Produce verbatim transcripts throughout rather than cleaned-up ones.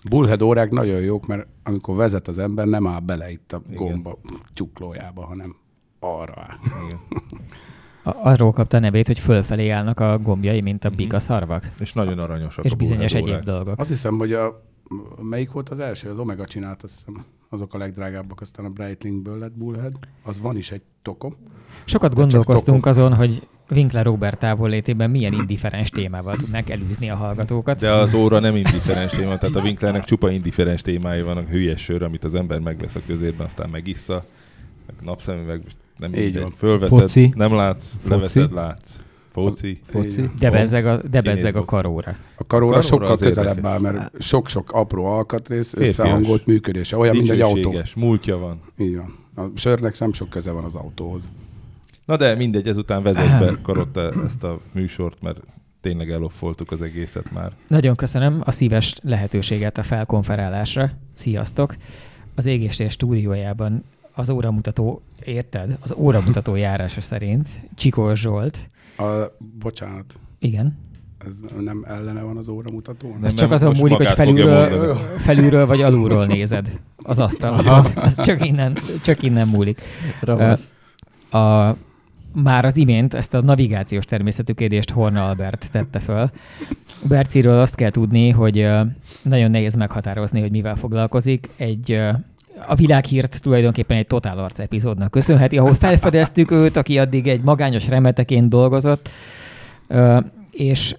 Bullhead órák nagyon jók, mert amikor vezet az ember, nem áll bele itt a gomba csuklójába, hanem arra áll. Igen. Arról kapta a nevét, hogy fölfelé állnak a gombjai, mint a Mhm. bika szarvak. És nagyon aranyosak És a bizonyos Bullhead egyéb órák. dolgok. Azt hiszem, hogy a melyik volt az első? Az Omega csinált, azt hiszem. Azok a legdrágábbak, aztán a Breitlingből lett Bullhead. Az van is egy tokom. Sokat gondolkoztunk azon, hogy Winkler Robert távollétében milyen indifferens témával tudnánk elűzni a hallgatókat. De az óra nem indifferens téma, tehát a Winklernek csupa indifferens témái vannak, hülyes sör, amit az ember megvesz a közérben, aztán megissza, meg napszemüveg, nem Így így van. fölveszed, Foci. nem látsz, Foci. leveszed, látsz. Foci. Foci. De bezzeg a, de bezzeg a Kinézd karóra. A karóra karóra sokkal az közelebb érdekes. áll, mert sok-sok apró alkatrész, Férfias. összehangolt működése. Olyan, mint egy autó. Dicsőséges, múltja van. Így van. A sörnek nem sok köze van az autóhoz. Na de mindegy, ezután vezess be Karotta ezt a műsort, mert tényleg eloffoltuk az egészet már. Nagyon köszönöm a szíves lehetőséget a felkonferálásra. Sziasztok! Az Égéstér stúdiójában az óramutató, érted? Az óramutató járása szerint Csikós Zsolt. A, bocsánat, Igen. ez nem ellene van az óramutató? Nem, Ez csak nem, azon most múlik, hogy magát fogja felülről, mondani. felülről vagy alulról nézed az asztalot. Ez csak innen, csak innen múlik. Ravasz. A, már az imént ezt a navigációs természetű kérdést Horna Albert tette föl. Berciről azt kell tudni, hogy ö, nagyon nehéz meghatározni, hogy mivel foglalkozik. Egy, ö, a világhírt tulajdonképpen egy Totál Arc epizódnak köszönheti, ahol felfedeztük őt, aki addig egy magányos remeteként dolgozott, ö, és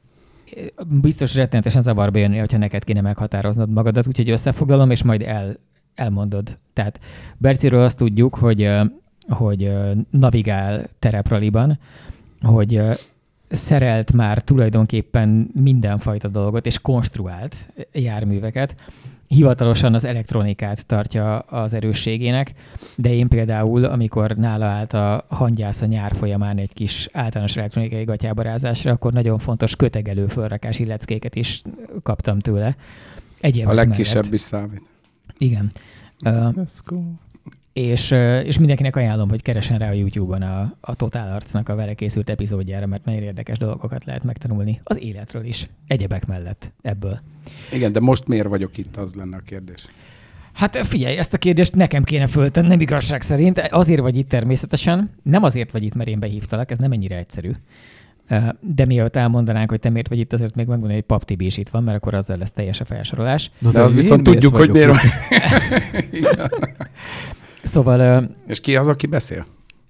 biztos rettenetesen zavarba jönni, hogyha neked kéne meghatároznod magadat, úgyhogy összefoglalom, és majd el, elmondod. Tehát Berciről azt tudjuk, hogy ö, hogy navigál terepraliban, hogy szerelt már tulajdonképpen mindenfajta dolgot, és konstruált járműveket. Hivatalosan az elektronikát tartja az erősségének, de én például, amikor nála állt a hangyász a nyár folyamán egy kis általános elektronikai gatyábarázásra, akkor nagyon fontos kötegelő fölrakási leckéket is kaptam tőle. Egyébként A legkisebb is számít. Igen. Uh, Let's go. És, és mindenkinek ajánlom, hogy keressen rá a YouTube-on a, a Totál Arcnak a vele készült epizódjára, mert nagyon érdekes dolgokat lehet megtanulni az életről is, egyebek mellett ebből. Igen, de most miért vagyok itt, az lenne a kérdés. Hát figyelj, ezt a kérdést nekem kéne föltenni, nem igazság szerint. Azért vagy itt természetesen, nem azért vagy itt, mert én behívtalak, ez nem ennyire egyszerű. De mielőtt elmondanánk, hogy te miért vagy itt, azért még megmondani, hogy Pap Tibi is itt van, mert akkor azzal lesz teljes a felsorolás. Na, De az én viszont miért tudjuk, hogy vagyok miért itt? van. Szóval, És ki az, aki beszél?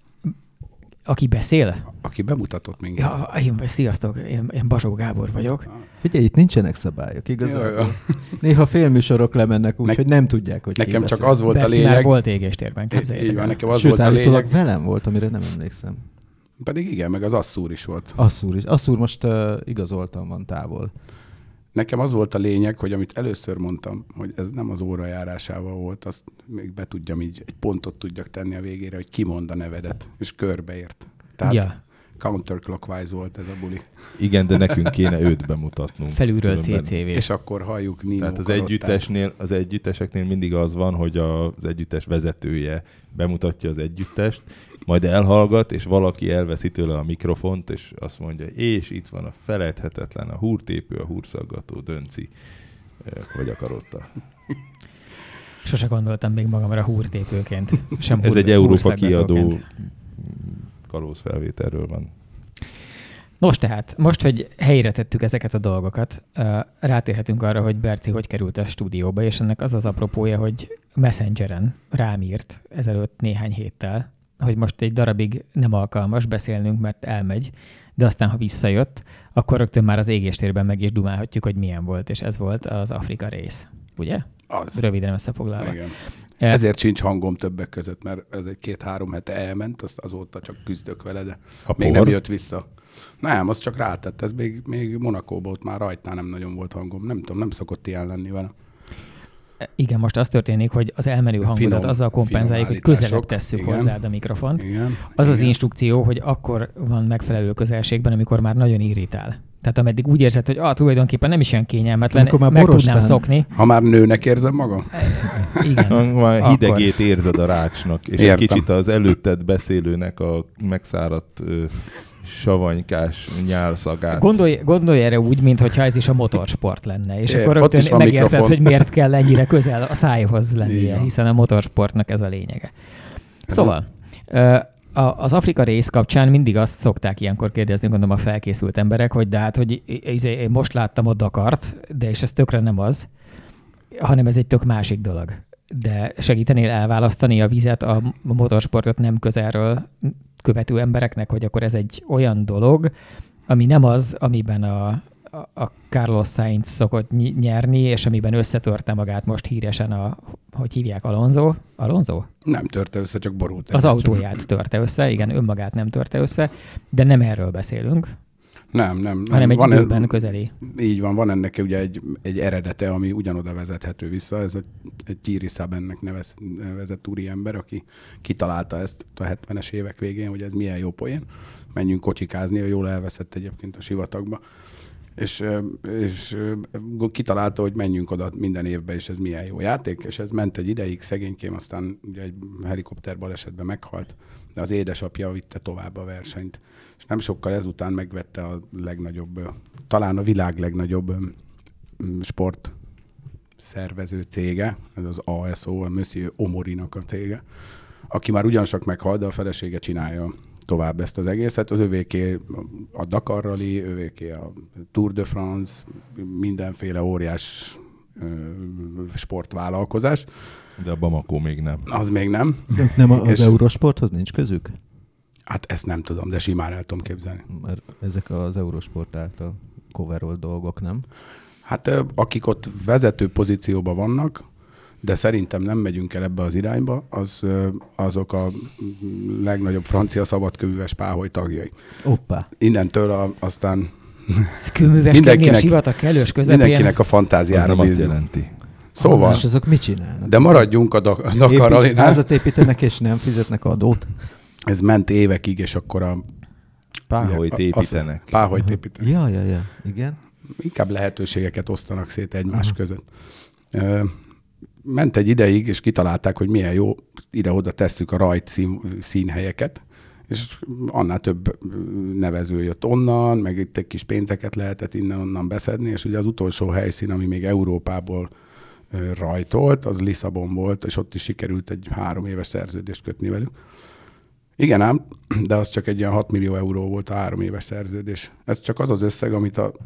aki beszél? Aki bemutatott minket. Ja, én, sziasztok, én, én Bazsó Gábor vagyok. Figyelj, itt nincsenek szabályok, igazából. Jó, jó. Néha félműsorok lemennek úgy, Ne- hogy nem tudják, hogy Nekem ki csak beszél. az volt a Berci már lényeg. volt égéstérben, Így képzeljétek van, el. nekem az Sőt, volt a állítólag lényeg. velem volt, amire nem emlékszem. Pedig igen, meg az Asszúr is volt. Asszúr is. Asszúr most uh, igazoltan van távol. Nekem az volt a lényeg, hogy amit először mondtam, hogy ez nem az óra járásával volt, azt még be tudjam így, egy pontot tudjak tenni a végére, hogy kimond a nevedet, és körbeért. Tehát Ja. counterclockwise volt ez a buli. Igen, de nekünk kéne őt bemutatnunk. Felülről Különben- cé cé vé. És akkor halljuk Nino Tehát az Karottát. együttesnél, az együtteseknél mindig az van, hogy az együttes vezetője bemutatja az együttest, majd elhallgat, és valaki elveszi tőle a mikrofont, és azt mondja, és itt van a feledhetetlen, a húrtépő, a húrszaggató, Dönci, eh, vagy a Karotta. Sose gondoltam még magamra húrtépőként. Sem Ez húr, egy Európa húrszaggatóként. kiadó kalózfelvételről van. Nos tehát, most, hogy helyre tettük ezeket a dolgokat, rátérhetünk arra, hogy Berci hogy került a stúdióba, és ennek az az apropója, hogy Messengeren rám írt ezelőtt néhány héttel, hogy most egy darabig nem alkalmas beszélnünk, mert elmegy, de aztán, ha visszajött, akkor rögtön már az égéstérben meg is dumálhatjuk, hogy milyen volt, és ez volt az Afrika rész. Ugye? Az. Röviden összefoglalva. Igen. E- Ezért sincs hangom többek között, mert ez egy két-három hete elment, azt azóta csak küzdök vele, de A még por? nem jött vissza. Nem, az csak rátett, ez még, még Monakóban ott már rajtnál nem nagyon volt hangom. Nem tudom, nem szokott ilyen lenni vele. Igen, most az történik, hogy az elmenő hangodat Finom- azzal kompenzáljuk, hogy finom közelebb állítások. tesszük Igen. hozzád a mikrofont. Igen. Az az Igen. instrukció, hogy akkor van megfelelő közelségben, amikor már nagyon irritál. Tehát ameddig úgy érzed, hogy ah, tulajdonképpen nem is olyan kényelmetlen, Amikor már meg borostán. tudnám szokni. Ha már nőnek érzem magam? Igen. Már Akkor. hidegét érzed a rácsnak, és Értem. egy kicsit az előtted beszélőnek a megszáradt ö, savanykás nyálszagát. Gondolj, gondolj erre úgy, mintha ez is a motorsport lenne, és É, akkor ott is rögtön van megérted, mikrofon. hogy miért kell ennyire közel a szájhoz Így lennie, van. hiszen a motorsportnak ez a lényege. Szóval, ö, a- az Afrika rész kapcsán mindig azt szokták ilyenkor kérdezni, gondolom a felkészült emberek, hogy de hát, hogy izé, én most láttam a Dakart, de és ez tökre nem az, hanem ez egy tök másik dolog. De segítenél elválasztani a vizet, a motorsportot nem közelről követő embereknek, hogy akkor ez egy olyan dolog, ami nem az, amiben a, a, a Carlos Sainz szokott ny- nyerni, és amiben összetörte magát most híresen a, hogy hívják, Alonso? Alonso? Nem törte össze, csak borult. Az egyet. autóját törte össze, igen, önmagát nem törte össze, de nem erről beszélünk, Nem, nem. nem. hanem egy van időben en- közeli. Így van, van ennek ugye egy, egy eredete, ami ugyanoda vezethető vissza. Ez a, egy Thierry Sabennek nevez, nevezett úriember, aki kitalálta ezt a hetvenes évek végén, hogy ez milyen jó poén. Menjünk kocsikázni, jól elveszett egyébként a sivatagba. És, és kitalálta, hogy menjünk oda minden évben, és ez milyen jó játék, és ez ment egy ideig, szegénykém, aztán ugye egy helikopter balesetben meghalt, de az édesapja vitte tovább a versenyt. És nem sokkal ezután megvette a legnagyobb, talán a világ legnagyobb sport szervező cége, ez az á es o, a Monsieur Omorinak a cége, aki már ugyancsak meghalt, de a felesége csinálja tovább ezt az egészet. Az övéké a Dakar Rally, övéké a Tour de France, mindenféle óriás ö, sportvállalkozás. De a Bamako még nem. Az még nem. De nem az És- Eurosporthoz nincs közük? Hát ezt nem tudom, de simán el tudom képzelni. Mert ezek az Eurosport által coverolt dolgok, nem? Hát ö, akik ott vezető pozícióban vannak, de szerintem nem megyünk el ebbe az irányba, az, ö, azok a legnagyobb francia szabadkövűves páholy tagjai. Hoppá. Innentől a, aztán Kőműveskedni a Mindenkinek- sivatag kellős közepén. mindenkinek a Az fantáziára nem azt bízunk. jelenti. Szóval, És azok mit csinálnak? de maradjunk a Dak- a Dakar Épít, Rallynál. házat építenek és nem fizetnek adót? Ez ment évekig, és akkor a Páholyt ugye, a- építenek. Az, páholyt építenek. Ja, ja, ja. Igen. Inkább lehetőségeket osztanak szét egymás Aha. között. Ö, ment egy ideig, és kitalálták, hogy milyen jó, ide-oda tesszük a rajt szín, színhelyeket, és annál több nevező jött onnan, meg itt egy kis pénzeket lehetett innen-onnan beszedni, és ugye az utolsó helyszín, ami még Európából ö, rajtolt, az Lisszabon volt, és ott is sikerült egy három éves szerződést kötni velük. Igen ám, de az csak egy ilyen hat millió euró volt a három éves szerződés. Ez csak az az összeg, amit a,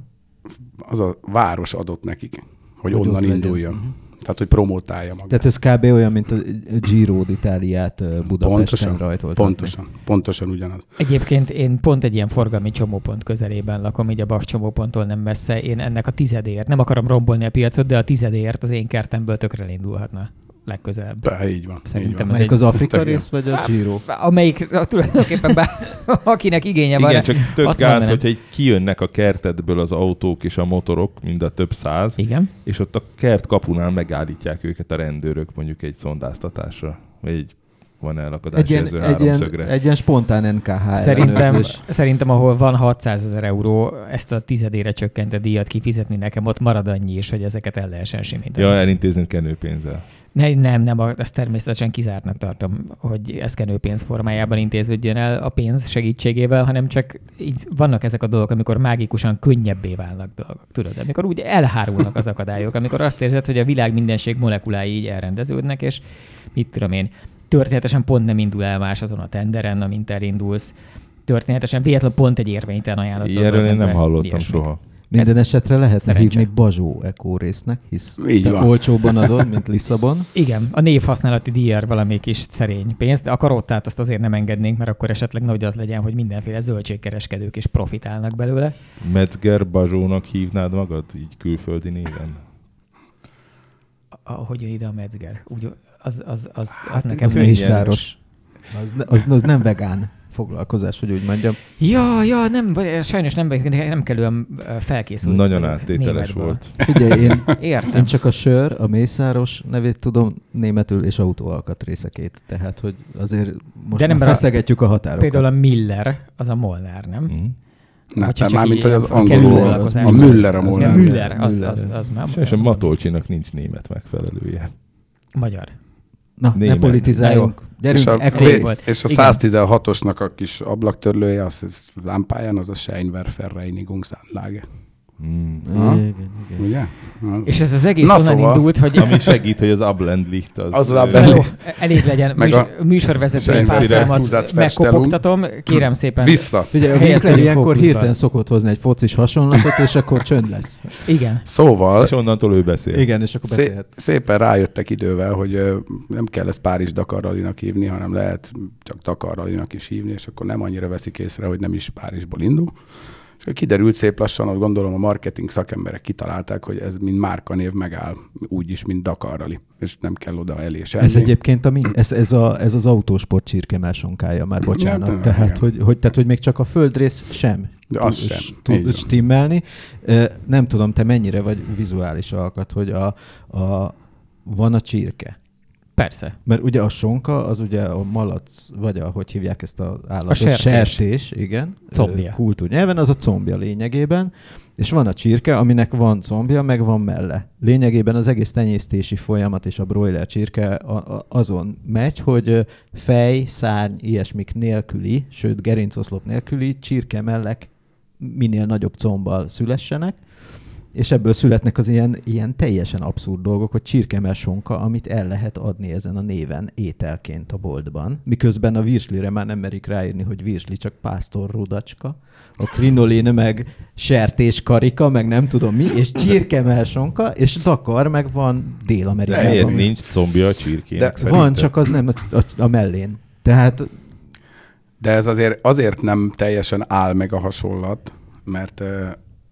az a város adott nekik, hogy, Hogy onnan ott legyen. induljon. Mhm. Tehát, hogy promotálja magát. Tehát ez kb. Olyan, mint a Giro d'Italiát Budapesten Pontosan, rajtoltatni. pontosan, pontosan ugyanaz. Egyébként én pont egy ilyen forgalmi csomópont közelében lakom, így a Bas csomóponttól nem messze. Én ennek a tizedért, nem akarom rombolni a piacot, de a tizedért az én kertemből tökre elindulhatna legközelebb. Be, így van. Szerintem így van. ez Melyik egy- az Afrika ez tök rész, vagy a Giro? Amelyik tulajdonképpen bár, akinek igénye van. Igen, csak tök azt gáz, mondanám. hogyha így kijönnek a kertedből az autók és a motorok, mind a több száz, Igen. és ott a kert kapunál megállítják őket a rendőrök mondjuk egy szondáztatásra, vagy egy van Egy elakadási ilyen, jelző egy, ilyen, háromszögre. egy ilyen spontán en ká há Szerintem, ellenőrzés. szerintem, ahol van hatszázezer euró, ezt a tizedére csökkentett díjat kifizetni nekem, ott marad annyi is, hogy ezeket el lehessen simítani. Ja, elintézni kenőpénzzel. Ne, nem, nem, ezt természetesen kizártnak tartom, hogy ez kenőpénz formájában intéződjön el a pénz segítségével, hanem csak így vannak ezek a dolgok, amikor mágikusan könnyebbé válnak dolgok. Tudod, amikor úgy elhárulnak az akadályok, amikor azt érzed, hogy a világ mindenség molekulái így elrendeződnek, és mit tudom én, történetesen pont nem indul el más azon a tenderen, amint elindulsz. Történetesen véletlenül pont egy érvénytelen ajánlat. Ilyenről én nem hallottam soha. Minden esetre lehetne szerencse. hívni Bazsó Eco résznek, hisz Így te van. olcsóban adod, mint Lisszabon. Igen, a névhasználati díjár valami kis szerény pénz, de a karottát azt azért nem engednénk, mert akkor esetleg nagy az legyen, hogy mindenféle zöldségkereskedők is profitálnak belőle. Metzger Bazsónak hívnád magad, így külföldi néven? Ahogy jön ide a Metzger. Úgy, az, az, az, az Hát nekem az nem Mészáros. Az, ne- az, az nem vegán foglalkozás, hogy úgy mondjam. Ja, ja, nem, vagy- sajnos nem, nem kellően ö, felkészült. Nagyon vagyok áttételes németből. volt. Figyelj, én, Értem. én csak a sör, a Mészáros nevét tudom németül, és autóalkatrészekét. Tehát, hogy azért most De nem, már mert a- feszegetjük a határokat. Például a Miller, az a Molnár, nem? Mm. Nem, Vagy csak nem mármint, így hogy az ilyen kellő angolul, foglalkozás. a Müller a Az Ja, Molnár. Müller, az, Müller. az, az már És a Matolcsinak nincs német megfelelője. magyar. Na, Német. ne politizáljunk. Gyerünk, és a, ekkor volt. és a Igen. száztizenhatosnak a kis ablaktörlője, az, az lámpáján, az a Scheinwerferreinigungsanlage. Mm. Ha? Igen, igen. Ugye? Ha. És ez az egész Na onnan szóval. indult, hogy Ami segít, hogy az Abblendlicht az... Az az ö, Abblendlicht. jó, elég legyen. Meg Műs, a műsorvezetői Scheinwerfer párcámat túlzásfestelung. megkopogtatom. Kérem szépen. Vissza. Figyelj, a Winkler Helyezkedjünk ilyenkor fókuszba. hirtelen szokott hozni egy focis hasonlatot, és akkor csönd lesz. Igen. Szóval És onnantól ő beszél. Igen, és akkor szé- beszélhet. szépen rájöttek idővel, hogy ö, nem kell ezt Párizs Dakar Rallynak hívni, hanem lehet csak Dakar Rallynak is hívni, és akkor nem annyira veszik észre, hogy nem is Párizsból indul. És akkor kiderült szép lassan, hogy gondolom a marketing szakemberek kitalálták, hogy ez mint márkanév megáll, úgyis, mint Dakar Rally, és nem kell oda elé semmi. Ez egyébként a, min- ez, ez, a, ez az autósport csirkemelsonkája már, bocsánat. Ja, tehát, igen. hogy, hogy, tehát, hogy még csak a földrész sem De az tud- sem. s- Így tud van. stimmelni. Ö, Nem tudom, te mennyire vagy vizuális alkat, hogy a, a, van a csirke. Persze. Mert ugye a sonka, az ugye a malac, vagy ahogy hívják ezt az állatot? A sertés. sertés, igen. Combja. Ö, kultúrnyelven, az a combja lényegében. És van a csirke, aminek van combja, meg van melle. Lényegében az egész tenyésztési folyamat és a broiler csirke a- a- azon megy, hogy ö, fej, szárny, ilyesmik nélküli, sőt gerincoszlop nélküli csirkemellek minél nagyobb combbal szülessenek, és ebből születnek az ilyen, ilyen teljesen abszurd dolgok, hogy csirkemell sonka, amit el lehet adni ezen a néven ételként a boltban. Miközben a virslire már nem merik ráírni, hogy virsli, csak pásztor rudacska. A krinolin meg sertés karika, meg nem tudom mi, és csirkemell sonka, és Dakar meg van De Dél-Amerikában. miért nincs combja a csirkének? De szerintem? Van, csak az nem a, a, a mellén. Tehát De ez azért azért nem teljesen áll meg a hasonlat, mert, ö,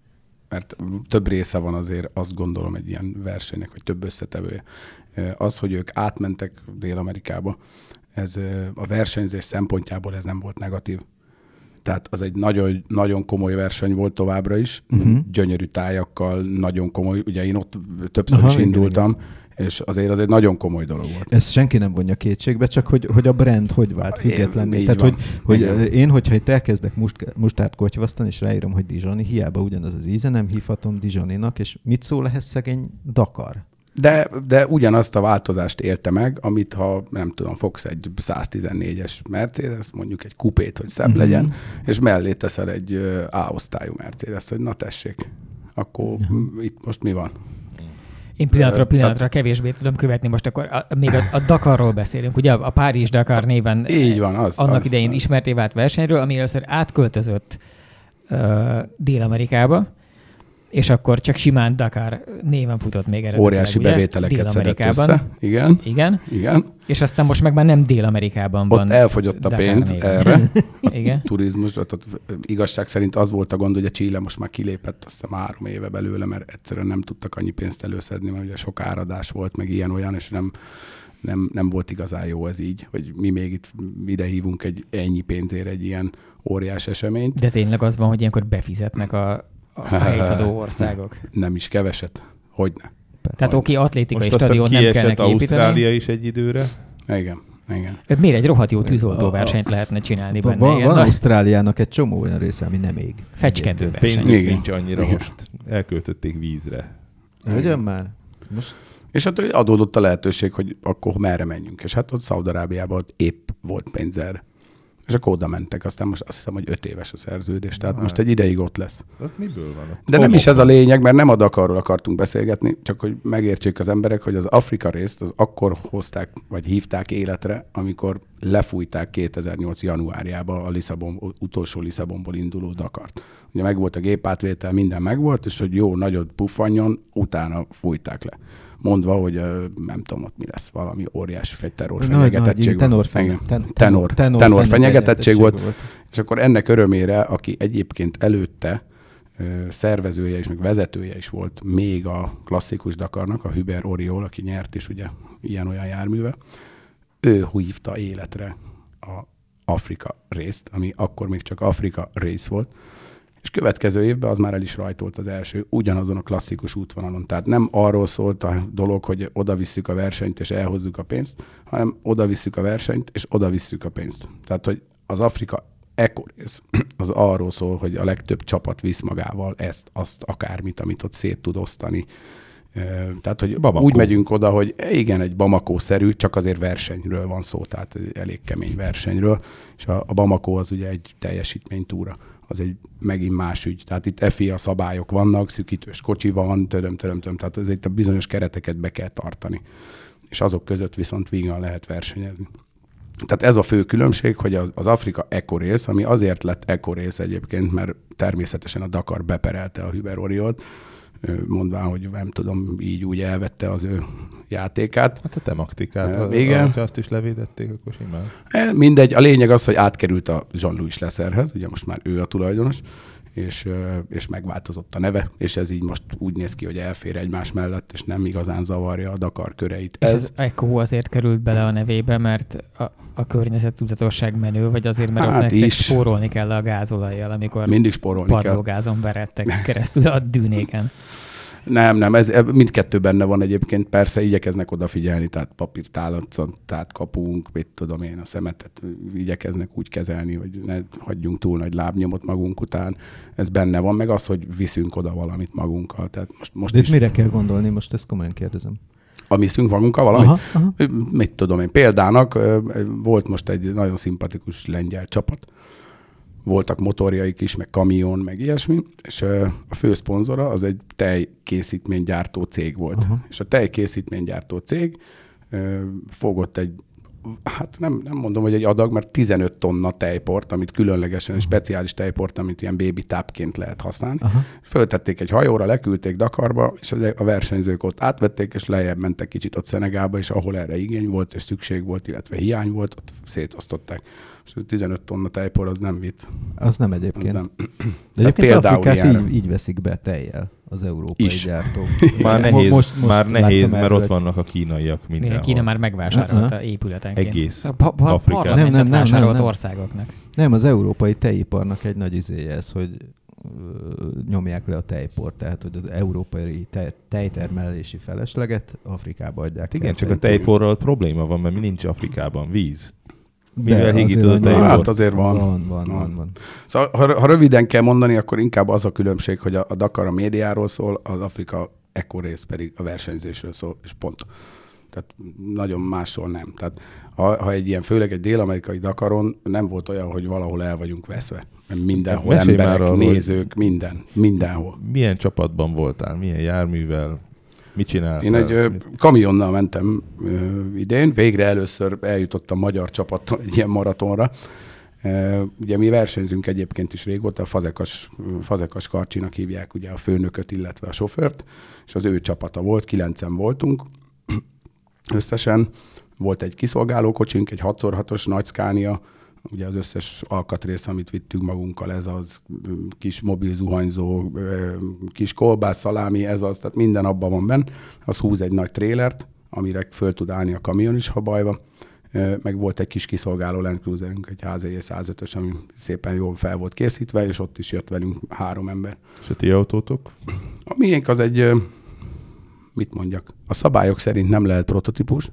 mert több része van azért, azt gondolom, egy ilyen versenynek, vagy több összetevője. Ö, Az, hogy ők átmentek Dél-Amerikába, ez ö, a versenyzés szempontjából ez nem volt negatív. Tehát az egy nagyon, nagyon komoly verseny volt továbbra is, Uh-huh. gyönyörű tájakkal, nagyon komoly, ugye én ott többször Aha, is igen, indultam, és azért az egy nagyon komoly dolog volt. ezt senki nem vonja kétségbe, csak hogy, hogy a brand hogy vált függetlenné. Így Tehát, van. hogy, hogy Igen. én, hogyha itt elkezdek must, mustárt kotyvasztani, és ráírom, hogy Dijoni, hiába ugyanaz az íze, nem hívhatom Dijoninak, és mit szól ehhez szegény Dakar? De, de ugyanazt a változást élte meg, amit ha nem tudom, fogsz egy száztizennégyes Mercedes, mondjuk egy kupét, hogy szebb Mhm. legyen, és mellé teszel egy ö, A-osztályú Mercedes, hogy na tessék, akkor m- itt most mi van? Én pillanatra Ö, pillanatra kevésbé tudom követni. Most akkor a, még a, a Dakarról beszélünk. Ugye a Párizs-Dakar néven Így van, az. annak az, idején az. ismerté vált versenyről, ami először átköltözött uh, Dél-Amerikába, és akkor csak simán Dakar néven futott még eredetileg. Óriási ugye? bevételeket szedett Dél-Amerikában. össze. Igen, Igen, igen. és aztán most meg már nem Dél-Amerikában van. Ott elfogyott a Dakar pénz néven. erre. Igen. Turizmus, ott, ott igazság szerint az volt a gond, hogy a Chile most már kilépett azt hiszem három éve belőle, mert egyszerűen nem tudtak annyi pénzt előszedni, mert ugye sok áradás volt, meg ilyen-olyan, és nem, nem, nem volt igazán jó ez így, hogy mi még itt ide hívunk egy ennyi pénzért egy ilyen óriás eseményt. De tényleg az van, hogy ilyenkor befizetnek a, a helytadó országok. Nem is keveset. Hogyne. Tehát oké, atlétikai Most azt hiszem stadion nem kell kiesett neki építeni. Ausztrália is egy időre. Igen, igen. Miért egy rohadt jó A- tűzoltóversenyt lehetne csinálni Van, benne? van, ilyen van nagy Ausztráliának egy csomó olyan része, ami nem ég. fecskendő Pénz verseny. Igen. nincs annyira Igen. most. Elköltötték vízre. Ugyan már? Most És hát adódott a lehetőség, hogy akkor merre menjünk. És hát ott Szaúd-Arábiában ott épp volt pénz erre. És akkor oda mentek, aztán most azt hiszem, hogy öt éves a szerződés, tehát Ah. most egy ideig ott lesz. Az miből van? De nem is ez a lényeg, mert nem a Dakarról akartunk beszélgetni, csak hogy megértsék az emberek, hogy az Afrika részt az akkor hozták, vagy hívták életre, amikor lefújták kétezer-nyolc januárjában a Lisszabon, utolsó Lisszabonból induló Dakart. Ugye megvolt a gépátvétel, minden megvolt, és hogy jó, nagyot puffanjon, utána fújták le. Mondva, hogy ö, nem tudom, ott mi lesz, valami óriás terror fenyegetettség tenor, volt. Igen. ten, Tenor, tenor fenyegetettség volt. volt. És akkor ennek örömére, aki egyébként előtte ö, szervezője és meg vezetője is volt még a klasszikus Dakarnak, a Hubert Oriol, aki nyert is ugye ilyen-olyan járműve, ő hívta életre a Afrika részt, ami akkor még csak Afrika rész volt, és következő évben az már el is rajtolt az első, ugyanazon a klasszikus útvonalon. Tehát nem arról szólt a dolog, hogy oda visszük a versenyt és elhozzuk a pénzt, hanem oda visszük a versenyt és oda visszük a pénzt. Tehát, hogy az Afrika ekorész az arról szól, hogy a legtöbb csapat visz magával ezt, azt, akármit, amit ott szét tud osztani Tehát, hogy Bamako. úgy megyünk oda, hogy igen, egy Bamako-szerű, csak azért versenyről van szó, tehát elég kemény versenyről, és a, a Bamako az ugye egy teljesítménytúra, az egy megint más ügy. Tehát itt ef i á szabályok vannak, szűkítős kocsi van, tödöm, tödöm, tödöm, tehát ezért a bizonyos kereteket be kell tartani. És azok között viszont vígan lehet versenyezni. Tehát ez a fő különbség, hogy az, az Afrika Ecorace, ami azért lett Ecorace egyébként, mert természetesen a Dakar beperelte a Hubert Auriol-t, mondván, hogy nem tudom, így úgy elvette az ő játékát. Hát a temaktikát, ha, igen. ha azt is levédették, akkor simán. Mindegy, a lényeg az, hogy átkerült a Jean-Louis Lesserhez, ugye most már ő a tulajdonos, és, és megváltozott a neve, és ez így most úgy néz ki, hogy elfér egymás mellett, és nem igazán zavarja a Dakar köreit. És ez az Eco azért került bele a nevébe, mert a, a környezettudatosság menő, vagy azért, mert hát ott nektek is. spórolni kell a gázolajjal, amikor mindig spórolni kell. padlógázon verettek keresztül a dűnéken. Nem, nem, ez mindkettő benne van egyébként, persze igyekeznek odafigyelni, tehát papírtálacot kapunk, mit tudom én, a szemetet igyekeznek úgy kezelni, hogy ne hagyjunk túl nagy lábnyomot magunk után. Ez benne van, meg az, hogy viszünk oda valamit magunkkal. Tehát most, most De itt is, mire kell gondolni? Most ezt komolyan kérdezem. a viszünk magunkkal valamit? Aha, aha. Mit tudom én, példának volt most egy nagyon szimpatikus lengyel csapat, voltak motorjaik is, meg kamion, meg ilyesmi, és a főszponzora az egy tejkészítménygyártó cég volt. Uh-huh. És a tejkészítménygyártó cég fogott egy, hát nem, nem mondom, hogy egy adag, mert tizenöt tonna tejport, amit különlegesen, uh-huh. speciális tejport, amit ilyen baby tápként lehet használni. Uh-huh. Föltették egy hajóra, leküldték Dakarba, és a versenyzők ott átvették, és lejjebb mentek kicsit ott Szenegálba, és ahol erre igény volt, és szükség volt, illetve hiány volt, ott szétosztották. És tizenöt tonna tejpor az nem vitt. Az nem egyébként. Az nem. De egyébként például Afrikát így, így veszik be tejjel az európai is. gyártók. Már nehéz, most, most már nehéz mert előtt. ott vannak a kínaiak mindenhol. Kína már megvásárolta uh-huh. épületenként. Egész a pa- pa- Afrikát. Nem, nem, nem, vásárolt nem, nem. országoknak. Nem, az európai tejiparnak egy nagy izéje ez, hogy nyomják le a tejport, tehát hogy az európai tej, tejtermelési felesleget Afrikába adják. Igen, el, csak a tejporral probléma van, mert mi nincs Afrikában víz. Mivel hígítod a tejport? Hát tejport? azért van. Van, van, van. van. Szóval, ha, ha röviden kell mondani, akkor inkább az a különbség, hogy a, a Dakar a médiáról szól, az Afrika Ecorace pedig a versenyzésről szól, és pont. Tehát nagyon másról nem. Tehát ha, ha egy ilyen, főleg egy dél-amerikai Dakaron nem volt olyan, hogy valahol el vagyunk veszve. Mindenhol Mesélj emberek, arról, nézők, minden, mindenhol. Milyen csapatban voltál? Milyen járművel? Mit csináltál? Én egy ö, kamionnal mentem ö, idén, végre először eljutottam magyar csapattól egy ilyen maratonra. E, ugye mi versenyzünk egyébként is régóta, a Fazekas, Fazekas Karcsinak hívják ugye a főnököt, illetve a sofőrt, és az ő csapata volt, kilencen voltunk összesen. Volt egy kiszolgálókocsink, egy hat szor hatos nagy Scania, ugye az összes alkatrész, amit vittünk magunkkal, ez az kis mobil zuhanyzó, kis kolbász, szalámi, ez az, tehát minden abban van benne. Az húz egy nagy trélert, amire föl tud állni a kamion is, ha baj van. Meg volt egy kis kiszolgáló Land Cruiserünk, egy há zé é száz ötös, ami szépen jól fel volt készítve, és ott is jött velünk három ember. És a ti autótok? A miénk az egy, mit mondjak, a szabályok szerint nem lehet prototípus,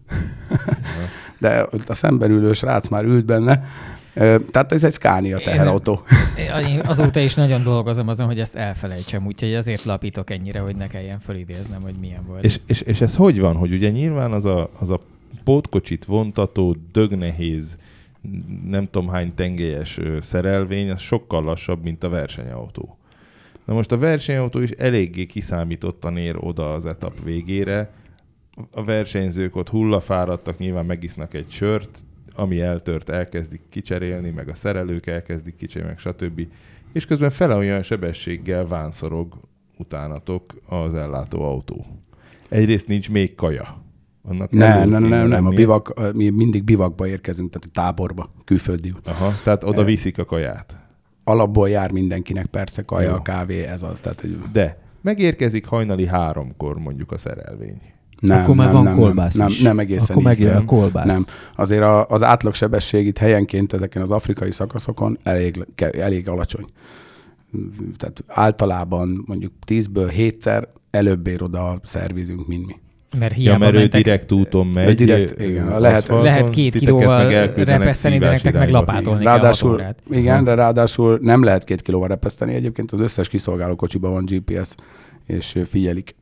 de a szemben ülő srác már ült benne, tehát ez egy Scania teherautó. Én azóta is nagyon dolgozom azon, hogy ezt elfelejtsem, úgyhogy azért lapítok ennyire, hogy ne kelljen felidéznem, hogy milyen volt. És, és, és ez hogy van, hogy ugye nyilván az a, az a pótkocsit vontató, dögnehéz, nem tudom hány tengelyes szerelvény, az sokkal lassabb, mint a versenyautó. Na most a versenyautó is eléggé kiszámítottan ér oda az etap végére. A versenyzők ott hullafáradtak, nyilván megisznak egy sört, ami eltört, elkezdik kicserélni, meg a szerelők elkezdik kicserélni, meg stb. És közben fele olyan sebességgel vánszorog utánatok az ellátó autó. Egyrészt nincs még kaja. Annak nem, nem, nem, nem. A bivak, mi mindig bivakba érkezünk, tehát a táborba, külföldi. Aha, tehát oda viszik a kaját. Alapból jár mindenkinek persze kaja, a kávé, ez az. Tehát, hogy... De megérkezik hajnali háromkor mondjuk a szerelvény. Nem, akkor már nem, van nem, kolbász nem, is. Nem, nem egészen akkor így. megjön a kolbász. Nem. Azért a, az átlagsebesség itt helyenként ezeken az afrikai szakaszokon elég, elég alacsony. Tehát általában mondjuk tízből hétszer előbb ér oda a szervizünk, mint mi. Mert hiába ja, mert mentek, ő direkt úton megy. Direkt, igen. Lehet, lehet két kilóval repeszteni, de nektek meg lapátolni ráadásul, kell a igen, de ráadásul nem lehet két kilóval repeszteni. Egyébként az összes kiszolgáló kocsiban van gé pé es, és figyelik.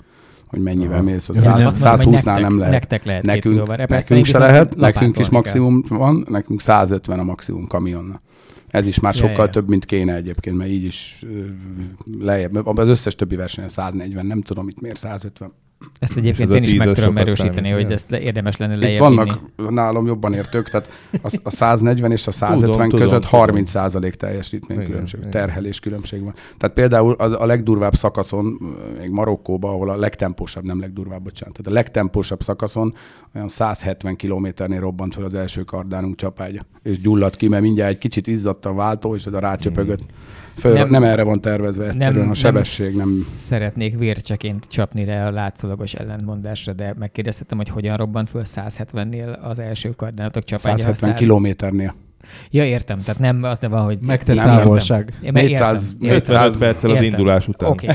hogy mennyivel Aha. mész, hogy Ja, száz, azt mondom, hogy százhúsznál nektek- nem lehet. Nektek lehet két Nekünk, kilóval repeszteni, nekünk se viszont lehet, nekünk is lapátolni kell. maximum van, nekünk százötven a maximum kamionnal. Ez is már Ja, sokkal ja. több, mint kéne egyébként, mert így is ö, lejjebb. Az összes többi versenyen száznegyven, nem tudom, itt miért százötven. Ezt És egyébként ez a én is tíz meg az tudom sokat erősíteni, számít, hogy ja. ezt le- érdemes lenne Itt lejjebb vannak vinni. nálam jobban értők, tehát a, a százneven és a százötven Tudom, tudom, között tudom. harminc százalék teljesítménykülönbség, Igen, terhelés különbség van. Tehát például az, a legdurvább szakaszon, még Marokkóban, ahol a legtempósabb, nem legdurvább, bocsánat, tehát a legtempósabb szakaszon olyan százhetven kilométernél robbant fel az első kardánunk csapágya, és gyulladt ki, mert mindjárt egy kicsit izzadt a váltó, és oda rácsöpögött. Föl, nem, Nem- nem erre van tervezve egyszerűen, a sebesség nem... szeretnék vércseként csapni rá a látszólagos ellentmondásra, de megkérdeztem, hogy hogyan robbant föl százhetvennél az első kardánatok csapágya. százhetven száz kilométernél. Ja, értem, tehát nem az nem van, hogy... Megtett Nem, nem. távolság. Én meg értem, négyszáz értem. ötvenöt perccel az Értem. indulás után. Oké.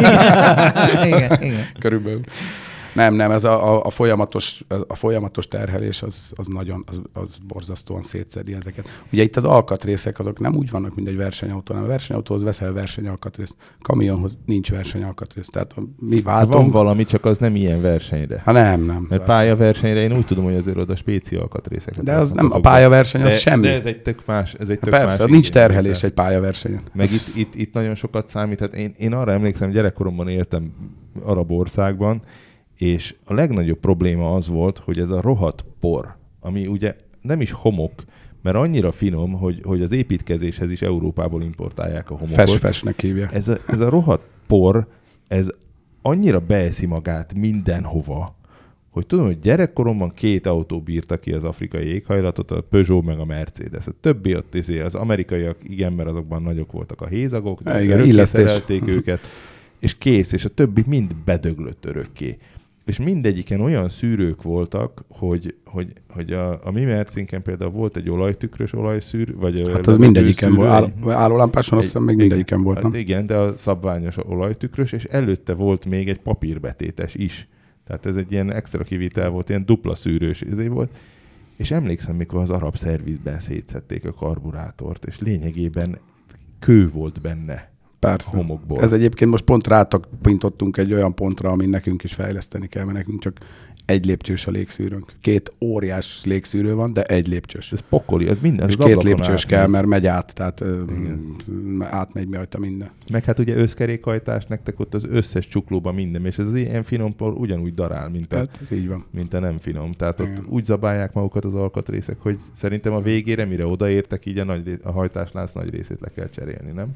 igen, igen. Körülbelül. Nem, nem, ez a, a, a, folyamatos, a folyamatos terhelés az, az nagyon, az, az borzasztóan szétszedi ezeket. Ugye itt az alkatrészek azok nem úgy vannak, mint egy versenyautónál. A versenyautóhoz veszel versenyalkatrészt, kamionhoz nincs versenyalkatrész. Tehát a, mi Hát váltunk... van valami, csak az nem ilyen versenyre. Ha nem, nem. Mert pályaversenyre én úgy tudom, hogy azért oda spéci alkatrészeket. De az vesznek nem, a azokban. pályaverseny az de, semmi. De ez egy tök más, ez egy tök Persze, másik nincs tény. terhelés egy pályaversenyen. Meg itt, itt, itt nagyon sokat számít. Hát én, én arra emlékszem, gyerekkoromban éltem arab országban, és a legnagyobb probléma az volt, hogy ez a rohadt por, ami ugye nem is homok, mert annyira finom, hogy, hogy az építkezéshez is Európából importálják a homokot. Fes-fesnek hívja. Ez a, ez a rohadt por, ez annyira beeszi magát mindenhova, hogy tudom, hogy gyerekkoromban két autó bírta ki az afrikai éghajlatot, a Peugeot meg a Mercedes. A többi ott izé, az amerikaiak, igen, mert azokban nagyok voltak a hézagok, de Igen, örökké illesztés. szerelték őket, és kész, és a többi mind bedöglött örökké. És mindegyiken olyan szűrők voltak, hogy, hogy, hogy a, a mi Mercinken például volt egy olajtükrös olajszűr, vagy Hát az mindegyiken volt. Áll, állólámpáson azt hiszem még mindegyiken volt, nem? Hát igen, de a szabványos olajtükrös, és előtte volt még egy papírbetétes is. Tehát ez egy ilyen extra kivitel volt, ilyen dupla szűrős izé volt. És emlékszem, mikor az arab szervizben szétszették a karburátort, és lényegében kő volt benne. Persze. Homokból. Ez egyébként most pont rátapintottunk egy olyan pontra, amin nekünk is fejleszteni kell, mert nekünk csak egy lépcsős a légszűrőnk. Két óriás légszűrő van, de egy lépcsős. Ez pokoli, ez minden. És ez két ablakon lépcsős átmegy. kell, mert megy át, tehát Igen. mm, átmegy rajta minden. Meg hát ugye összkerékhajtás, nektek ott az összes csuklóban minden, és ez az ilyen finom por ugyanúgy darál, mint a, Tehát ez így van. mint a nem finom. Tehát ott Igen. úgy zabálják magukat az alkatrészek, hogy szerintem a végére, mire odaértek, így a, nagy, ré- a hajtáslánc nagy részét le kell cserélni, nem?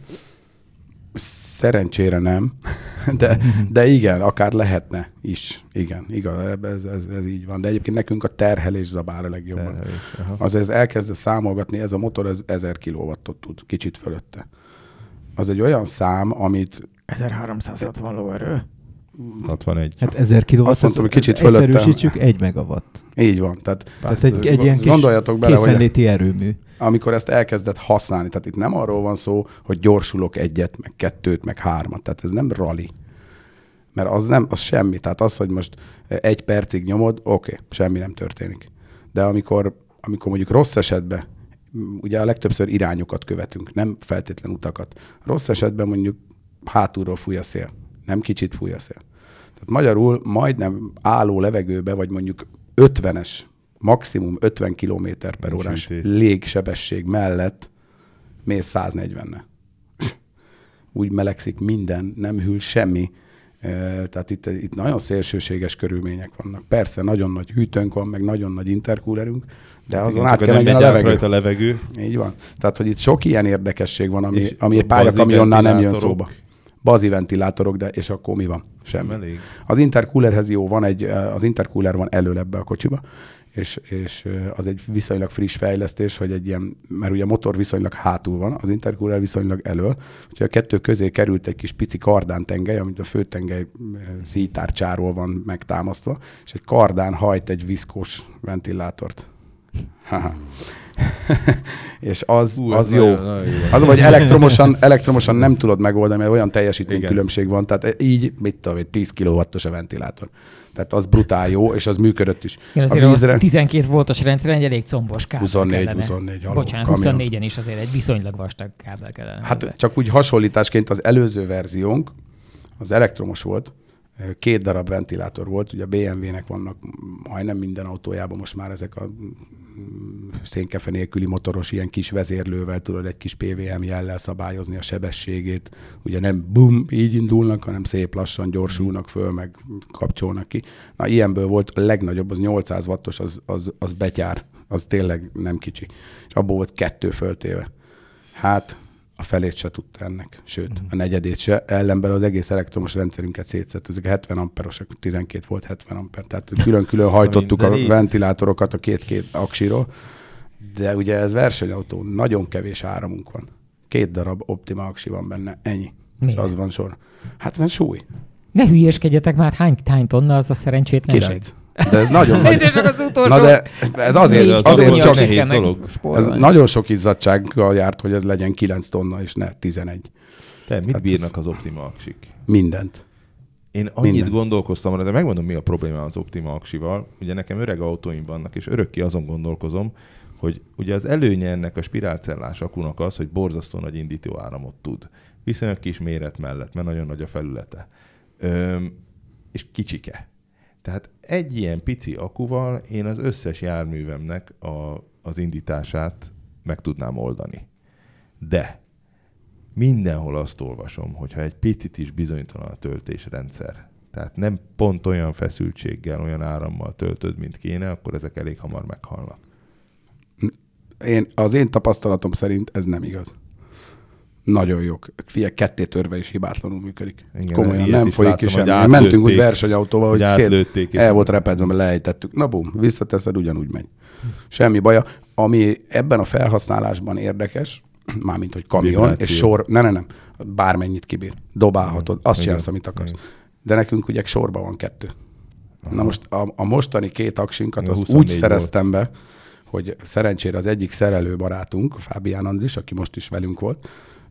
Szerencsére nem, de, de igen, akár lehetne is. Igen, igaz, ez, ez, ez így van. De egyébként nekünk a terhelés zabár a legjobban. Terhelés. Aha. Azért elkezdve számolgatni, ez a motor ez ezer kilowattot tud, kicsit fölötte. Az egy olyan szám, amit ezerháromszázhatvan lóerő. hatvanegy. Hát ezer kiló. Azt mondtam, hogy kicsit fölötte. Egyszerűsítsük, egy megawatt. így van. Tehát, Tehát egy, egy ilyen kis gondoljatok bele, hogy készenléti erőmű. amikor ezt elkezdett használni, tehát itt nem arról van szó, hogy gyorsulok egyet, meg kettőt, meg hármat. Tehát ez nem rally. Mert az nem, az semmi. Tehát az, hogy most egy percig nyomod, oké, okay, semmi nem történik. De amikor, amikor mondjuk rossz esetben, ugye a legtöbbször irányokat követünk, nem feltétlen utakat. Rossz esetben mondjuk hátulról fúj a szél. Nem kicsit fúj a szél. Tehát magyarul majdnem álló levegőbe, vagy mondjuk ötvenes, maximum ötven kilométer per órás Sütés. légsebesség mellett mész száznegyvenne. Úgy melegszik minden, nem hűl semmi. Tehát itt, itt nagyon szélsőséges körülmények vannak. Persze, nagyon nagy hűtőnk van, meg nagyon nagy intercoolerünk, de azon Igen, át csak kell nem menjen a megy át levegő. rajta a levegő. Így van. Tehát, hogy itt sok ilyen érdekesség van, ami, És ami egy bazi pályakamionnál nem jön ventilátorok. szóba. Bazi ventilátorok, de és akkor mi van? Semmi. Nem elég. Az intercoolerhez jó, van egy, az intercooler van elől ebbe a kocsiba, és, és az egy viszonylag friss fejlesztés, hogy egy ilyen, mert ugye a motor viszonylag hátul van, az intercooler viszonylag elől, úgyhogy a kettő közé került egy kis pici kardántengely, amit a főtengely szítárcsáról van megtámasztva, és egy kardán hajt egy viszkós ventilátort. és az, Hú, az ez jó. nagyon- nagyon jó. Az, hogy elektromosan, elektromosan nem tudod megoldani, mert olyan teljesítménykülönbség van. Tehát így, mit tudom, egy tíz kilowattos a ventilátor. Tehát az brutál jó, és az működött is. Igen, A azért vízre a tizenkét voltos rendszeren egy elég combos kábel huszonnégy, kellene. huszonnégy, haló, Bocsánat, kamion. huszonnégyen is azért egy viszonylag vastag kábel kellene. Hát hozzá. csak úgy hasonlításként az előző verziónk, az elektromos volt, Két darab ventilátor volt, ugye a bé em vé-nek vannak majdnem minden autójában most már ezek a szénkefe nélküli motoros ilyen kis vezérlővel, tudod, egy kis pé vé em jellel szabályozni a sebességét. Ugye nem bum, így indulnak, hanem szép lassan gyorsulnak föl, meg kapcsolnak ki. Na, ilyenből volt a legnagyobb, az nyolcszáz wattos, az, az, az betyár, az tényleg nem kicsi. És abból volt kettő föltéve. Hát a felét se tudta ennek, sőt, a negyedét se. Ellenben az egész elektromos rendszerünket szétszett. Ezek hetven amperosak, tizenkét volt hetven amper. Tehát külön-külön hajtottuk a ventilátorokat a két-két aksiról. De ugye ez versenyautó, nagyon kevés áramunk van. Két darab Optima aksi van benne, ennyi. És az van sor. Hát mert súly. Ne hülyeskedjetek már, hány, hány tonna az a szerencsétlenség? Kilenc. De ez nagyon nagy. Az Na de ez azért, az azért csak nehéz dolog. Ez nagyon sok izzadsággal járt, hogy ez legyen kilenc tonna, és ne tizenegy. Te, mit Tehát bírnak az Optima aksik? Mindent. Én annyit Minden. gondolkoztam, de megmondom, mi a probléma az Optima aksival. Ugye nekem öreg autóim vannak, és örökké azon gondolkozom, hogy ugye az előnye ennek a spirálcellás akunak az, hogy borzasztó nagy indító áramot tud. Viszonylag kis méret mellett, mert nagyon nagy a felülete. Öm, és kicsike. Tehát egy ilyen pici akuval én az összes járművemnek a, az indítását meg tudnám oldani. De mindenhol azt olvasom, hogyha egy picit is bizonytalan a töltésrendszer, tehát nem pont olyan feszültséggel, olyan árammal töltöd, mint kéne, akkor ezek elég hamar meghalnak. Én, az én tapasztalatom szerint ez nem igaz. Nagyon jók. Figyelj, ketté törve is hibátlanul működik. Igen, komolyan nem folyik ki semmi. Mentünk úgy versenyautóval, hogy, hogy szét el volt repedve, mert lejtettük. Na bum, visszateszed, ugyanúgy megy. Semmi baja. Ami ebben a felhasználásban érdekes, mármint, hogy kamion, vibráció. És sor, ne, ne, nem, bármennyit kibír. Dobálhatod, azt igen, csinálsz, amit akarsz. Igen. De nekünk ugye sorban van kettő. Aha. Na most a, a mostani két aksinkat azt úgy szereztem volt. be, hogy szerencsére az egyik szerelő barátunk, Fábián Andris, aki most is velünk volt,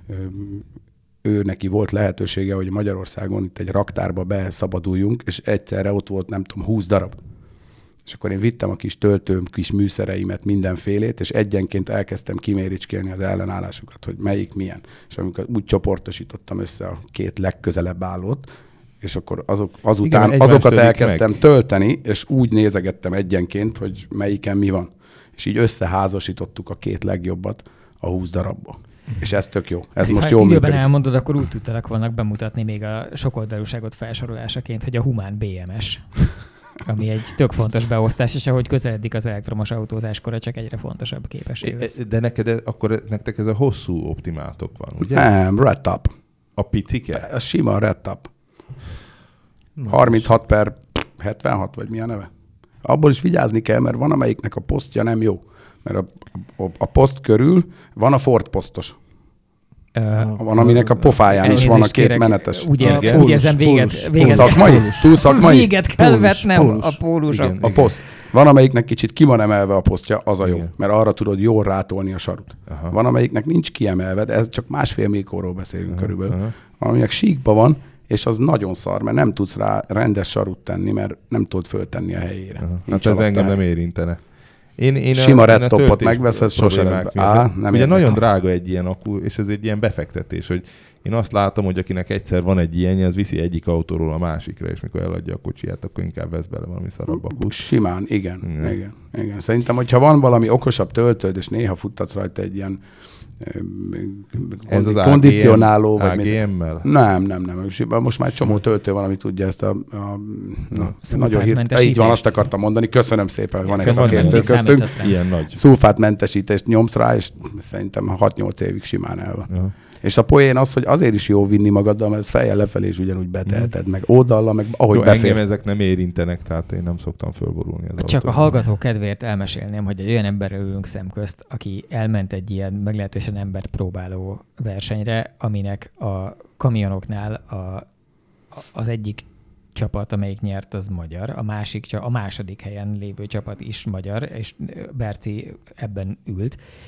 ő neki volt lehetősége, hogy Magyarországon itt egy raktárba beszabaduljunk, és egyszerre ott volt, nem tudom, húsz darab. És akkor én vittem a kis töltőm, kis műszereimet, mindenfélét, és egyenként elkezdtem kiméricskélni az ellenállásukat, hogy melyik milyen. És amikor úgy csoportosítottam össze a két legközelebb állót, és akkor azok, azután igen, azokat elkezdtem meg. tölteni, és úgy nézegettem egyenként, hogy melyiken mi van. És így összeházasítottuk a két legjobbat a húsz darabba. És ez tök jó. Ez ezt most ha jól ezt működik. időben elmondod, akkor úgy tudtalak volna bemutatni még a sokoldalúságot felsorolásaként, hogy a humán bé em es, ami egy tök fontos beosztás, és ahogy közeledik az elektromos autózáskora, csak egyre fontosabb képesség lesz. De neked, akkor nektek ez a hosszú optimátok van, ugye? Nem, red top. A picike? A sima red top. harminchat per hetvenhat, vagy mi a neve? Abból is vigyázni kell, mert van, amelyiknek a posztja nem jó. Mert a, a, a poszt körül van a Ford posztos. Uh, van, aminek a pofáján is van a két kérek, menetes. Úgy, ér, úgy pólus, érzem, véget, véget, túl szakmai? Túl szakmai? Véget kell pólus, vetnem pólus. A pólusok. A poszt. Van, amelyiknek kicsit ki van emelve a posztja, az a jó. Igen. Mert arra tudod jól rátolni a sarut. Aha. Van, amelyiknek nincs kiemelve, de ez csak másfél mikróról beszélünk aha, körülbelül. Aha. Aminek síkban van, és az nagyon szar, mert nem tudsz rá rendes sarut tenni, mert nem tudod föltenni a helyére. Hát ez engem nem érintene. Én, én Sima red topot megveszed, sose lesz be. Á, nem ugye nagyon drága egy ilyen akku, és ez egy ilyen befektetés, hogy én azt látom, hogy akinek egyszer van egy ilyenje, az viszi egyik autóról a másikra, és mikor eladja a kocsiját, akkor inkább vesz bele valami szarabb akut. Simán, igen, igen. igen, igen. Szerintem, hogyha van valami okosabb töltőd, és néha futtatsz rajta egy ilyen ez az kondicionáló, á gé em-mel? Nem, nem, nem. Most már egy csomó töltő van, ami tudja ezt a, a na, nagyon hírt. Így van, azt akartam mondani. Köszönöm szépen, hogy van egy szakértő köztünk. Ilyen nagy. Szulfátmentesítést nyomsz rá, és szerintem hat-nyolc évig simán el van. Ja. És a poén az, hogy azért is jó vinni magaddal, mert fejjel lefelé is ugyanúgy beteheted, meg oldallal, meg ahogy jó, befér. Engem ezek nem érintenek, tehát én nem szoktam fölborulni az Csak autóban. a hallgató kedvéért elmesélném, hogy egy olyan emberrel ülünk szemközt, aki elment egy ilyen meglehetősen embert próbáló versenyre, aminek a kamionoknál a, az egyik csapat, amelyik nyert, az magyar, a másik, a második helyen lévő csapat is magyar, és Berci ebben ült.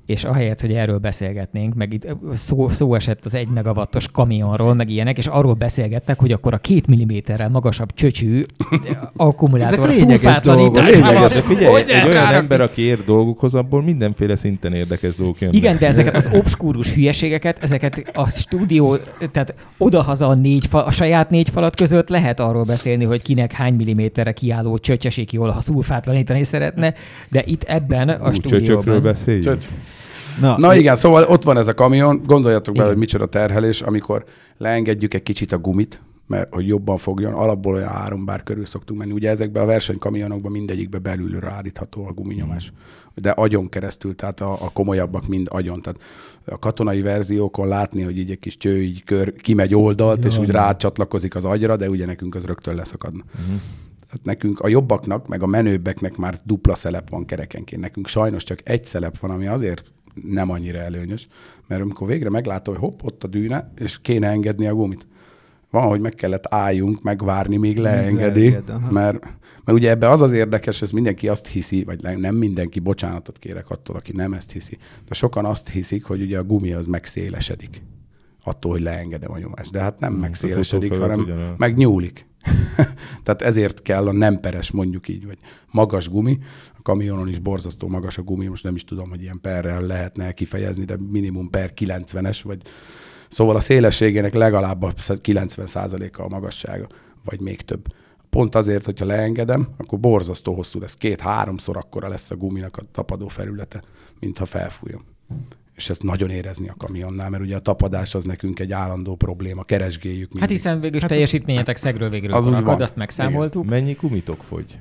és ahelyett, hogy erről beszélgetnénk, meg itt szó, szó esett az egy megawattos kamionról, meg ilyenek, és arról beszélgettek, hogy akkor a két milliméterrel magasabb csöcsű akkumulátor szulfátlanításával. Figyelj, egy olyan rárakni? Ember, aki ér dolgokhoz, abból mindenféle szinten érdekes dolgok jönnek. Igen, de ezeket az obskúrus hülyeségeket, ezeket a stúdió, tehát odahaza a, négy fal, a saját négy falat között lehet arról beszélni, hogy kinek hány milliméterre kiálló csöcs esik jól, ha szulfátlanítani szeretne, de itt ebben a Ú, stúdióban... Csöcsökről beszéljünk. Csöcs. Na, Na igen, szóval ott van ez a kamion, gondoljatok bele, hogy micsoda terhelés, amikor leengedjük egy kicsit a gumit, mert hogy jobban fogjon, alapból olyan három bár körül szoktunk menni. Ugye ezekben a versenykamionokban mindegyikbe belülről állítható a guminyomás. De agyon keresztül, tehát a, a komolyabbak mind agyon. Tehát a katonai verziókon látni, hogy így egy kis cső így kör, kimegy oldalt, ja, és úgy rácsatlakozik az agyra, de ugye nekünk az rögtön leszakadna. Uh-huh. Tehát nekünk a jobbaknak, meg a menőbbeknek már dupla szelep van kerekenként. Nekünk sajnos csak egy szelep van, ami azért nem annyira előnyös, mert amikor végre meglátom, hogy hopp, ott a dűne, és kéne engedni a gumit. Van, hogy meg kellett álljunk, megvárni, míg leengedi, leenged, mert, mert ugye ebbe az az érdekes, ez mindenki azt hiszi, vagy nem mindenki, bocsánatot kérek attól, aki nem ezt hiszi, de sokan azt hiszik, hogy ugye a gumi az megszélesedik attól, hogy leengedem a nyomást. De hát nem hmm, megszélesedik, hanem ugyanaz. Megnyúlik. Tehát ezért kell a nem peres, mondjuk így, vagy magas gumi. A kamionon is borzasztó magas a gumi, most nem is tudom, hogy ilyen perrel lehetne kifejezni, de minimum per kilencvenes, vagy szóval a szélességének legalább a kilencven százaléka a magassága, vagy még több. Pont azért, hogyha leengedem, akkor borzasztó hosszú lesz. Két-háromszor akkora lesz a guminak a tapadó felülete, mintha felfújom. És ezt nagyon érezni a kamionnál, mert ugye a tapadás az nekünk egy állandó probléma, keresgéljük mindig. Hát hiszen végül is hát teljesítményetek szegről végről az akad, azt megszámoltuk. Igen. Mennyi gumitok fogy?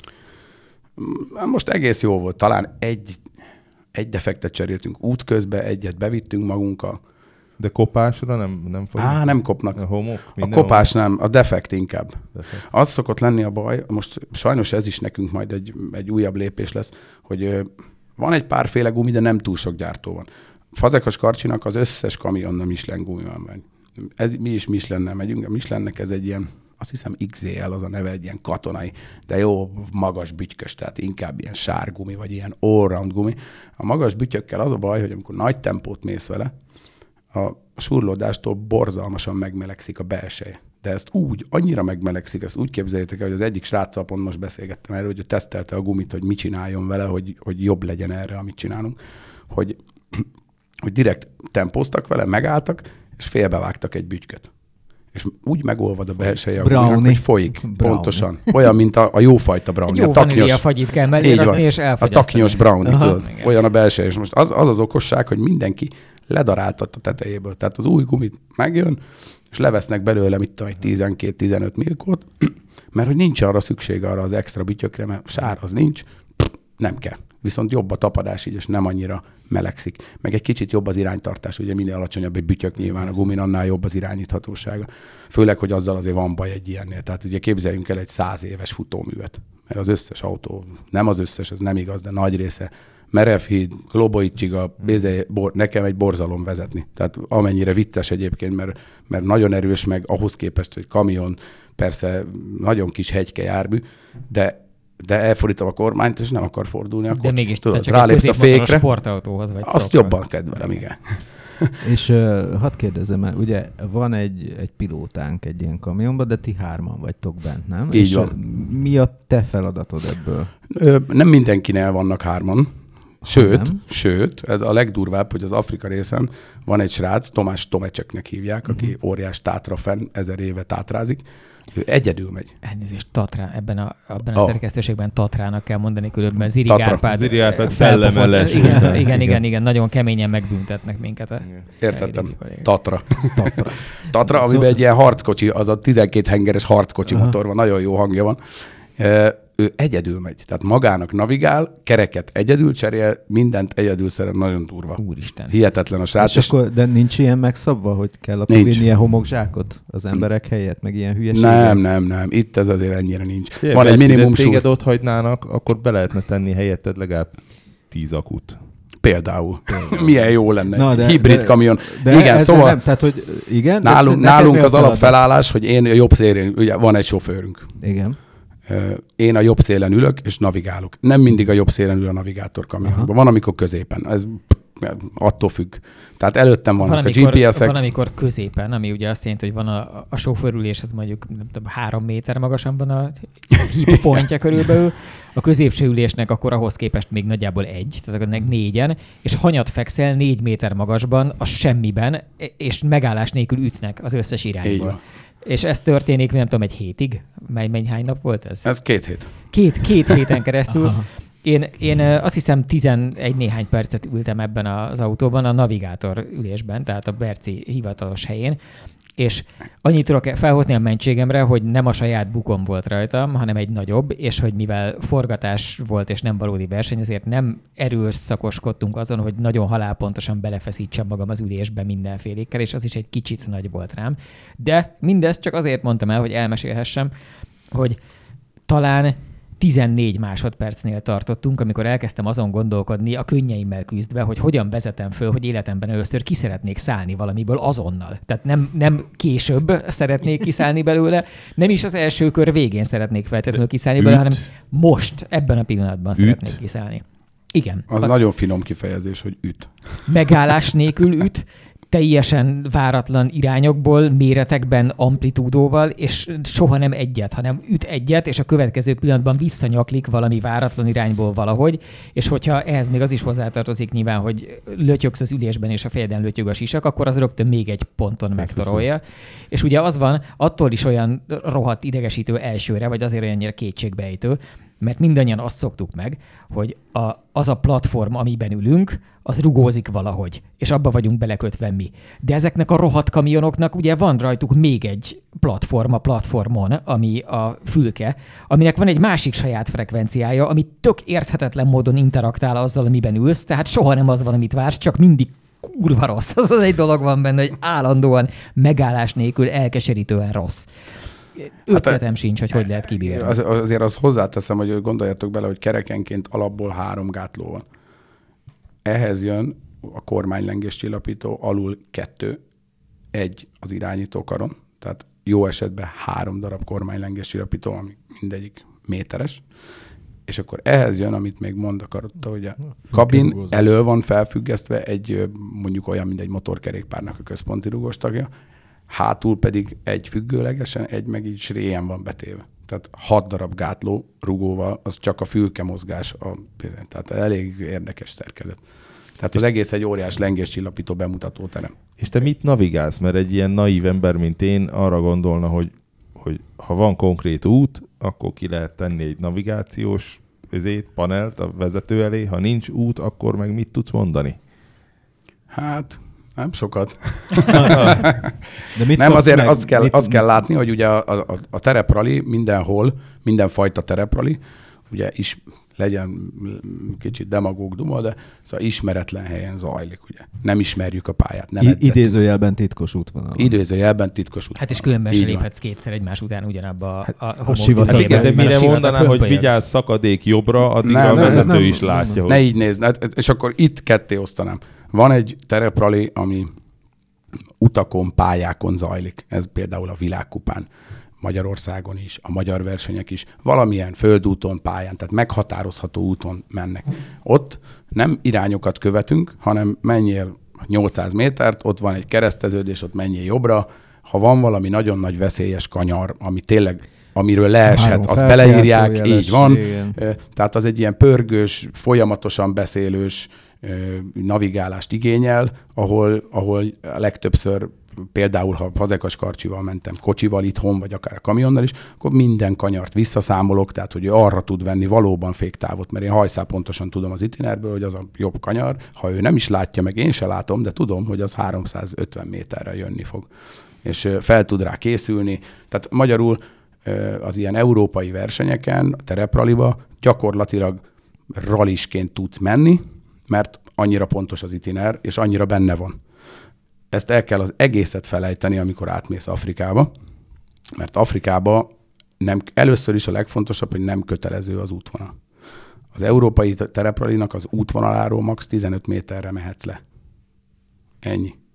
Most egész jó volt. Talán egy, egy defektet cseréltünk útközben, egyet bevittünk magunkkal. De kopásra nem, nem fogy? Á, nem kopnak. A homok? A kopás homok? Nem, a defekt inkább. Defekt. Az szokott lenni a baj, most sajnos ez is nekünk majd egy, egy újabb lépés lesz, hogy van egy párféle gumi, de nem túl sok gyártó van. Fazekas Karcsinak az összes kamionna Michelin gumival megy. Ez, mi is Michelin-nel megyünk. A Michelinnek ez egy ilyen, azt hiszem iksz zé el az a neve, egy ilyen katonai, de jó magas bütykös, tehát inkább ilyen sárgumi, vagy ilyen all-round gumi. A magas bütyökkel az a baj, hogy amikor nagy tempót mész vele, a surlódástól borzalmasan megmelegszik a belseje. De ezt úgy, annyira megmelegszik, ezt úgy képzeljétek el, hogy az egyik sráccal pont most beszélgettem erről, hogy ő tesztelte a gumit, hogy mit csináljon vele, hogy, hogy jobb legyen erre, amit csinálunk, hogy, hogy direkt tempóztak vele, megálltak, és félbevágtak egy bütyköt. És úgy megolvad a belseje a guminak, hogy folyik. Brownie. Pontosan. Olyan, mint a, a jófajta brownie. Jó a vanília fagyit kell mellé rakni, és elfogyasztani. A taknyos brownie, tudod. Olyan a belseje. És most az, az az okosság, hogy mindenki ledaráltat a tetejéből. Tehát az új gumit megjön, és levesznek belőle, mit tudom, egy tizenkét-tizenöt milkot, mert hogy nincs arra szükség arra az extra bütyökre, mert sár az nincs, nem kell. Viszont jobb a tapadás így, és nem annyira melegszik. Meg egy kicsit jobb az iránytartás, ugye minél alacsonyabb egy bütyök nyilván a gumin, annál jobb az irányíthatósága. Főleg, hogy azzal azért van baj egy ilyennél. Tehát ugye képzeljünk el egy száz éves futóművet, mert az összes autó, nem az összes, ez nem igaz, de nagy része, Merevhíd, Globoitsiga, Bézé, bor, nekem egy borzalom vezetni. Tehát amennyire vicces egyébként, mert, mert nagyon erős, meg ahhoz képest, hogy kamion, persze nagyon kis hegyke jármű, de de elfordítom a kormányt, és nem akar fordulni a kocsi. De mégis tudod, csak rálépsz a fékre, sportautóhoz vagy azt szokva. Jobban kedvelem, igen. És uh, hadd kérdezem már, ugye van egy, egy pilótánk egy ilyen kamionban, de ti hárman vagytok bent, nem? Így és van. Mi a te feladatod ebből? Ö, nem mindenkinél vannak hárman. Sőt, sőt, ez a legdurvább, hogy az Afrika részen van egy srác, Tomás Tomecseknek hívják, aki uh-huh. óriás tátra fenn, ezer éve tátrázik. Ő egyedül megy. Elnézést, Tatrán, ebben a, ebben a oh. szerkesztőségben Tatrának kell mondani, különben Ziri Tatra. Árpád. Ziri Árpád szellemeles. Igen, igen, igen, igen, igen, nagyon keményen megbüntetnek minket. A Értettem. Tatra. Tatra. Tatra, amiben egy ilyen harckocsi, az a tizenkét hengeres harckocsi Aha. motor van, nagyon jó hangja van. Ő egyedül megy, tehát magának navigál, kereket egyedül cserél, mindent egyedül szeret, nagyon durva. Úristen. Hihetetlen a srác. És akkor, de nincs ilyen megszabva, hogy kell akkor vinni ilyen homokzsákot az emberek helyett, meg ilyen hülyeséget? Nem, nem, nem. Itt ez azért ennyire nincs. Ilyen, van egy minimum súly. Téged ott hagynának, akkor be lehetne tenni helyetted legalább tíz akut. Például. Például. Milyen jó lenne. Na, de, hibrid de, kamion. De igen, szóval nem, tehát, hogy igen, nálunk, nálunk az alapfelállás, hogy én a jobb szélén, ugye van egy sofőrünk. Igen. Én a jobb szélen ülök, és navigálok. Nem mindig a jobb szélen ül a navigátor kamionokban. Van, amikor középen. Ez attól függ. Tehát előttem vannak van, amikor, a gé pé es-ek. Van, amikor középen, ami ugye azt jelenti, hogy van a, a sofőrülés, az mondjuk nem tudom, három méter magasan van a hip pontja körülbelül. A középső ülésnek akkor ahhoz képest még nagyjából egy, tehát akkor négyen, és hanyat fekszel négy méter magasban, a semmiben, és megállás nélkül ütnek az összes irányból. És ez történik, nem tudom, egy hétig? Mely, mely hány nap volt ez? Ez két hét. Két, két héten keresztül. Én, én azt hiszem tizenegy néhány percet ültem ebben az autóban, a navigátor ülésben, tehát a Berci hivatalos helyén, és annyit tudok felhozni a mentségemre, hogy nem a saját bukom volt rajtam, hanem egy nagyobb, és hogy mivel forgatás volt és nem valódi verseny, ezért nem erőszakoskodtunk azon, hogy nagyon halálpontosan belefeszítsem magam az ülésbe mindenfélékkel, és az is egy kicsit nagy volt rám. De mindezt csak azért mondtam el, hogy elmesélhessem, hogy talán tizennégy másodpercnél tartottunk, amikor elkezdtem azon gondolkodni, a könnyeimmel küzdve, hogy hogyan vezetem föl, hogy életemben először ki szeretnék szállni valamiből azonnal. Tehát nem, nem később szeretnék kiszállni belőle, nem is az első kör végén szeretnék feltétlenül kiszállni Üt. belőle, hanem most, ebben a pillanatban Üt. szeretnék kiszállni. Igen. Az a... nagyon finom kifejezés, hogy üt. Megállás nélkül üt, teljesen váratlan irányokból, méretekben, amplitúdóval, és soha nem egyet, hanem üt egyet, és a következő pillanatban visszanyaklik valami váratlan irányból valahogy, és hogyha ehhez még az is hozzátartozik nyilván, hogy lötyögsz az ülésben, és a fejeden lötyög a sisak, akkor az rögtön még egy ponton megtorolja. És ugye az van, attól is olyan rohadt idegesítő elsőre, vagy azért olyannyira kétségbejtő, mert mindannyian azt szoktuk meg, hogy a, az a platform, amiben ülünk, az rugózik valahogy, és abba vagyunk belekötve mi. De ezeknek a rohadt kamionoknak ugye van rajtuk még egy platform a platformon, ami a fülke, aminek van egy másik saját frekvenciája, ami tök érthetetlen módon interaktál azzal, amiben ülsz, tehát soha nem az van, amit vársz, csak mindig kurva rossz. Az az egy dolog van benne, hogy állandóan megállás nélkül elkeserítően rossz. Ötletem hát, sincs, hogy hogy lehet kibírni. Az, azért azt hozzáteszem, hogy gondoljatok bele, hogy kerekenként alapból három gátló van. Ehhez jön a kormánylengés csillapító, alul kettő, egy az irányítókaron, tehát jó esetben három darab kormánylengés csillapító, ami mindegyik méteres, és akkor ehhez jön, amit még mond a karotta, hogy a kabin elől van felfüggesztve egy mondjuk olyan, mint egy motorkerékpárnak a központi rugós tagja, hátul pedig egy függőlegesen, egy meg így sréjen van betéve. Tehát hat darab gátló rugóval, az csak a fülke mozgás, a, tehát elég érdekes szerkezet. Tehát az egész egy óriás lengéscsillapító bemutató terem. És te mit navigálsz? Mert egy ilyen naív ember, mint én, arra gondolna, hogy, hogy ha van konkrét út, akkor ki lehet tenni egy navigációs ezért, panelt a vezető elé. Ha nincs út, akkor meg mit tudsz mondani? Hát... Nem sokat. De mit nem, azért meg? azt kell, mit... azt kell látni, hogy ugye a, a, a tereprali mindenhol, mindenfajta tereprali, ugye is legyen kicsit demagóg duma, de szóval ismeretlen helyen zajlik, ugye. Nem ismerjük a pályát. Nem I- idézőjelben titkos útvonal. Idézőjelben titkos útvonal. Hát és különben se léphetsz kétszer egymás után ugyanabba a, a, a sivatag. Hát igen, de mire mondaná, hogy vigyázz szakadék jobbra, addig ne, a vezető ne, nem, is látja. Ne, hogy... ne így nézd, és akkor itt ketté osztanám. Van egy tereprali, ami utakon, pályákon zajlik. Ez például a világkupán, Magyarországon is, a magyar versenyek is, valamilyen földúton, pályán, tehát meghatározható úton mennek. Ott nem irányokat követünk, hanem menjél nyolcszáz métert, ott van egy kereszteződés, ott menjél jobbra. Ha van valami nagyon nagy veszélyes kanyar, ami tényleg amiről leeshetsz, azt beleírják, így van. Igen. Tehát az egy ilyen pörgős, folyamatosan beszélős navigálást igényel, ahol, ahol legtöbbször például, ha Fazekas Karcsival mentem kocsival itthon, vagy akár a kamionnal is, akkor minden kanyart visszaszámolok, tehát hogy ő arra tud venni valóban féktávot, mert én hajszál pontosan tudom az itinerből, hogy az a jobb kanyar, ha ő nem is látja, meg én se látom, de tudom, hogy az háromszázötven méterre jönni fog. És fel tud rá készülni. Tehát magyarul az ilyen európai versenyeken, a terepraliba gyakorlatilag ralisként tudsz menni, mert annyira pontos az itiner, és annyira benne van. Ezt el kell az egészet felejteni, amikor átmész Afrikába, mert Afrikába nem, először is a legfontosabb, hogy nem kötelező az útvonal. Az európai terepralinak az útvonaláról max. tizenöt méterre mehetsz le. Ennyi.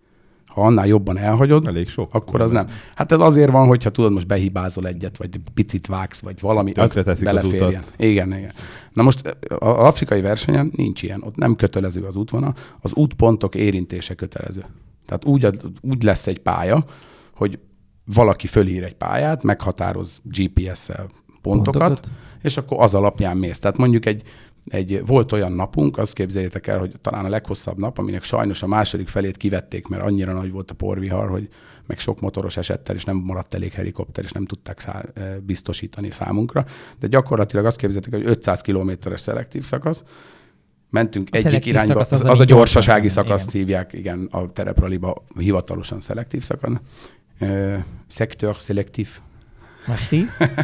Ha annál jobban elhagyod, elég sok. akkor az nem. Hát ez azért van, hogyha tudod, most behibázol egyet, vagy picit vágsz, vagy valami, Tönkre az teszik az beleférjen. utat. Igen, igen. Na most az afrikai versenyen nincs ilyen, ott nem kötelező az útvonal, az útpontok érintése kötelező. Tehát úgy, úgy lesz egy pálya, hogy valaki fölír egy pályát, meghatároz gé pé es-szel pontokat, pontokat, és akkor az alapján mész. Tehát mondjuk egy, egy, volt olyan napunk, azt képzeljétek el, hogy talán a leghosszabb nap, aminek sajnos a második felét kivették, mert annyira nagy volt a porvihar, hogy meg sok motoros esettel, és nem maradt elég helikopter, és nem tudták szá- biztosítani számunkra. De gyakorlatilag azt képzeljétek, hogy ötszáz kilométeres szelektív szakasz, mentünk a egyik irányba, az, az, az a gyorsasági szakaszt igen. hívják, igen, a terepraliba hivatalosan szelektív szakasz. Uh, szektor szelektív. Merci.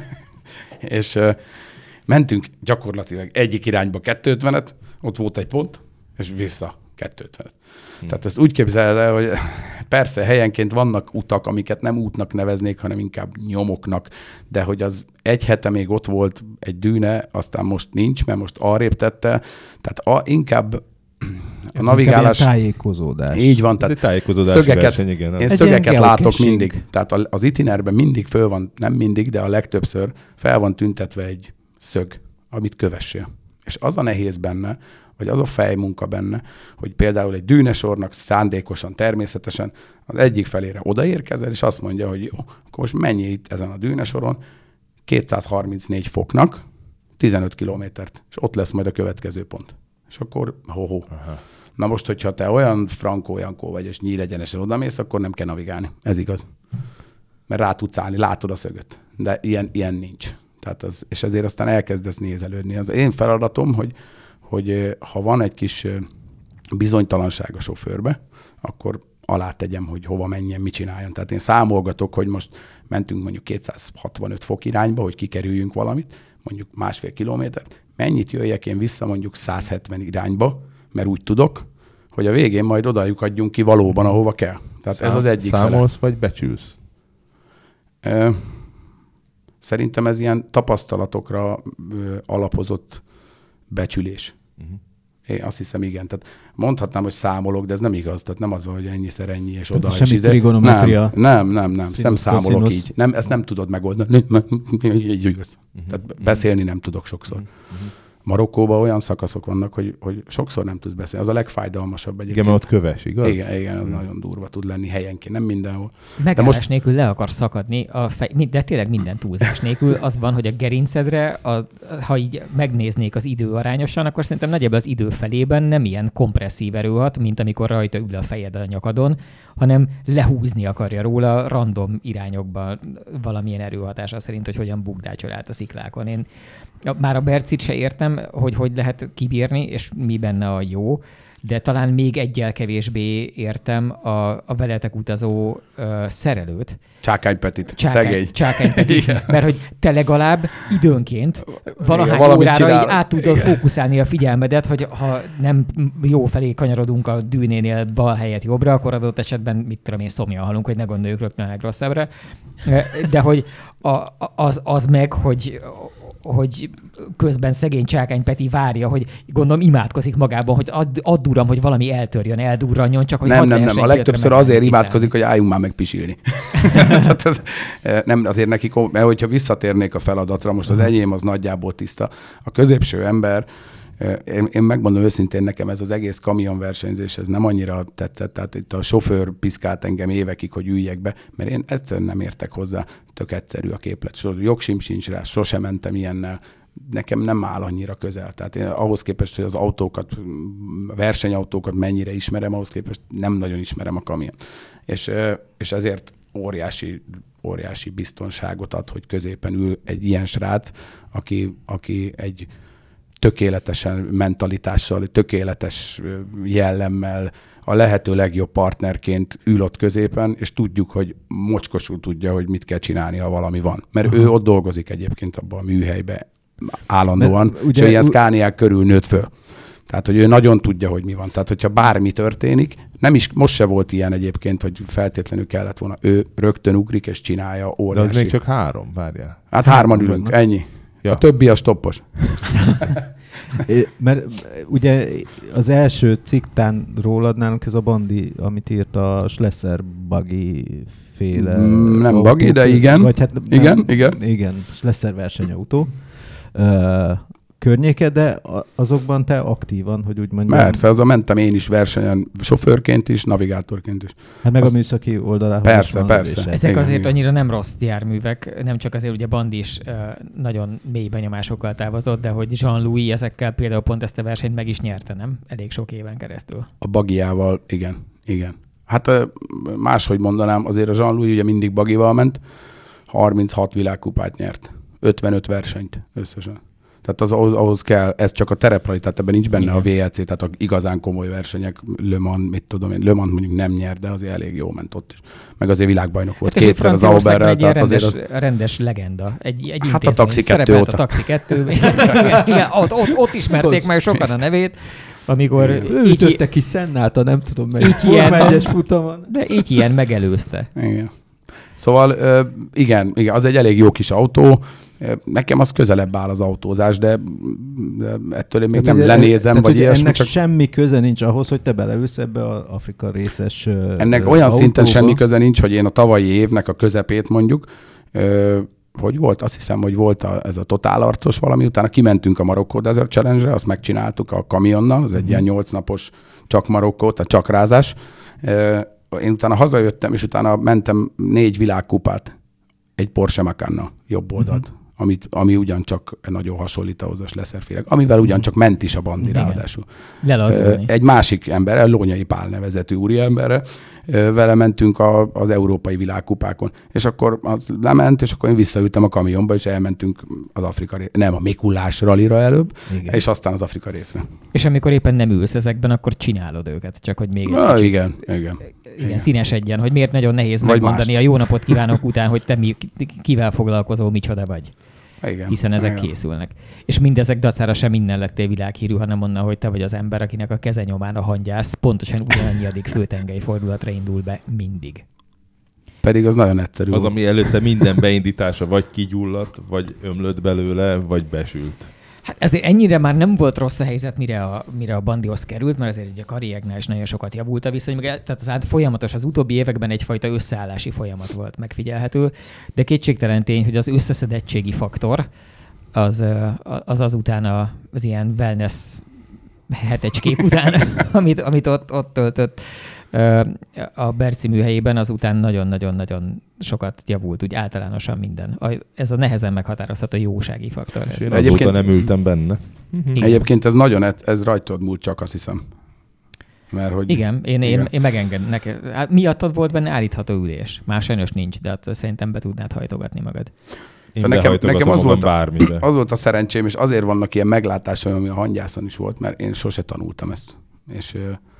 És uh, mentünk gyakorlatilag egyik irányba kétszázötvenet, ott volt egy pont, és vissza kétszázötvenet. Hmm. Tehát ezt úgy képzeld el, hogy persze helyenként vannak utak, amiket nem útnak neveznék, hanem inkább nyomoknak, de hogy az egy hete még ott volt egy dűne, aztán most nincs, mert most arrébb tette. Tehát a, inkább a ez navigálás... tájékozódás. Így van. Ez Tehát egy tájékozódási szögeket, verseny, igen. Én egy szögeket látok geocaching. mindig. Tehát az itinerben mindig föl van, nem mindig, de a legtöbbször fel van tüntetve egy szög, amit kövessél. És az a nehéz benne, vagy az a fejmunka benne, hogy például egy dűnesornak szándékosan, természetesen az egyik felére odaérkezel, és azt mondja, hogy jó, akkor most menjél itt ezen a dűnesoron kétszázharmincnégy foknak tizenöt kilométert, és ott lesz majd a következő pont. És akkor ho-ho. Aha. Na most, hogyha te olyan frankó, jankó vagy, és nyílegyenesen odamész, akkor nem kell navigálni. Ez igaz. Mert rá tudsz állni, látod a szögöt. De ilyen, ilyen nincs. Tehát az, és ezért aztán elkezdesz nézelődni. Az én feladatom, hogy, hogy ha van egy kis bizonytalanság a sofőrbe, akkor alátegyem, hogy hova menjen, mit csináljon. Tehát én számolgatok, hogy most mentünk mondjuk kétszázhatvanöt fok irányba, hogy kikerüljünk valamit, mondjuk másfél kilométert, mennyit jöjjek én vissza mondjuk százhetven irányba, mert úgy tudok, hogy a végén majd odajuk adjunk ki valóban, ahova kell. Tehát Szám, ez az egyik fele. Számolsz vagy becsülsz? Ö, szerintem ez ilyen tapasztalatokra ö, alapozott becsülés. Uh-huh. Én azt hiszem, igen. Tehát mondhatnám, hogy számolok, de ez nem igaz. Tehát nem az van, hogy ennyiszer ennyi, és oda. Semmi és trigonometria. Nem, nem, nem. nem. nem számolok koszinusz. így. Nem, ezt nem tudod megoldani. Uh-huh. Tehát beszélni nem tudok sokszor. Uh-huh. Marokkóban olyan szakaszok vannak, hogy, hogy sokszor nem tudsz beszélni. Az a legfájdalmasabb egyébként. Igen, mert ott köves, igaz? Igen, igen, az mm. nagyon durva tud lenni helyenként, nem mindenhol. Megállás most... nélkül le akar szakadni, a fej... de tényleg minden túlzás nélkül. Az van, hogy a gerincedre, a... ha így megnéznék az idő arányosan, akkor szerintem nagyjából az idő felében nem ilyen kompresszív erő hat, mint amikor rajta ül a fejed a nyakadon, hanem lehúzni akarja róla random irányokba valamilyen erőhatása szerint, hogy hogyan bukdácsol át a sziklákon. Én már a Bercit se értem, hogy hogy lehet kibírni, és mi benne a jó, de talán még egyel kevésbé értem a, a veletek utazó ö, szerelőt. Csákány Petit, Csákány, szegény. Csákány Petit, mert hogy te legalább időnként valahány igen, órára csinál. így át tudod igen. fókuszálni a figyelmedet, hogy ha nem jó felé kanyarodunk a dűnénél bal helyett jobbra, akkor adott esetben, mit tudom én, szomjan halunk, hogy ne gondoljuk rögtön a legrosszabbra. De hogy a, az, az meg, hogy hogy közben szegény Csákány Peti várja, hogy gondolom imádkozik magában, hogy add, add uram, hogy valami eltörjön, eldurranjon, csak hogy nem, nem, nem. A legtöbbször azért imádkozik, hogy álljunk már meg pisilni. Tehát ez, nem azért neki, mert hogyha visszatérnék a feladatra, most az enyém az nagyjából tiszta. A középső ember, én, én megmondom őszintén, nekem ez az egész kamionversenyzés, ez nem annyira tetszett, tehát itt a sofőr piszkált engem évekig, hogy üljek be, mert én egyszerűen nem értek hozzá, tök egyszerű a képlet. Jogsim sincs rá, sosem mentem ilyennel, nekem nem áll annyira közel. Tehát én ahhoz képest, hogy az autókat, a versenyautókat mennyire ismerem, ahhoz képest nem nagyon ismerem a kamion. És, és ezért óriási, óriási biztonságot ad, hogy középen ül egy ilyen srác, aki, aki egy tökéletesen mentalitással, tökéletes jellemmel, a lehető legjobb partnerként ül ott középen, és tudjuk, hogy mocskosul tudja, hogy mit kell csinálni, ha valami van. Mert aha. ő ott dolgozik egyébként abban a műhelyben állandóan, mert, ugye, és ilyen Scaniák körül nőtt föl. Tehát, hogy ő nagyon tudja, hogy mi van. Tehát, hogyha bármi történik, nem is, most se volt ilyen egyébként, hogy feltétlenül kellett volna. Ő rögtön ugrik és csinálja óriási. De az még csak három, várjál. Hát hárman ülünk, ennyi. Ja. A többi a stoppos. É, mert ugye az első ciktán rólad nálunk ez a Bandi, amit írt a Schlesser Buggy féle. Mm, nem autó, buggy, de igen. Vagy hát nem, igen, igen. Igen, Schlesser versenyautó. Uh, környéke, de azokban te aktívan, hogy úgy mondjam. Persze, azon mentem én is versenyen, sofőrként is, navigátorként is. Hát meg Azt... a műszaki oldalához Persze, van persze. lövése. Ezek Igen, azért igen. annyira nem rossz járművek, nem csak azért ugye Bandi is uh, nagyon mély benyomásokkal távozott, de hogy Jean-Louis ezekkel például pont ezt a versenyt meg is nyerte, nem? Elég sok éven keresztül. A bagiával, igen, igen. Hát máshogy mondanám, azért a Jean-Louis ugye mindig bagival ment, harminchat világkupát nyert, ötvenöt versenyt összesen. Tehát az, ahhoz, ahhoz kell, ez csak a tereprali, tehát ebben nincs benne igen. a vé el cé, tehát a igazán komoly versenyek, Le Mans, mit tudom én, Le Mans mondjuk nem nyert, de azért elég jó ment ott is. Meg azért világbajnok volt hát kétszer az Auberrel, tehát rendes, azért az... rendes legenda, egy, egy hát a Taxi kettő óta. A Taxi kettő, igen, ott, ott, ott ismerték meg sokan a nevét, amikor ő így, ütötte ki Szennát, nem tudom meg, így ilyen, egyes futamon. De így ilyen megelőzte. Igen. Szóval igen, igen, az egy elég jó kis autó. Nekem az közelebb áll az autózás, de, de ettől én még tehát nem ugye, lenézem, vagy ilyesmi. Ennek csak... semmi köze nincs ahhoz, hogy te beleülsz ebbe az Afrika részes Ennek ö, olyan autóba. Szinten semmi köze nincs, hogy én a tavalyi évnek a közepét mondjuk, ö, hogy volt, azt hiszem, hogy volt a, ez a totálarcos valami, utána kimentünk a Marokkó Desert Challenge-re, azt megcsináltuk a kamionnal, az egy mm. ilyen nyolc napos csak Marokkó, tehát csak rázás. Ö, én utána hazajöttem, és utána mentem négy világkupát egy Porsche Macannal, jobb oldalt. Mm. Amit, ami ugyancsak nagyon hasonlít ahhoz a Schlesser-félek, amivel ugyancsak ment is a Bandi igen. ráadásul. Lelazulni. Egy másik ember, Lónyai Pál nevezetű úriemberre, vele mentünk a, az európai világkupákon. És akkor az lement, és akkor én visszaültem a kamionba, és elmentünk az Afrika részre. Nem, a Mikulás rallyra előbb, igen. és aztán az Afrika részre. És amikor éppen nem ülsz ezekben, akkor csinálod őket, csak hogy még egy Na, kicsit... Igen, igen. Igen, színesedjen, hogy miért nagyon nehéz vagy megmondani mást. A jó napot kívánok után, hogy te mi, kivel foglalkozol, micsoda vagy. Igen, hiszen ezek igen. készülnek. És mindezek dacára sem innen lettél világhírű, hanem onnan, hogy te vagy az ember, akinek a kezenyomán a hangyász pontosan ugyanannyiadik főtengely fordulatra indul be mindig. Pedig az nagyon egyszerű. Az, ami előtte minden beindítása vagy kigyulladt, vagy ömlött belőle, vagy besült. Hát ezért ennyire már nem volt rossz a helyzet, mire a, mire a Bandihoz került, mert azért a karriereknál is nagyon sokat javult a viszony. Tehát az át folyamatos, az utóbbi években egyfajta összeállási folyamat volt megfigyelhető, de kétségtelen tény, hogy az összeszedettségi faktor az az azután az ilyen wellness hetecskék után, amit, amit ott, ott töltött a Berci műhelyében, azután nagyon-nagyon-nagyon sokat javult, úgy általánosan minden. Ez a nehezen meghatározható jósági faktor. És én azóta nem ültem benne. Igen. Egyébként ez nagyon, ez rajtad múlt csak, azt hiszem. Mert, hogy igen, én, igen. én, én megengednek. Hát miattad volt benne állítható ülés. Más sajnos nincs, de hát szerintem be tudnád hajtogatni magad. Szóval nekem, nekem az, volt a, az volt a szerencsém, és azért vannak ilyen meglátásaim, ami a hangyászon is volt, mert én sose tanultam ezt. És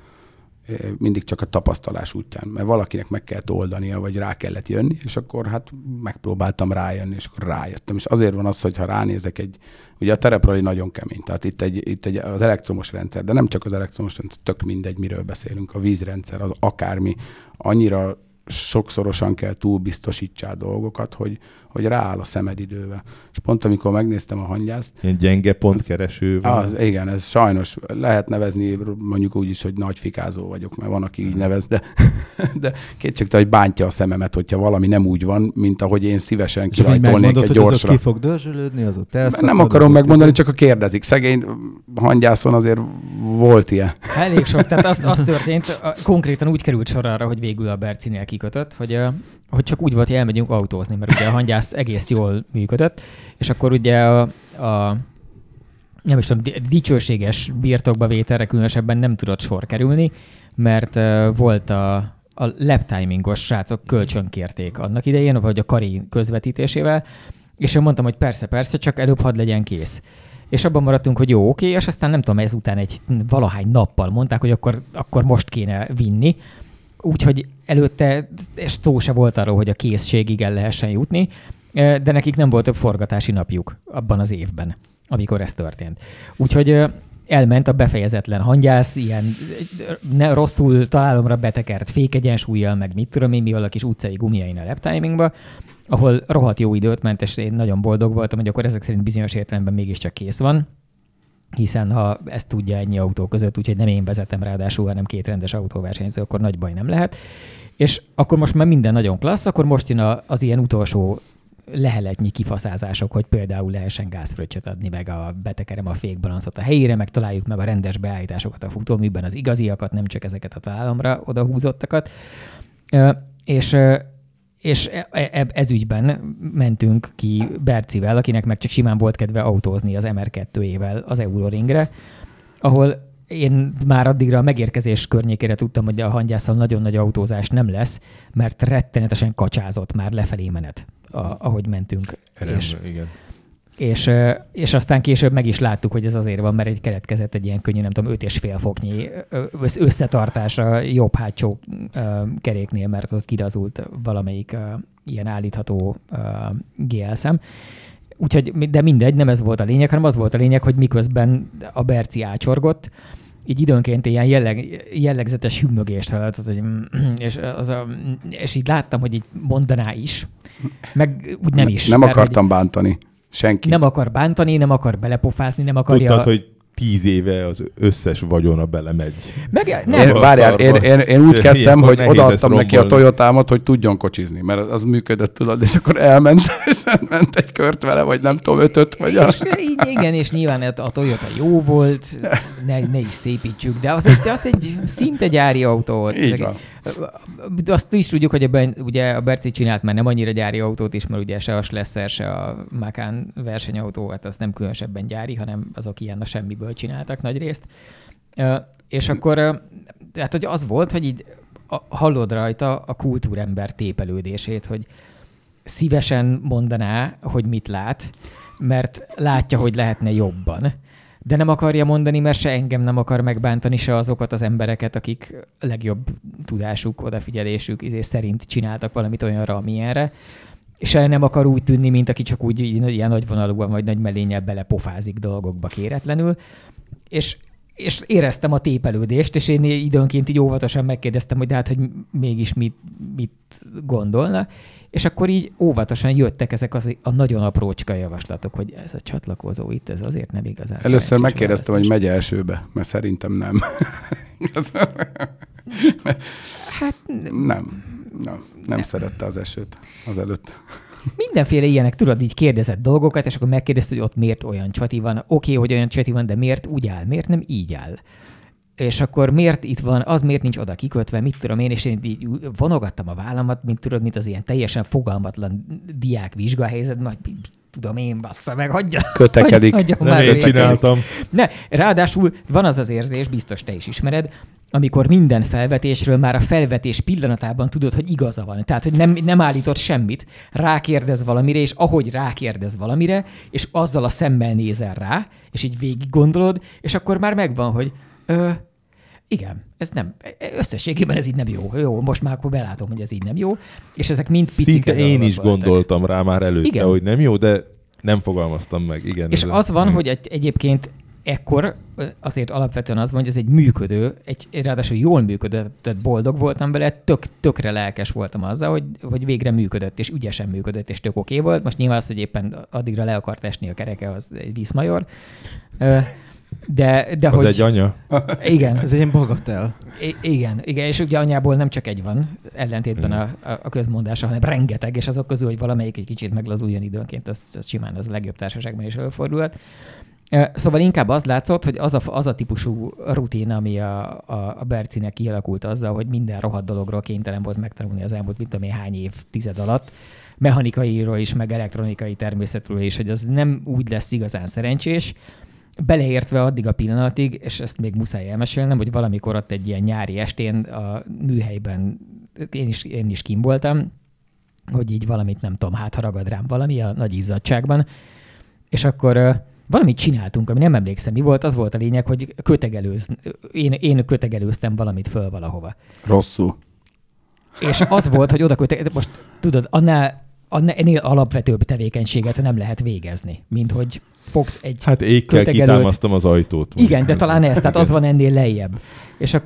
mindig csak a tapasztalás útján, mert valakinek meg kellett oldania, vagy rá kellett jönni, és akkor hát megpróbáltam rájönni, és akkor rájöttem. És azért van az, hogy ha ránézek egy, ugye a tereprali nagyon kemény, tehát itt, egy, itt egy, az elektromos rendszer, de nem csak az elektromos rendszer, tök mindegy, miről beszélünk, a vízrendszer, az akármi, annyira sokszorosan kell túlbiztosítsál dolgokat, hogy, hogy rááll a szemed idővel. És pont amikor megnéztem a hangyászt... Ilyen gyenge pontkereső van. Az, igen, ez sajnos lehet nevezni mondjuk úgy is, hogy nagy fikázó vagyok, mert van, aki így nevez, de, de kétségtelen, hogy bántja a szememet, hogyha valami nem úgy van, mint ahogy én szívesen kirajtolnék egy gyorsra. Ki fog dörzsölődni, az ott elszakad. Nem akarom megmondani, csak a kérdezik. Szegény hangyászon azért volt ilyen. Elég sok. Tehát azt, azt történt, konkrétan úgy került sor arra, hogy végül a Bercinél kikötött, hogy, hogy csak úgy volt, hogy elmegyünk autózni, mert ugye a hangyász egész jól működött, és akkor ugye a, a nem is tudom, dicsőséges birtokba vételre különösebben nem tudott sor kerülni, mert volt a, a lap timingos srácok kölcsönkérték annak idején, vagy a Kari közvetítésével, és én mondtam, hogy persze, persze, csak előbb hadd legyen kész. És abban maradtunk, hogy jó, oké, és aztán nem tudom, ezután egy valahány nappal mondták, hogy akkor, akkor most kéne vinni. Úgyhogy előtte szó se volt arról, hogy a készségig el lehessen jutni, de nekik nem volt több forgatási napjuk abban az évben, amikor ez történt. Úgyhogy elment a befejezetlen hangyász, ilyen ne, rosszul találomra betekert fékegyensúlyjal, meg mit tudom én, mi a kis utcai gumiain a lap timingba, ahol rohadt jó időt ment, és én nagyon boldog voltam, hogy akkor ezek szerint bizonyos értelemben mégiscsak kész van, hiszen ha ezt tudja ennyi autó között, úgyhogy nem én vezetem ráadásul, hanem két rendes autóversenyző, akkor nagy baj nem lehet. És akkor most már minden nagyon klassz, akkor most jön az ilyen utolsó leheletnyi kifaszázások, hogy például lehessen gázfröccsöt adni, meg a betekerem a fékbalanszot a helyére, meg találjuk meg a rendes beállításokat a futóműben, az igaziakat, nem csak ezeket a találamra odahúzottakat. És, és ez ügyben mentünk ki Bercivel, akinek meg csak simán volt kedve autózni az em er kettőjével az Euroringre, ahol én már addigra a megérkezés környékére tudtam, hogy a hangyásszal nagyon nagy autózás nem lesz, mert rettenetesen kacsázott már lefelé menet, a, ahogy mentünk. Erem, és, igen. És, és aztán később meg is láttuk, hogy ez azért van, mert egy keletkezett egy ilyen könnyű, nem tudom, öt és fél foknyi összetartás a jobb hátsó keréknél, mert ott kirazult valamelyik ilyen állítható gé el szem. Úgyhogy, de mindegy, nem ez volt a lényeg, hanem az volt a lényeg, hogy miközben a Berci ácsorgott, így időnként ilyen jelleg, jellegzetes hümmögést hallatott, hogy és, az a, és így láttam, hogy így mondaná is, meg úgy nem is. Nem mert, akartam bántani senkit. Nem akar bántani, nem akar belepofászni, nem akarja... Tudtad, hogy tíz éve az összes vagyona belemegy. Meg, nem. Én, várjál, én, én, én úgy kezdtem, hogy odaadtam neki a Toyotámat, hogy tudjon kocsizni, mert az működött, tudod, és akkor elment, és ment egy kört vele, vagy nem tudom, ötöt, vagy és, a... így, igen, és nyilván a Toyota jó volt, ne, ne is szépítsük, de az egy, az egy szinte gyári autó volt. Így van. Azt is tudjuk, hogy ebben, ugye a Berci csinált már nem annyira gyári autót is, mert ugye se a Schlesser, se a Macan versenyautó, hát az nem különösebben gyári, hanem azok ilyen a semmiből csináltak nagy részt. És akkor, tehát hogy az volt, hogy így hallod rajta a kultúrember tépelődését, hogy szívesen mondaná, hogy mit lát, mert látja, hogy lehetne jobban. De nem akarja mondani, mert se engem nem akar megbántani, se azokat az embereket, akik legjobb tudásuk, odafigyelésük szerint csináltak valamit olyanra, amilyenre. Se nem akar úgy tűnni, mint aki csak úgy ilyen nagyvonalúan vagy nagy mellénnyel belepofázik dolgokba kéretlenül. És, és éreztem a tépelődést, és én időnként így óvatosan megkérdeztem, hogy de hát, hogy mégis mit, mit gondolna. És akkor így óvatosan jöttek ezek az, a nagyon aprócska javaslatok, hogy ez a csatlakozó itt, ez azért nem igazán. Először megkérdeztem, hogy megy elsőbe, mert szerintem nem. hát nem, nem, nem szerette az esőt az előtt. Mindenféle ilyenek, tudod, így kérdezett dolgokat, és akkor megkérdezte, hogy ott miért olyan csati van. Oké, okay, hogy olyan csati van, de miért úgy áll? Miért nem így áll? És akkor miért itt van, az miért nincs oda kikötve, mit tudom én, és én így vonogattam a vállamat, mint tudod, mint az ilyen teljesen fogalmatlan diák vizsgahelyzet, majd tudom én, bassza meg, hagyja. Kötekedik. Hagyja, nem én csináltam. Ne, ráadásul van az az érzés, biztos te is ismered, amikor minden felvetésről már a felvetés pillanatában tudod, hogy igaza van. Tehát, hogy nem, nem állított semmit, rákérdez valamire, és ahogy rákérdez valamire, és azzal a szemmel nézel rá, és így végig gondolod, és akkor már megvan, hogy Ö, igen, ez nem, összességében ez így nem jó. Jó, most már akkor belátom, hogy ez így nem jó, és ezek mind picike Szinte én is voltak. Gondoltam rá már előtte, igen. hogy nem jó, de nem fogalmaztam meg. Igen, és az van, hogy egy, egyébként ekkor azért alapvetően az van, hogy ez egy működő, egy, ráadásul jól működött, tehát boldog voltam vele, tök, tökre lelkes voltam azzal, hogy, hogy végre működött, és ügyesen működött, és tök oké volt. Most nyilván az, hogy éppen addigra le akart esni a kereke, az egy viszmajor. De, de az hogy, egy anya? Igen. Ez egy ilyen bagatel. I- igen, igen, és ugye anyából nem csak egy van, ellentétben a, a közmondása, hanem rengeteg, és azok közül, hogy valamelyik egy kicsit meglazuljon időnként, az, az simán az a legjobb társaságban is előfordulhat. Szóval inkább az látszott, hogy az a, az a típusú rutin, ami a, a, a Bercinek kialakult azzal, hogy minden rohadt dologról kénytelen volt megtanulni az elmúlt, mit tudom én, hány év tized alatt, mechanikairól is, meg elektronikai természetről is, hogy az nem úgy lesz igazán szerencsés, beleértve addig a pillanatig, és ezt még muszáj elmesélnem, hogy valamikor ott egy ilyen nyári estén a műhelyben én is, én is kim voltam, hogy így valamit nem tudom, hát ha ragad rám valami a nagy izzadságban, és akkor uh, valamit csináltunk, ami nem emlékszem mi volt, az volt a lényeg, hogy kötegelőz, én, én kötegelőztem valamit föl valahova. Rosszul. És az volt, hogy oda kötegelőz, most tudod, annál ennél alapvetőbb tevékenységet nem lehet végezni, mint hogy fogsz egy Hát ékkel kötegelőt. Kitámasztam az ajtót. Igen, de talán ez, tehát az van ennél lejjebb. És akkor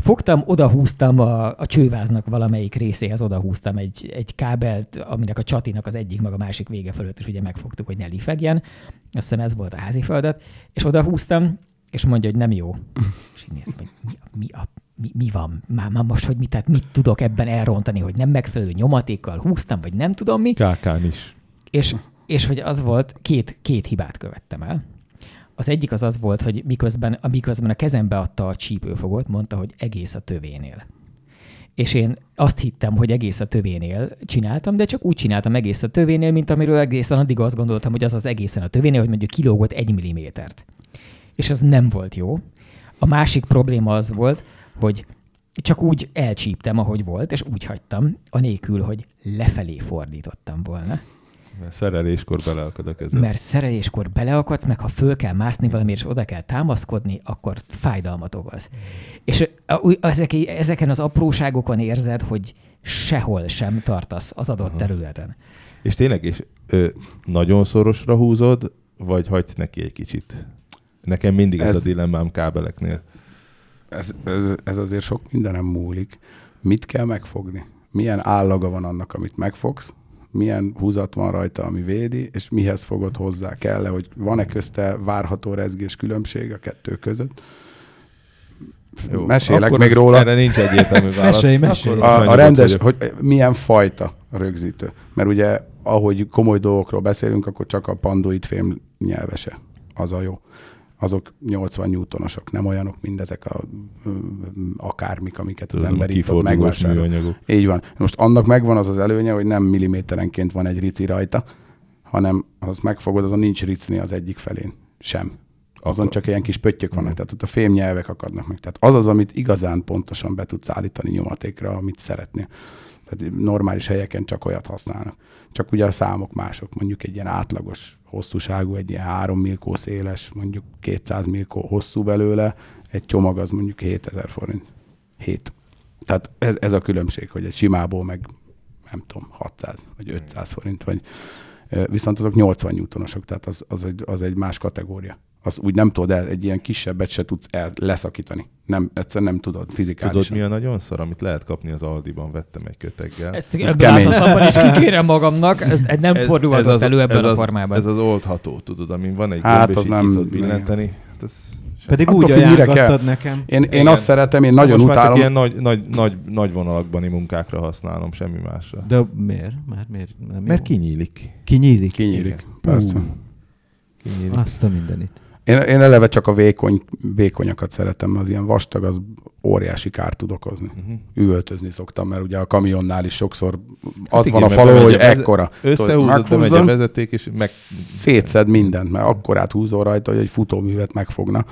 Fogtam, odahúztam a, a csőváznak valamelyik részéhez, odahúztam egy, egy kábelt, aminek a csatinak az egyik meg a másik vége fölött, és ugye megfogtuk, hogy ne lifegjen. Azt hiszem ez volt a házi feladat. És odahúztam, és mondja, hogy nem jó. És így nézd, hogy mi, mi, a, mi, mi van? Már, már most, hogy mit, tehát mit tudok ebben elrontani, hogy nem megfelelő nyomatékkal húztam, vagy nem tudom mi. Kákán is. És, és hogy az volt, két, két hibát követtem el. Az egyik az az volt, hogy miközben, miközben a kezembe adta a csípőfogot, mondta, hogy egész a tövénél. És én azt hittem, hogy egész a tövénél csináltam, de csak úgy csináltam egész a tövénél, mint amiről egészen addig azt gondoltam, hogy az az egészen a tövénél, hogy mondjuk kilógott egy millimétert. És ez nem volt jó. A másik probléma az volt, hogy csak úgy elcsíptem, ahogy volt, és úgy hagytam, anélkül, hogy lefelé fordítottam volna. Mert szereléskor beleakad a kezed. Mert szereléskor beleakadsz, meg ha föl kell mászni valamiért, és oda kell támaszkodni, akkor fájdalmat okoz. És ezek, ezeken az apróságokon érzed, hogy sehol sem tartasz az adott Aha. területen. És tényleg, és ö, nagyon szorosra húzod, vagy hagysz neki egy kicsit? Nekem mindig ez, ez a dilemmám kábeleknél. Ez, ez, ez azért sok mindenem múlik. Mit kell megfogni? Milyen állaga van annak, amit megfogsz? Milyen húzat van rajta, ami védi, és mihez fogod hozzá? Kell-e, hogy van-e közte várható rezgés különbség a kettő között? Jó, mesélek még róla. Erre nincs egyértelmű válasz. Mesélj, mesélj. A, a rendes, hogy milyen fajta rögzítő. Mert ugye, ahogy komoly dolgokról beszélünk, akkor csak a pandoid fém nyelvese. Az a jó. Azok nyolcvan newtonosok, nem olyanok, mint ezek a akármik, amiket az ember itt ott megvásárol. Így van. Most annak megvan az az előnye, hogy nem milliméterenként van egy rici rajta, hanem ha azt megfogod, azon nincs ricni az egyik felén sem. Azon csak ilyen kis pöttyök vannak, tehát ott a fémnyelvek akadnak meg. Tehát az az, amit igazán pontosan be tudsz állítani nyomatékra, amit szeretnél. Tehát normális helyeken csak olyat használnak. Csak ugye a számok mások, mondjuk egy ilyen átlagos hosszúságú, egy ilyen három milkó széles, mondjuk kétszáz milkó hosszú belőle, egy csomag az mondjuk hétezer forint. hét. Tehát ez, ez a különbség, hogy egy simából meg nem tudom, hatszáz vagy ötszáz forint, vagy viszont azok nyolcvan newtonosok, tehát az, az, egy, az egy más kategória. Az úgy nem tudod el, egy ilyen kisebbet se tudsz el leszakítani. Nem, egyszerűen nem tudod fizikálisan. Tudod, mi a nagyon szar, amit lehet kapni az Aldiban, vettem egy köteggel. Ezt ez láthatatlanban is kikérem magamnak, ez, ez nem ez, fordulhatott ez elő ebben ez a formában. Ez az oldható, tudod, amin van egy hát, gomb, és így nem, ki tudod billenteni. Pedig úgy ajánlottad nekem. Én, én azt szeretem, én nagyon most utálom. Most ilyen nagy, nagy, nagy, nagy vonalakbani munkákra használom, semmi másra. De miért? Már miért? Nem Mert kinyílik. Kinyílik? Kinyílik, persze. Uh. Kinyílik. Azt a mindenit. Én, én eleve csak a vékony, vékonyakat szeretem, mert az ilyen vastag, az óriási kárt tud okozni. Uh-huh. Üvöltözni szoktam, mert ugye a kamionnál is sokszor az hát van igen, a faló, hogy ekkora. Összehúzott, bemegy a vezeték, és meg... Szétszed mindent, mert akkorát húzol rajta, hogy egy futóművet megfogna,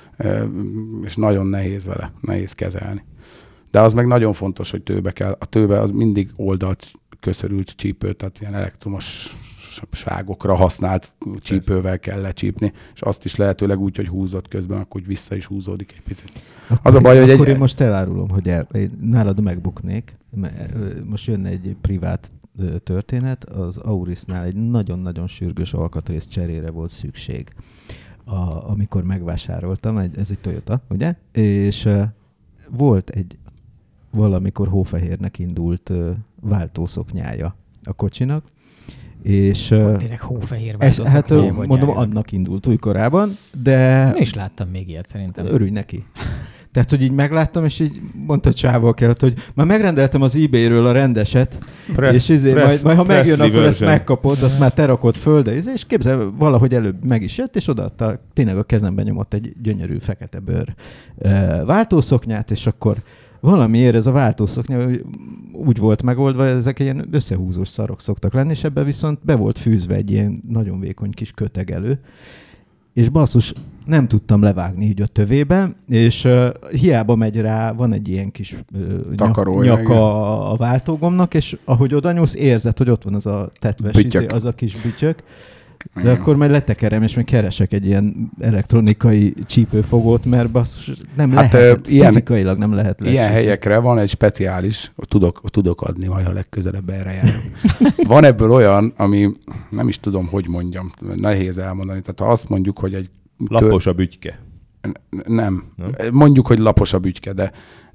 és nagyon nehéz vele, nehéz kezelni. De az meg nagyon fontos, hogy tőbe kell. A tőbe az mindig oldalt köszörült csípő, tehát ilyen elektromos ságokra használt csípővel kell lecsípni, és azt is lehetőleg úgy, hogy húzott közben, akkor vissza is húzódik egy picit. Akkor az a baj, hogy akkor egy... én most elárulom, hogy el, nálad megbuknék, most jönne egy privát történet, az Aurisnál egy nagyon-nagyon sürgős alkatrész cserére volt szükség, a, amikor megvásároltam, egy, ez egy Toyota, ugye? És uh, volt egy valamikor hófehérnek indult uh, váltószoknyája a kocsinak, és uh, tényleg hófehér váltószoknyája. Hát uh, mondom, annak indult újkorában, de... Nem is láttam még ilyet szerintem. Örülj neki. Tehát, hogy így megláttam, és így mondta Csával kellett, hogy már megrendeltem az eBay-ről a rendeset, press, és izé, press, majd, majd ha megjön, akkor ezt megkapod, azt már te rakod föl, de izé, és képzel, valahogy előbb meg is jött, és odaadta, tényleg a kezemben nyomott egy gyönyörű fekete bőr váltószoknyát, és akkor valamiért ez a váltószoknya úgy volt megoldva, ezek ilyen összehúzós szarok szoktak lenni, és ebben viszont be volt fűzve egy ilyen nagyon vékony kis kötegelő, és basszus, nem tudtam levágni így a tövébe, és uh, hiába megy rá, van egy ilyen kis uh, nyaka a váltógomnak, és ahogy oda nyúlsz, érzed, hogy ott van az a tetves, izé, az a kis bütyök, de igen. Akkor majd letekerem, és még keresek egy ilyen elektronikai csípőfogót, mert basszus, nem hát, lehet, uh, ilyen, fizikailag nem lehet lecsípni. Ilyen helyekre van egy speciális, tudok, tudok adni, majd ha legközelebb erre járok. Van ebből olyan, ami nem is tudom, hogy mondjam, nehéz elmondani. Tehát ha azt mondjuk, hogy egy... Lapos a bütyke. Nem. nem. Mondjuk, hogy lapos a bütyke, de,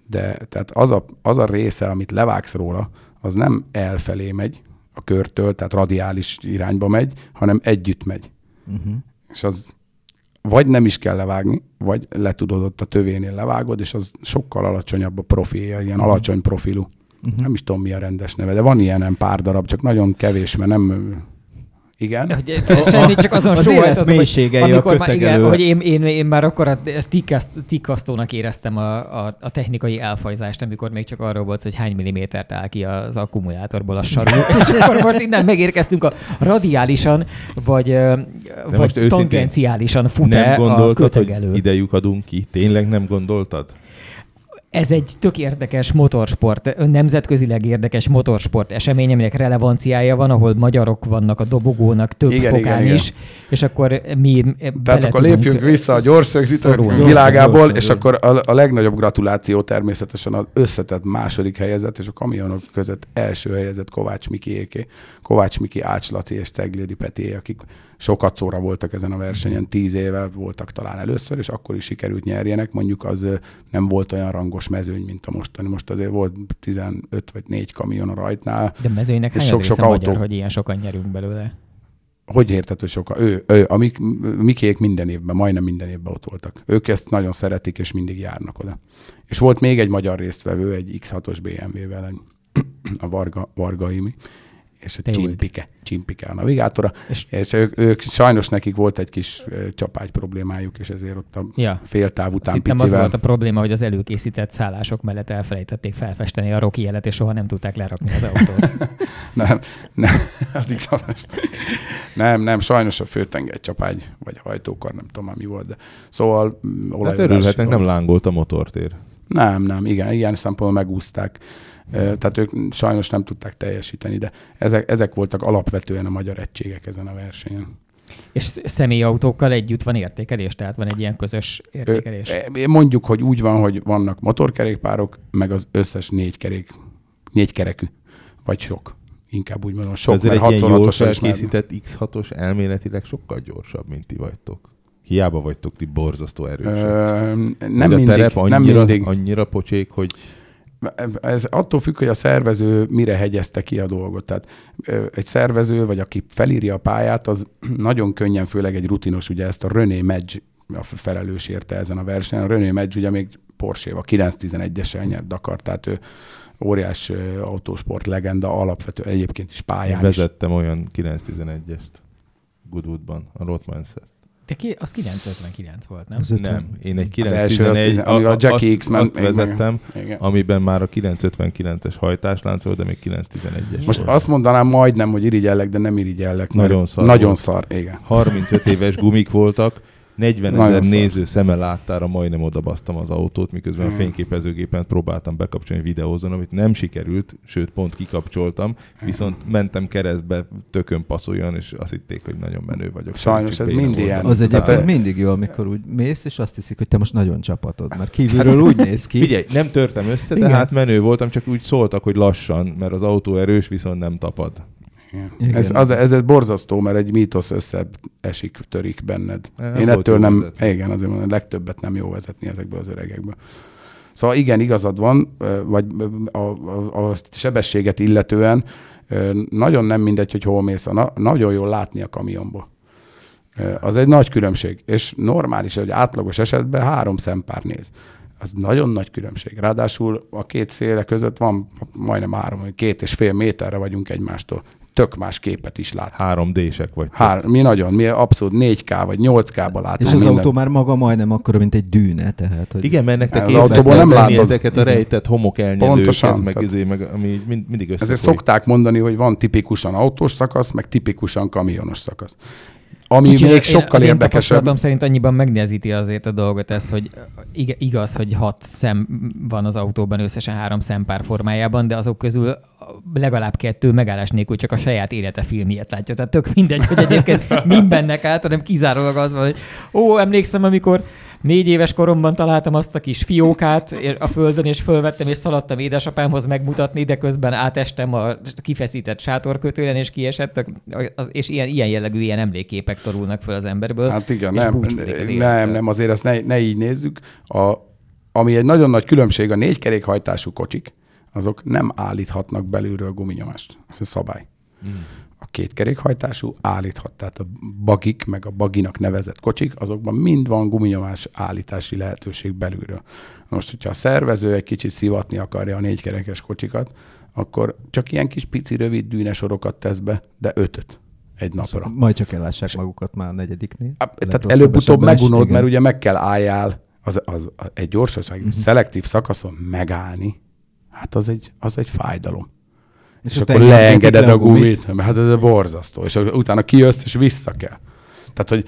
de tehát az a, az a része, amit levágsz róla, az nem elfelé megy a körtől, tehát radiális irányba megy, hanem együtt megy. Uh-huh. És az vagy nem is kell levágni, vagy le tudod ott a tövénél levágod, és az sokkal alacsonyabb a profilja, ilyen uh-huh. alacsony profilú. Uh-huh. Nem is tudom, mi a rendes neve, de van ilyen nem pár darab, csak nagyon kevés, mert nem... Igen. Hogy, semmi, csak azon az sóhajt azon, hogy amikor már, igen, hogy én, én, én már akkor a tikasztónak éreztem a, a, a technikai elfajzást, amikor még csak arról volt, hogy hány millimétert áll ki az akkumulátorból a saru. És akkor most innen megérkeztünk a radiálisan, vagy, vagy tangenciálisan fut-e a kötegelő. Hogy ide lyukadunk ki? Tényleg nem gondoltad? Ez egy tök érdekes motorsport, nemzetközileg érdekes motorsport esemény, aminek relevanciája van, ahol magyarok vannak a dobogónak több igen, fokán igen, is, igen. És akkor mi Tehát akkor lépjünk vissza a gyors rögzítők világából, gyorsan, és akkor a, a legnagyobb gratuláció természetesen az összetett második helyezett, és a kamionok között első helyezett Kovács Mikiéké, Kovács Miki, Ács Laci és Ceglédi Petié, akik sokat szóra voltak ezen a versenyen, tíz éve voltak talán először, és akkor is sikerült nyerjenek. Mondjuk az nem volt olyan rangos mezőny, mint a mostani. Most azért volt tizenöt vagy négy kamion a rajtnál. De mezőnynek hány sok, része sok magyar, autó... hogy ilyen sokan nyerünk belőle? Hogy érted, hogy sokan? Ő, ő, a Mik, Mikék minden évben, majdnem minden évben ott voltak. Ők ezt nagyon szeretik, és mindig járnak oda. És volt még egy magyar résztvevő, egy iksz hatos bé em vé-vel, a Varga, Varga Imi, és a Csimpike, Csimpike a navigátora, és, és ők, ők sajnos nekik volt egy kis csapágy problémájuk, és ezért ott a ja. féltáv után picivel... az volt a probléma, hogy az előkészített szállások mellett elfelejtették felfesteni a Rocky jelet, és soha nem tudták lerakni az autót. nem, nem, az igazás. Nem, nem, sajnos a főtengely csapágy, vagy hajtókar, nem tudom már mi volt, de szóval olajozás... Hát örülhetnek, nem lángolt a motortér. Nem, nem, igen, ilyen szempontból megúszták. Tehát ők sajnos nem tudták teljesíteni, de ezek, ezek voltak alapvetően a magyar egységek ezen a versenyen. És személyautókkal együtt van értékelés? Tehát van egy ilyen közös értékelés? Mondjuk, hogy úgy van, hogy vannak motorkerékpárok, meg az összes négy kerék, négy kerekű, vagy sok. Inkább úgy mondom, sok, mert hatszor hatos elkészített iksz hatos elméletileg sokkal gyorsabb, mint ti vagytok. Hiába vagytok ti borzasztó erősek. Ö, nem, mindig, terep annyira, nem mindig. Annyira pocsék, hogy... Ez attól függ, hogy a szervező mire hegyezte ki a dolgot. Tehát egy szervező, vagy aki felírja a pályát, az nagyon könnyen, főleg egy rutinos, ugye ezt a René Medge a felelős érte ezen a versenyen. A René Medge ugye még Porsche-val kilenc tizenegyessel nyert Dakar, tehát ő óriás autósport legenda, alapvető egyébként is pályán. Én vezettem is. Olyan kilenc tizenegyest Goodwoodban, a Rothmans-et. De ki, az kilenc ötvenkilenc volt, nem? Nem, én egy kilenc tizenegy, amivel a Jackie X-Men azt vezettem, igen. Amiben már a kilenc ötvenkilences hajtáslánc volt, de még kilenc tizenegyes. Most volt. Azt mondanám majdnem, hogy irigyellek, de nem irigyellek. Nagyon szar. Nagyon szar, igen. harmincöt éves gumik voltak, negyvenezer néző szeme láttára majdnem odabasztam az autót, miközben hmm. a fényképezőgépen próbáltam bekapcsolni videózon, amit nem sikerült, sőt pont kikapcsoltam, viszont hmm. mentem keresztbe, tökön passzoljon, és azt hitték, hogy nagyon menő vagyok. Sajnos ez mindig ilyen. Az egyébként te... mindig jó, amikor úgy mész, és azt hiszik, hogy te most nagyon csapatod, mert kívülről úgy néz ki. Figyelj, nem törtem össze, de hát menő voltam, csak úgy szóltak, hogy lassan, mert az autó erős, viszont nem tapad. Ez, az, ez, ez borzasztó, mert egy mítosz összeesik, törik benned. Nem Én ettől nem, vezetni. igen, azért mondom, legtöbbet nem jó vezetni ezekből az öregekből. Szóval igen, igazad van, vagy a, a, a sebességet illetően nagyon nem mindegy, hogy hol mész. Na, nagyon jól látni a kamionból. Az egy nagy különbség. És normális, hogy átlagos esetben három szempár néz. Az nagyon nagy különbség. Ráadásul a két széle között van majdnem három, két és fél méterre vagyunk egymástól. Tök más képet is látsz. három dé-sek vagy. Hár, mi nagyon, mi abszolút négy ká vagy nyolc ká-ba látunk. És az minden. Autó már maga majdnem akkora, mint egy dűne. Tehát, hogy... Igen, mert nektek észre nem látod ezeket a rejtett homok elnyelőket, meg, izé, meg ami mind, mindig összefolyik. Ezért szokták mondani, hogy van tipikusan autós szakasz, meg tipikusan kamionos szakasz. Ami Kicsi, még sokkal én, érdekesebb. Az szerint annyiban megnehezíti azért a dolgot ez, hogy igaz, hogy hat szem van az autóban összesen három szempár formájában, de azok közül legalább kettő megállás nélkül csak a saját élete filmjét látja. Tehát tök mindegy, hogy egyébként mindennek át, hanem kizárólag az van, hogy ó, emlékszem, amikor négy éves koromban találtam azt a kis fiókát a földön, és fölvettem, és szaladtam édesapámhoz megmutatni, de közben átestem a kifeszített sátorkötően, és kiesett, és ilyen, ilyen jellegű ilyen emlékképek torulnak föl az emberből. Hát igen, nem, nem, nem, azért ezt ne, ne így nézzük. A, ami egy nagyon nagy különbség, a négy kerékhajtású kocsik, azok nem állíthatnak belülről guminyomást. Ez a szabály. Mm. A két kerékhajtású állíthat. Tehát a bagik, meg a baginak nevezett kocsik, azokban mind van guminyomás állítási lehetőség belülről. Most, hogyha a szervező egy kicsit szivatni akarja a négykerekes kocsikat, akkor csak ilyen kis pici, rövid dűnesorokat tesz be, de ötöt egy napra. Szóval majd csak ellássák magukat már a negyediknél. A, tehát előbb-utóbb megunod, mert ugye meg kell álljál az, az, az, egy gyorsasági, uh-huh. szelektív szakaszon megállni. Hát az egy, az egy fájdalom. És, és akkor leengeded a gumit, mert hát ez borzasztó. És utána kijössz, és vissza kell. Tehát, hogy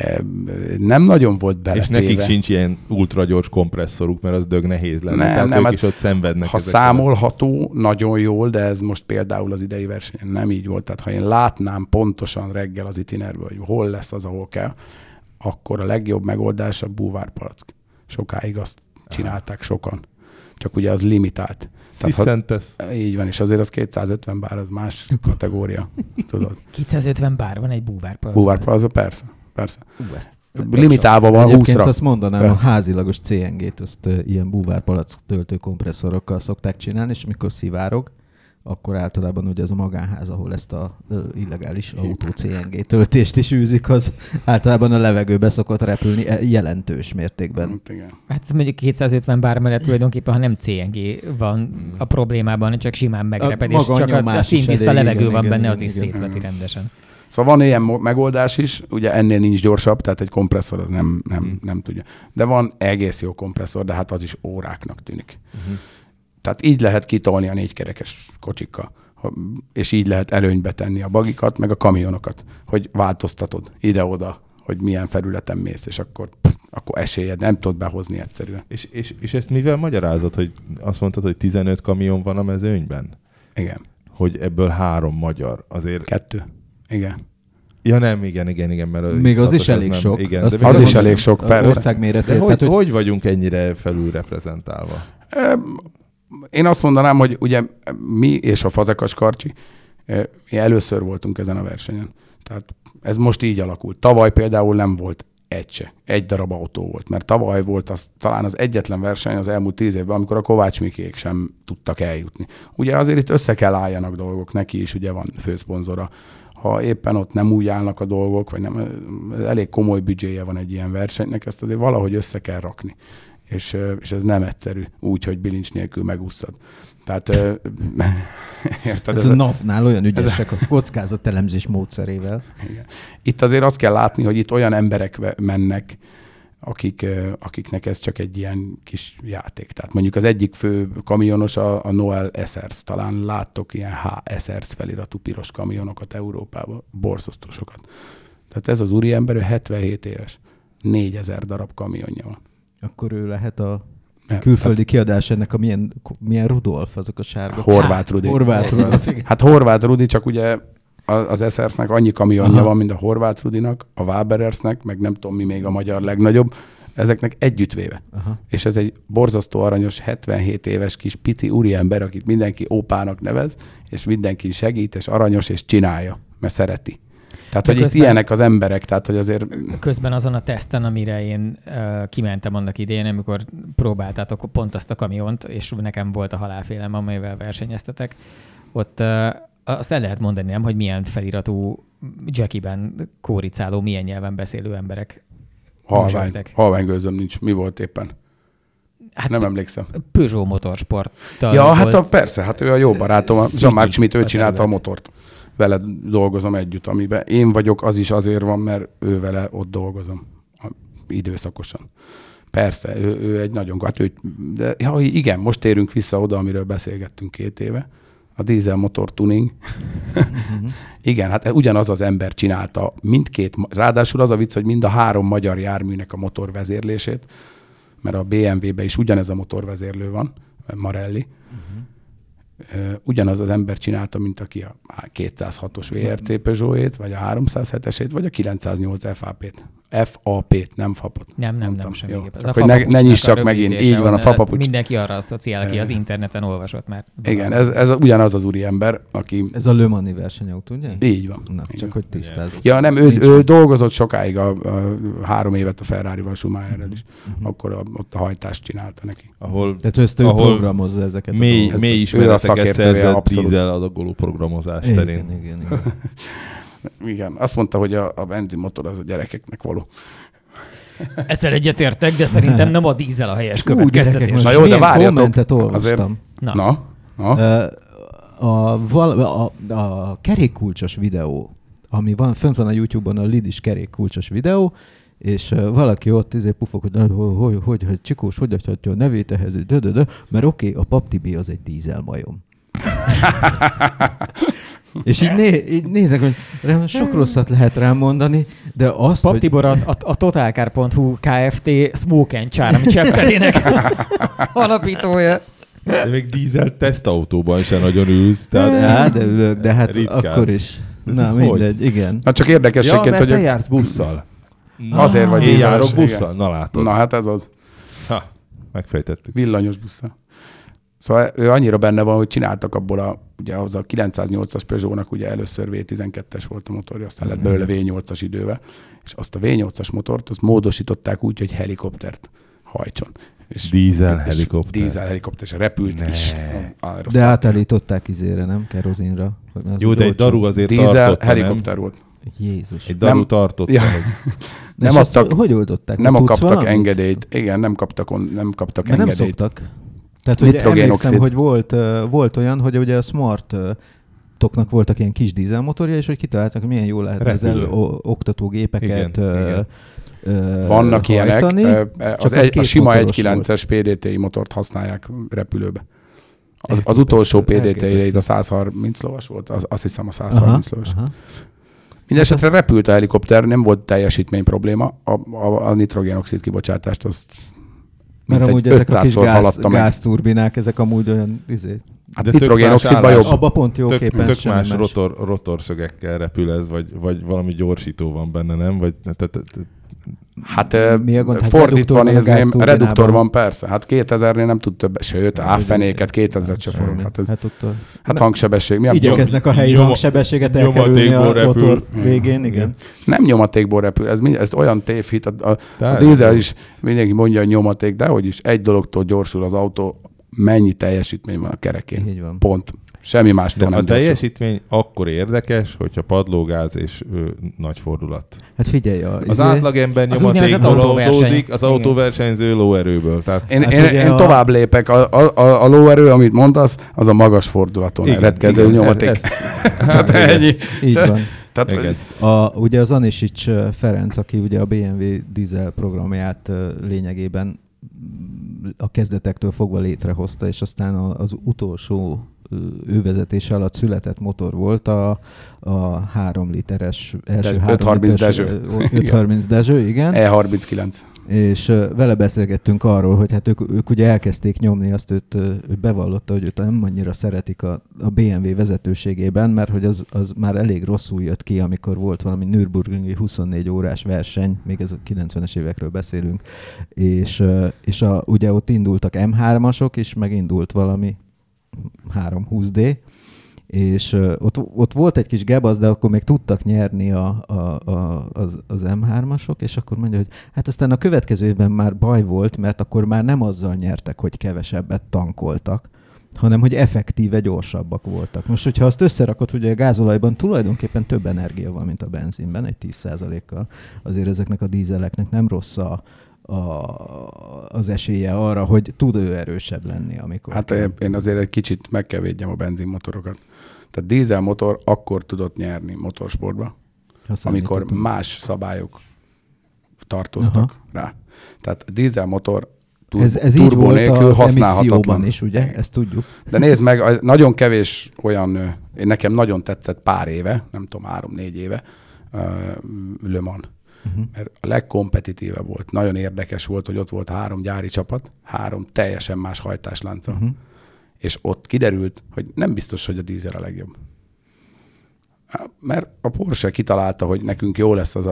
nem nagyon volt beletéve. És nekik sincs ilyen ultragyors kompresszoruk, mert az dög nehéz lenne. Nem, Tehát nem, ők hát, is ott szenvednek. Ha számolható, a... nagyon jól, de ez most például az idei versenyen nem így volt. Tehát ha én látnám pontosan reggel az itinerből, hogy hol lesz az, ahol kell, akkor a legjobb megoldás a búvárpalack. Sokáig azt csinálták sokan. Csak ugye az limitált. Sziszentesz. Így van, és azért az kétszázötven bár, az más kategória. Tudod. kétszázötven bár van egy búvárpalack. Búvárpalack, persze. Persze. Uh, ezt, limitálva van Egyébként húszra. azt mondanám, Be. a házilagos cé en gét azt uh, ilyen búvárpalack töltő kompresszorokkal szokták csinálni, és amikor szivárog, akkor általában ugye az a magánház, ahol ezt a uh, illegális autó cé en gé töltést is űzik, az általában a levegőbe szokott repülni jelentős mértékben. Hát, igen. Hát ez mondjuk kétszázötven bár mellett tulajdonképpen, ha nem cé en gé van a problémában, csak simán megreped, és csak a, a színtiszta levegő igen, van igen, benne, igen, az is igen, szétveti igen. rendesen. Szóval van ilyen megoldás is, ugye ennél nincs gyorsabb, tehát egy kompresszor az nem, nem, hmm. nem tudja. De van egész jó kompresszor, de hát az is óráknak tűnik. Uh-huh. Tehát így lehet kitolni a négykerekes kocsikkal, és így lehet előnybe tenni a bagikat, meg a kamionokat, hogy változtatod ide-oda, hogy milyen felületen mész, és akkor, pff, akkor esélyed, nem tudod behozni egyszerűen. És, és, és ezt mivel magyarázod, hogy azt mondtad, hogy tizenöt kamion van a mezőnyben? Igen. Hogy ebből három magyar azért... Kettő. Igen. Ja nem, igen, igen, igen. Mert még az is elég nem, sok. Igen, az az is elég sok, persze. Országméretét. De hogy, tehát, hogy... hogy vagyunk ennyire felül reprezentálva? Én azt mondanám, hogy ugye mi és a Fazekas Karcsi, mi először voltunk ezen a versenyen. Tehát ez most így alakult. Tavaly például nem volt egy se. Egy darab autó volt, mert tavaly volt az, talán az egyetlen verseny az elmúlt tíz évben, amikor a Kovács Mikék sem tudtak eljutni. Ugye azért itt össze kell álljanak dolgok, neki is ugye van főszponzora. Ha éppen ott nem úgy állnak a dolgok, vagy nem, elég komoly büdzséje van egy ilyen versenynek, ezt azért valahogy össze kell rakni. És, és ez nem egyszerű, úgy, hogy bilincs nélkül megúszszad. Tehát, érted? Ez, ez a NAV-nál olyan ügyesek a kockázatelemzés módszerével. Igen. Itt azért azt kell látni, hogy itt olyan emberek mennek, akik, akiknek ez csak egy ilyen kis játék. Tehát mondjuk az egyik fő kamionos a, a Noel Essers. Talán láttok ilyen H. Essers feliratú piros kamionokat Európában, borzasztó sokat. Tehát ez az úriember, ő hetvenhét éves, négyezer darab kamionja van. Akkor ő lehet a nem, külföldi hát, kiadás ennek a milyen, milyen Rudolf, azok a sárga. Horváth Rudi. Horváth Rudi. Hát Horváth Rudi, csak ugye az Essersnek annyi kamionja Aha. van, mint a Horváth Rudinak, a Waberersnek, meg nem tudom mi még a magyar legnagyobb, ezeknek együttvéve. Aha. És ez egy borzasztó aranyos, hetvenhét éves kis pici úriember, akit mindenki ópának nevez, és mindenki segít, és aranyos, és csinálja, mert szereti. Tehát, de hogy közben, itt ilyenek az emberek, tehát, hogy azért... Közben azon a teszten, amire én uh, kimentem annak idején, amikor próbáltátok pont azt a kamiont, és nekem volt a halálfélem, amivel versenyeztetek, ott uh, azt el lehet mondani, nem, hogy milyen feliratú Jackie-ben kóricáló, milyen nyelven beszélő emberek halvány, halvány gőzöm nincs. Mi volt éppen? Hát nem emlékszem. Peugeot Motorsport. Ja, hát a, persze, hát ő a jó barátom, Jean-Marc Schmitt, ő csinálta a motort. Vele dolgozom együtt, amiben én vagyok, az is azért van, mert ő vele ott dolgozom időszakosan. Persze, ő, ő egy nagyon... Hát ő, de ja, igen, most térünk vissza oda, amiről beszélgettünk két éve. A dízelmotor tuning. Uh-huh. Igen, hát ugyanaz az ember csinálta mindkét, ráadásul az a vicc, hogy mind a három magyar járműnek a motorvezérlését, mert a bé em vé-ben is ugyanez a motorvezérlő van, Marelli. Uh-huh. Ugyanaz az ember csinálta, mint aki a kétszázhatos vé er cé Peugeot-ét, vagy a háromszázhetesét, vagy a kilencszáznyolc ef á pét. F A P-t, nem fapot. Nem, nem, Mondtam. nem, semmiképp. Csak hogy ne, ne nyiss csak megint, így van a fapapucs. Mindenki arra asszociál, aki az interneten olvasott már. Igen, ez, ez ugyanaz az úriember, aki... Ez a Le Mani versenyautó, ugye? Így van. Na, így csak van. hogy tisztázok. Ja, nem, ő, ő dolgozott sokáig, a, a három évet a Ferrari-val, Schumacherrel is. Uh-huh. Akkor a, ott a hajtást csinálta neki. Ahol, Tehát ezt ő ahol programozza ezeket mély, a dolgokat. mély ő a ismereteket szakértője, szerzett abszolút. dízel adagoló programozás Igen, terén. igen, igen, igen. Igen, azt mondta, hogy a, a benzinmotor az a gyerekeknek való. Ezzel egyetértek, de szerintem nem a dízel a helyes Hú, gyerekek, következtetés. most Na jó, de milyen várjatok, kommentet olvastam. azért- Na, Na, na. Ö, A, val- a, a kerékkulcsos videó, ami van, fönt van a YouTube-on a Lidis kerékkulcsos videó, és uh, valaki ott izé pufog, hogy hogy, hogy, hogy, hogy Csikós, hogy adhatja a nevét ehhez, dö, dö, dö, mert oké, okay, a Paptibi az egy dízelmajom. És így, né, így nézek, hogy rám sok rosszat lehet rám mondani, de azt, Pap hogy... Tibor a, a, a totalcar pont hu Kft. Smoke and Charm chapterének alapítója. De még dízel tesztautóban sem nagyon ülsz. Tehát Ja, de ülök, de hát ritkán. akkor is. Ez Na, hogy? mindegy, igen. Na csak Ja, érdekességként, mert hogy... te jársz busszal. Azért vagy Én dízeles, járok igen. busszal? Na látod. Na hát ez az. Ha, megfejtettük. Villanyos busszal. Szóval ő annyira benne van, hogy csináltak abból a, ugye az a kilencszáznyolcas Peugeot-nak ugye először vé tizenkettes volt a motorja, aztán lett belőle vé nyolcas idővel, és azt a vé nyolcas motort azt módosították úgy, hogy helikoptert hajtson. És, Dízel és helikopter. Dízel helikopter, és repült Ne. is. De átállították izére, nem? Kerozinra. Hogy az Jó, de egy olcsó. daru azért Dízel tartotta, helikopter nem? volt. Jézus. Egy daru Nem. tartotta. Ja. Hogy... Nem És azt adtak- hogy oldották? Nem Tudsz kaptak valamit? engedélyt. Igen, nem kaptak, on, nem kaptak Mert nem engedélyt. szoktak. Tehát ugye Nitrogénoxid. emlékszem, hogy volt, uh, volt olyan, hogy ugye a Smart uh, toknak voltak ilyen kis dízelmotorja, és hogy kitaláltak, hogy milyen jól lehet ezzel Repülő. o- oktatógépeket Igen, uh, igen. uh, Vannak ilyenek. hajtani. Ö, csak Az az egy, a két sima motoros egy kilences pé dé té i motort használják repülőbe. Az, az Elképesztő, utolsó pé dé té i elképesztő. itt a száz harminc lovas volt, az, azt hiszem a száz harminc lovas. aha. Mindenesetre repült a helikopter, nem volt teljesítmény probléma. A, a, a nitrogénoxid kibocsátást azt Mert amúgy mintegy ezek a kis ötszázszor gáz, haladta meg. gázturbinák, ezek amúgy olyan, izé, Hát De tök nitrogénoxidban más jobb. állás. abba pont Tök, jóképpen tök semmi más más. rotor, rotorszögekkel repül ez, vagy, vagy valami gyorsító van benne, nem? Vagy, te, te, te, Hát ö, Mi a gond? Hát fordítva reduktor van a nézném, gázturbinában. reduktor van persze. Hát kétezernél nem tud több, sőt, Hát, áfenéket kétezret se semmi. forog. Hát, ez, Hát ott a- hát hangsebesség. Mi a igyekeznek a helyi Nyoma- hangsebességet elkerülni nyomatékból a repül. rotor végén, igen. Nem nyomatékból repül, ez, mind, ez olyan tévhit. A, a, a Tehát- dízel is mindenki mondja, hogy nyomaték, de hogy is egy dologtól gyorsul az autó, mennyi teljesítmény van a kerekén. Így van. Pont. Semmi mástól De nem a gyorsul. teljesítmény akkor érdekes, hogyha padlógáz és ő, nagy fordulat. Hát figyelj, a, Az izé- átlagember az úgynevezett nyomatékból autóverseny. autózik, az Igen. autóversenyző lóerőből. Tehát Én, Hát én, ugye én a- tovább lépek. A, a, a, a lóerő, amit mondasz, az a magas fordulaton igen, eredkező igen, nyomaték. ez- ez- Tehát igen. ennyi. így van. Tehát, Igen. A, ugye az Anisics Ferenc, aki ugye a bé em vé dízel programját ö, lényegében a kezdetektől fogva létrehozta, és aztán a, az utolsó ö, ő vezetése alatt született motor volt a, a három literes, első Dezső, három ötszázharminc literes, Dezső. ö, ötszázharminc Dezső, igen. E harminckilenc. És ö, vele beszélgettünk arról, hogy hát ők, ők ugye elkezdték nyomni azt, őt, ö, ő bevallotta, hogy őt nem annyira szeretik a, a bé em vé vezetőségében, mert hogy az, az már elég rosszul jött ki, amikor volt valami Nürburgringi huszonnégy órás verseny, még ez a kilencvenes évekről beszélünk, és, ö, és a, ugye ott indultak em hármasok, és megindult valami háromszázhúsz dé, és uh, ott, ott volt egy kis gebasz, de akkor még tudtak nyerni a, a, a, az, az em hármasok, és akkor mondja, hogy hát aztán a következő évben már baj volt, mert akkor már nem azzal nyertek, hogy kevesebbet tankoltak, hanem hogy effektíve gyorsabbak voltak. Most, hogyha azt összerakod, ugye a gázolajban tulajdonképpen több energia van, mint a benzinben, egy tíz százalékkal, azért ezeknek a dízeleknek nem rossz a, a, az esélye arra, hogy tud ő erősebb lenni, amikor... Hát én azért egy kicsit meg kell védjem a benzinmotorokat. Tehát dízelmotor akkor tudott nyerni motorsportba, amikor más szabályok tartoztak Aha. rá. Tehát a dízelmotor tur- Ez, ez így turbó volt nélkül az használhatatlan. emisszióban is, ugye? Ezt tudjuk. De nézd meg, a- nagyon kevés olyan, ö, én nekem nagyon tetszett pár éve, nem tudom, három-négy éve, uh, Le Mans. Uh-huh. Mert a legkompetitívebb volt. Nagyon érdekes volt, hogy ott volt három gyári csapat, három teljesen más hajtáslánca. Uh-huh. És ott kiderült, hogy nem biztos, hogy a dízel a legjobb. Mert a Porsche kitalálta, hogy nekünk jó lesz az a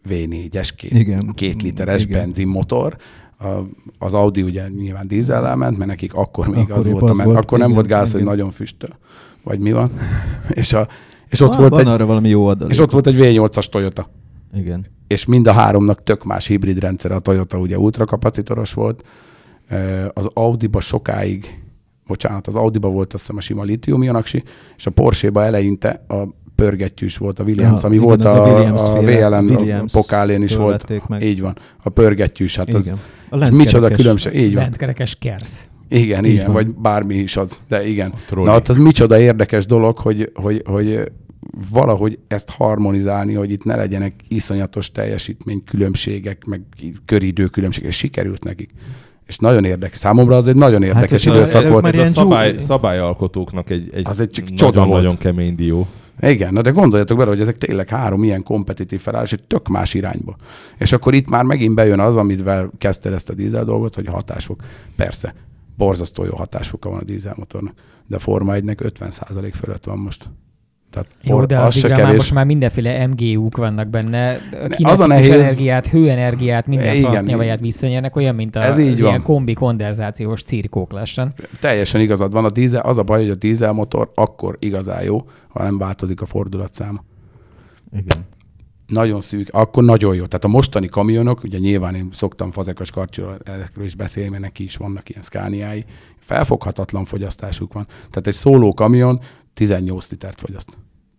vé négyes, két, Igen. két literes Igen. benzinmotor. A, az Audi ugye nyilván dízellel ment, mert nekik akkor még Akkor az épp volt, az a, volt, akkor nem igen, volt gáz, hogy igen. nagyon füstöl, vagy mi van. és, a, és, ott ah, volt van egy, arra valami jó adalék. és ott volt egy vé nyolcas Toyota. Igen. És mind a háromnak tök más hibrid rendszere. A Toyota ugye ultrakapacitoros volt, az Audiba sokáig, bocsánat, az Audiba volt azt hiszem a sima litium-ion aksi, és a Porsche-ba eleinte a pörgettyűs volt a Williams, Ja, ami igen, volt az a a, Williams a féle- vé el en Williams Pokalen is volt. fölvették meg. Így van, a pörgettyűs. Hát az, Igen. A az micsoda lentkerekes- különbség. Így van. Lentkerekes kersz. Igen, Így igen, van. vagy bármi is az, de igen. trolli. Na, hát az micsoda érdekes dolog, hogy, hogy, hogy valahogy ezt harmonizálni, hogy itt ne legyenek iszonyatos teljesítmény különbségek, meg köridő különbségek, és sikerült nekik. És nagyon érdekes. Számomra az egy nagyon érdekes és időszak ők volt. már Ez a ilyen szabály, dzsú- szabályalkotóknak egy, egy, Az egy csak csoda volt. nagyon-nagyon kemény dió. Igen, na de gondoljatok bele, hogy ezek tényleg három ilyen kompetitív felállás, egy tök más irányba. És akkor itt már megint bejön az, amivel kezdtél ezt a dízel dolgot, hogy hatásfok. Persze, borzasztó jó hatásfoka van a dízelmotornak, de a Forma egynek ötven százalék fölött van most. Tehát Jó, por- de az se addigra már kevés. most már mindenféle em gé ú-k vannak benne. Kinetikus az a nehéz- energiát, hőenergiát, minden Igen, fasznyavaját visszanyernek, olyan, mint a, Ez így az van. ilyen kombi kondenzációs cirkók lassan. Teljesen igazad van. A dízel, az a baj, hogy a dízelmotor akkor igazán jó, ha nem változik a fordulatszáma. Igen. Nagyon szűk, akkor nagyon jó. Tehát a mostani kamionok, ugye nyilván én szoktam Fazekas Karcsiról ezekről is beszélni, mert neki is vannak ilyen Scaniái, felfoghatatlan fogyasztásuk van. Tehát egy szóló kamion tizennyolc litert fogyaszt.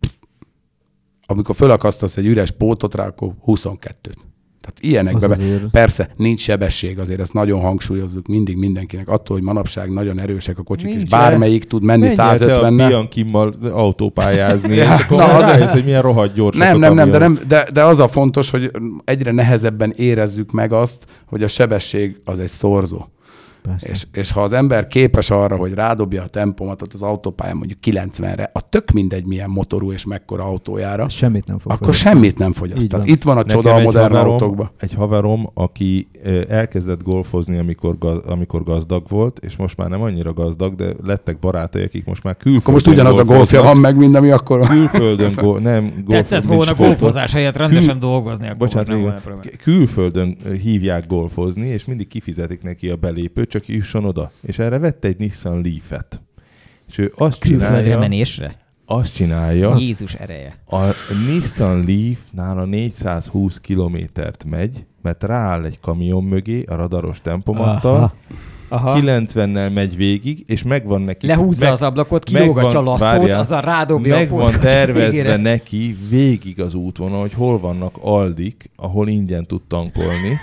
Amikor fölakasztasz egy üres pótot rá, akkor huszonkettőt. Tehát ilyenekbe. Az Be... azért- Persze, nincs sebesség, azért ezt nagyon hangsúlyozzuk mindig mindenkinek. Attól, hogy manapság nagyon erősek a kocsik, és Nincs bármelyik tud menni Menj el te a százötvennel. Bianchimmal autópályázni, Ja, és akkor na, na, az- az hogy milyen rohadt gyors Nem, nem, nem, de, nem de, de az a fontos, hogy egyre nehezebben érezzük meg azt, hogy a sebesség az egy szorzó. Persze. És, és ha az ember képes arra, hogy rádobja a tempomatot az autópályán mondjuk kilencvenre, a tök mindegy milyen motorú és mekkora autójára, Semmit nem fog akkor fogyasztani. semmit nem fogyaszt. Így Tehát van. itt van a Nekem csoda a egy modern haverom, autókban. Egy haverom, aki ö, elkezdett golfozni, amikor, gaz, amikor gazdag volt, és most már nem annyira gazdag, de lettek barátai, akik most már külföldön Akkor most ugyanaz a golfja van meg, mint ami akkor van. Külföldön, go, nem golf, Tetszett mint volna sportot. golfozás helyett rendesen dolgozni, akkor Bocsánat, nem még volna probléma. külföldön hívják golfozni, és mindig kifizetik neki a belépőt, csak jusson oda. És erre vette egy Nissan Leaf-et. És ő azt Külföldre csinálja, menésre? azt csinálja, Jézus ereje. a Nissan Leaf nála négyszázhúsz kilométert megy, mert rááll egy kamion mögé a radaros tempomattal, Aha. Aha. kilencvennel megy végig, és megvan neki... Lehúzza meg- az ablakot, kilógatja a megvan- lasszót, várjál, azzal rádobja a meg van pótkocsi tervezve végére. neki végig az útvonal, hogy hol vannak Aldik, ahol ingyen tud tankolni,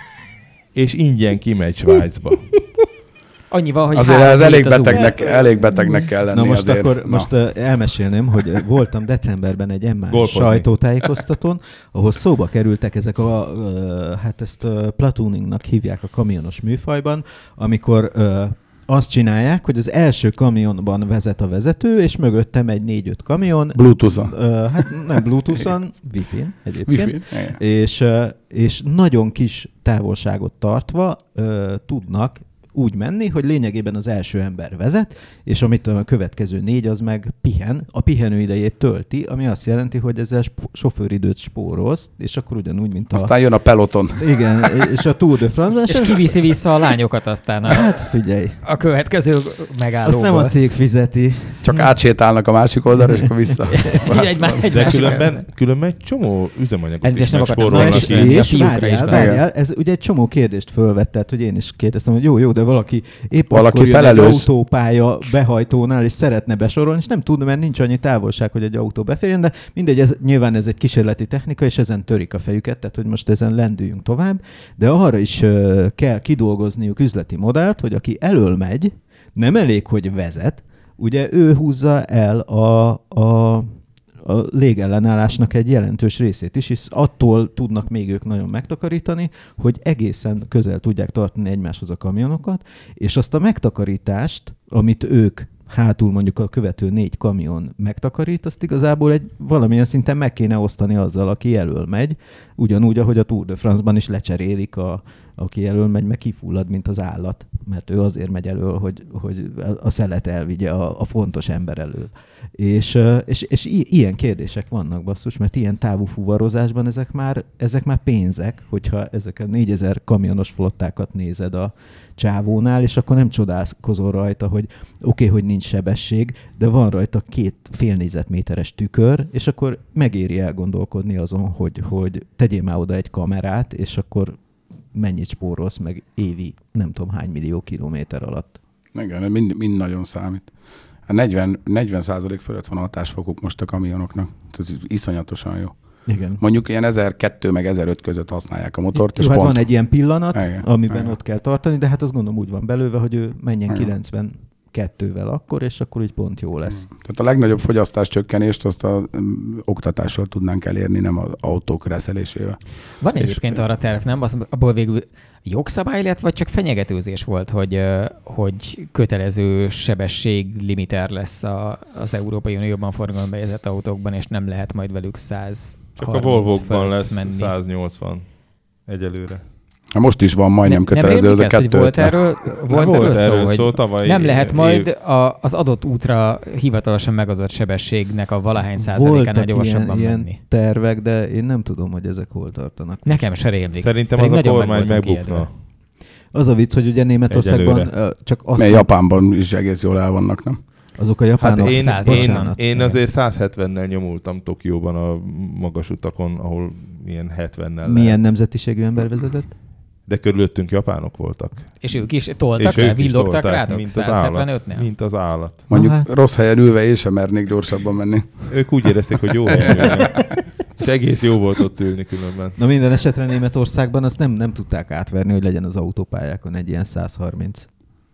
és ingyen kimegy Svájcba. Annyi van, hogy Azért három ez elég hét az út. betegnek, elég betegnek kell lenni Na most azért. akkor Na. most uh, elmesélném, hogy voltam decemberben egy em á Golfozni. sajtótájékoztatón, ahol szóba kerültek ezek a, uh, hát ezt uh, platuningnak hívják a kamionos műfajban, amikor uh, azt csinálják, hogy az első kamionban vezet a vezető, és mögöttem egy négy-öt kamion. Bluetooth-on. Uh, hát nem Bluetooth-on, Wi-Fi-n egyébként. Wi-Fi. Igen. És, uh, és nagyon kis távolságot tartva uh, tudnak úgy menni, hogy lényegében az első ember vezet, és amit a következő négy, az meg pihen, a pihenő idejét tölti, ami azt jelenti, hogy ezzel sp- sofőridőt spórolsz, és akkor ugyanúgy, mint a... Aztán jön a peloton. Igen, és a Tour de France. És kiviszi vissza a lányokat aztán a, Hát figyelj, a következő megállóból. azt nem a cég fizeti. Csak átsétálnak a másik oldalra, és akkor vissza. egy, má- egy De másik különben, ember. különben egy csomó üzemanyagot Elnézést, is nem akartam megspórolnak. És, Szóval így. a és fiúkra is várjál, be. várjál, ez ugye egy csomó kérdést fölvetett, hogy én is kérdeztem, hogy jó, jó, de valaki épp Valaki akkor jön felelős. egy autópálya behajtónál, és szeretne besorolni, és nem tud, mert nincs annyi távolság, hogy egy autó beférjen, de mindegy, ez, nyilván ez egy kísérleti technika, és ezen törik a fejüket, tehát hogy most ezen lendüljünk tovább, de arra is uh, kell kidolgozniuk üzleti modellt, hogy aki elől megy, nem elég, hogy vezet, ugye ő húzza el a, a a légellenállásnak egy jelentős részét is, és attól tudnak még ők nagyon megtakarítani, hogy egészen közel tudják tartani egymáshoz a kamionokat, és azt a megtakarítást, amit ők hátul mondjuk a követő négy kamion megtakarít, azt igazából egy valamilyen szinten meg kéne osztani azzal, aki elől megy, ugyanúgy, ahogy a Tour de France-ban is lecserélik a aki elől megy, meg kifullad, mint az állat, mert ő azért megy elől, hogy, hogy a szelet elvigye a, a fontos ember elől. És, és, és ilyen kérdések vannak, basszus, mert ilyen távú fuvarozásban ezek már, ezek már pénzek, hogyha ezek a négyezer kamionos flottákat nézed a csávónál, és akkor nem csodálkozol rajta, hogy oké, okay, hogy nincs sebesség, de van rajta két fél négyzetméteres tükör, és akkor megéri elgondolkodni azon, hogy, hogy tegyél már oda egy kamerát, és akkor mennyit spórolsz meg évi nem tudom hány millió kilométer alatt. Igen, mind, mind nagyon számít. A negyven, negyven százalék fölött van a hatásfokuk most a kamionoknak. Ez iszonyatosan jó. Igen. Mondjuk ilyen ezerkettő meg ezeröt között használják a motort. Jó, és hát pont... van egy ilyen pillanat, igen, amiben igen. ott kell tartani, de hát azt gondolom úgy van belőve, hogy ő menjen Igen. kilencvenkettővel akkor, és akkor így pont jó lesz. Tehát a legnagyobb fogyasztás csökkenést azt az oktatással tudnánk elérni, nem az autók reszelésével. Van És- egyébként arra terv, nem? Az, abból végül jogszabály lett, vagy csak fenyegetőzés volt, hogy, ö, hogy kötelező sebességlimiter lesz a, az Európai Unióban forgalomba helyezett autókban, és nem lehet majd velük száz Csak a Volvo-kban lesz menni. száznyolcvan egyelőre. Hát most is van majdnem nem, kötelező nem az a rémlik ezt, hogy volt kettő. erről, volt volt erről szó, erről hogy szó, tavaly nem lehet év- majd a, az adott útra hivatalosan megadott sebességnek a valahány százalékánál Voltak gyorsabban ilyen, menni. ilyen tervek, de én nem tudom, hogy ezek hol tartanak. Nekem se rémlik. Szerintem Pedig az a nagyon meg kormány voltunk megbukna. ijedve. Az a vicc, hogy ugye Németországban Egyelőre. ö, csak azt Mert Japánban is egész jól el vannak, nem? azok a Hát japánok... én, száz én, bocsánat. én Igen. azért száz hetvennel nyomultam Tokióban a magas utakon, ahol ilyen hetvennel Milyen lehet. nemzetiségű ember vezetett? De körülöttünk japánok voltak. És ők is toltak és rá, ők is villogtak tolták, rátok? mint az állat. százhetvenötnél? Mint az állat. Mondjuk hát. rossz helyen ülve én sem mernék gyorsabban menni. Ők úgy érezték, hogy jó helyen ülnek. És egész jó volt ott ülni különben. Na minden esetre Németországban azt nem, nem tudták átverni, hogy legyen az autópályákon egy ilyen száz harminc.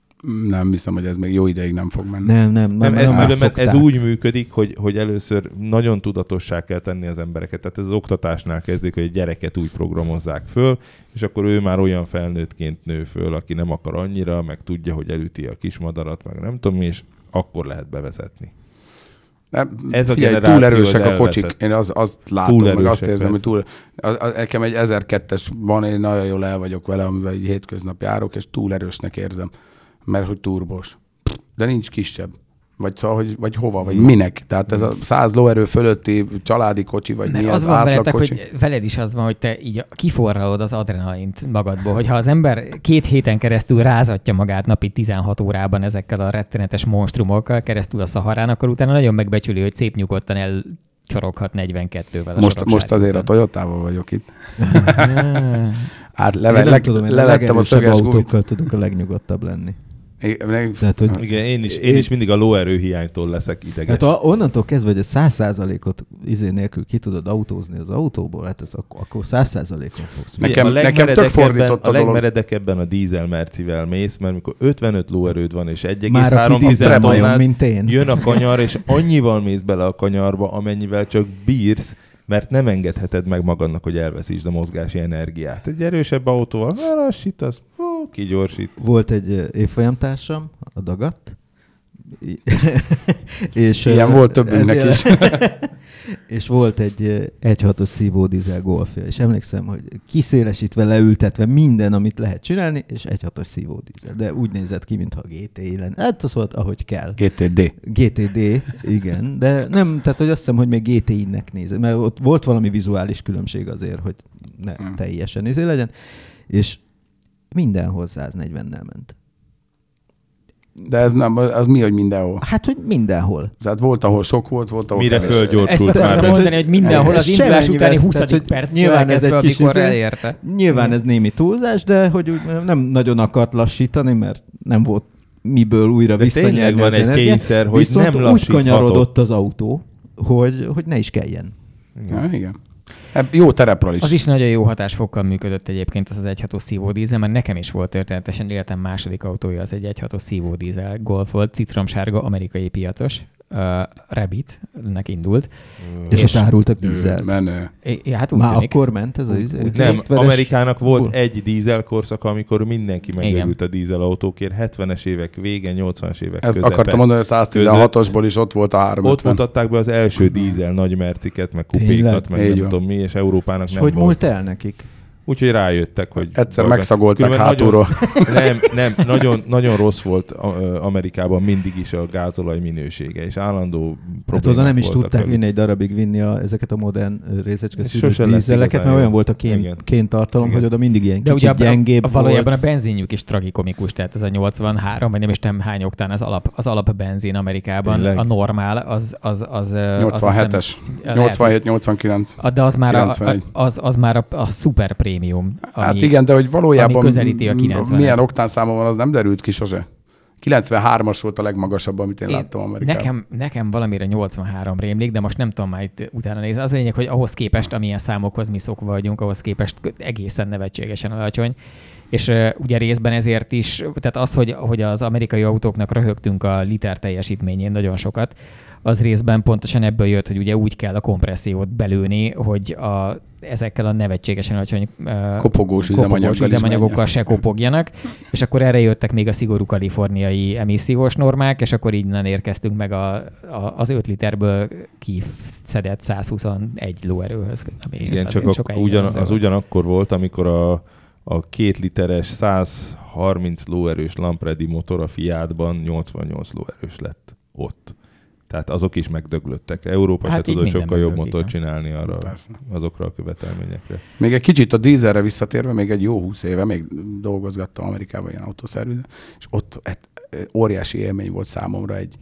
Nem hiszem, hogy ez még jó ideig nem fog menni. Nem, nem. Nem, már- ez, már különben, ez szokták. úgy működik, hogy, hogy először nagyon tudatossá kell tenni az embereket. Tehát ez az oktatásnál kezdik, hogy a gyereket úgy programozzák föl, és akkor ő már olyan felnőttként nő föl, aki nem akar annyira, meg tudja, hogy elüti a kismadarat, meg nem tudom mi, és akkor lehet bevezetni. Nem, Ez a figyelj, generáció túl erősek az a kocsik. elveszett. Én az, azt látom, Túl meg azt erősek, érzem, hogy persze. túl... A, a, nekem egy ezerkettes van, én nagyon jól el vagyok vele, amivel így hétköznap járok, és túl erősnek érzem, mert hogy turbos. De nincs kisebb. Vagy szóval, hogy, vagy hova, vagy minek. Tehát ez a száz lóerő fölötti családi kocsi, vagy Mert mi az az van veletek, átlagkocsi. hogy veled is az van, hogy te így kiforralod az adrenalint magadból, hogyha az ember két héten keresztül rázatja magát napi tizenhat órában ezekkel a rettenetes monstrumokkal keresztül a Szaharán, akkor utána nagyon megbecsüli, hogy szép nyugodtan elcsoroghat negyvenkettővel a Most, most azért a sorokságúton. Toyotával vagyok itt. Hát Én leve, nem leg, tudom, én a levettem a legerősebb szöges gumit. autókkal tudok a legnyugodtabb lenni. Tehát, hogy Igen, én is, én is mindig a lóerő hiánytól leszek ideges. hát a, onnantól kezdve, hogy a száz százalékot izé nélkül ki tudod autózni az autóból, hát ez ak- akkor száz százalékon fogsz. Nekem- a nekem tök legmeredekebben- fordított a a dolog. legmeredekebben a dízel mercivel mész, mert mikor ötvenöt lóerőd van, és egy egész Már három aki dízel tonnát, majom, mint én. jön a kanyar, és annyival mész bele a kanyarba, amennyivel csak bírsz, mert nem engedheted meg magadnak, hogy elveszítsd a mozgási energiát. Egy erősebb autóval, ha lassítasz, hú, kigyorsít. Volt egy ö, évfolyamtársam, a Dagat, és, Ilyen ö, volt többünknek ezért- és volt egy ö, egy hatos szívó dízel Golfja, és emlékszem, hogy kiszélesítve, leültetve minden, amit lehet csinálni, és egy hatos szívó dízel. De úgy nézett ki, mintha gé té í lenne. Hát az volt, ahogy kell. gé té dé. gé té dé, igen, de nem, tehát hogy azt hiszem, hogy még gé té í-nek nézett, mert ott volt valami vizuális különbség azért, hogy ne Hmm. teljesen izé legyen, és mindenhol száznegyvennel ment. De ez nem, az mi, hogy mindenhol? Hát, hogy mindenhol. Tehát volt, ahol sok volt, volt, ahol Mire kevés. fölgyorsult Ezt már. akartam Tehát, mondani, hogy- hogy mindenhol ez az indulás semennyivel- utáni tehát, huszadik hogy perctől nyilván ez elkezdve, egy kis amikor izé- elérte. Nyilván ez némi túlzás, de hogy úgy nem nagyon akart lassítani, mert nem volt miből újra De visszanyerni tényleg van az egy energiát. kényszer, hogy Viszont nem úgy lassíthatok. kanyarodott az autó, hogy, hogy ne is kelljen. Ja, igen. Hát jó terepről is. Az is nagyon jó hatásfokkal működött egyébként az az egy hatos szívódízel, mert nekem is volt történetesen életem második autója, az egy egy hatos szívódízel Golf volt, citromsárga, amerikai piacos, uh, Rabbit-nek indult. És, És- ott árultak Ő, dízel. menő. É, ja, hát úgy Már tűnik. akkor ment ez a izé? Úgy- Nem, szoftveres- Amerikának volt Hol? egy dízel korszaka, amikor mindenki Igen. megőrült a dízel autókért, hetvenes évek vége, nyolcvanas évek Ezt közepe. akartam mondani, hogy a száztizenhatosból is ott volt a Ott háromszázötven. mutatták be az első dízel nagy merciket, meg kupékat, Tényleg? meg Így nem van. tudom mi, és Európának És nem hogy volt. múlt el nekik? Úgyhogy rájöttek, hogy... Egyszer megszagolták hátulról. Nagyon, nem, nem, nagyon, nagyon rossz volt Amerikában mindig is a gázolaj minősége, és állandó problémák hát oda nem is voltak tudták velük. vinni egy darabig vinni a, ezeket a modern részecske szűrős sose lesz dízeleket, igazán mert jó. olyan volt a kén, Igen. kéntartalom, Igen. hogy oda mindig ilyen De ugye kicsit a, gyengébb a, valójában volt. a benzinjük is tragikomikus, tehát ez a nyolcvanhárom, vagy nem is nem hány oktán az alap, az alap benzin Amerikában, Tényleg? a normál, az az az nyolcvanhetes, nyolcvanhét nyolcvankilenc. De az már, a, kilencvenegy. az, az már a, a szuper prémium. Hát igen, de hogy valójában ami közelíti a kilencvenet. milyen oktánszáma van, az nem derült ki sose. kilencvenhármas volt a legmagasabb, amit én, én láttam Amerikában. Nekem, nekem valamire nyolcvanhárom rémlik, de most nem tudom már itt utána nézni. Az a lényeg, hogy ahhoz képest, amilyen számokhoz mi szokva vagyunk, ahhoz képest egészen nevetségesen alacsony. És uh, ugye részben ezért is, tehát az, hogy, hogy az amerikai autóknak röhögtünk a liter teljesítményén nagyon sokat, az részben pontosan ebből jött, hogy ugye úgy kell a kompressziót belőni, hogy a, ezekkel a nevetségesen alacsony uh, kopogós, kopogós üzemanyagokkal se menjen. kopogjanak, és akkor erre jöttek még a szigorú kaliforniai emissziós normák, és akkor innen érkeztünk meg a, a, az öt literből kiszedett száz huszonegy lóerőhöz. Ami Igen, csak a, ugyan, az ugyanakkor volt, amikor a, a két literes száz harminc lóerős Lampredi motor a Fiatban nyolcvannyolc lóerős lett ott. Tehát azok is megdöglöttek. Európa hát se tudott sokkal jobb motort csinálni arra, azokra a követelményekre. Még egy kicsit a dízelre visszatérve, még egy jó húsz éve, még dolgozgattam Amerikában ilyen autószervizben, és ott egy óriási élmény volt számomra egy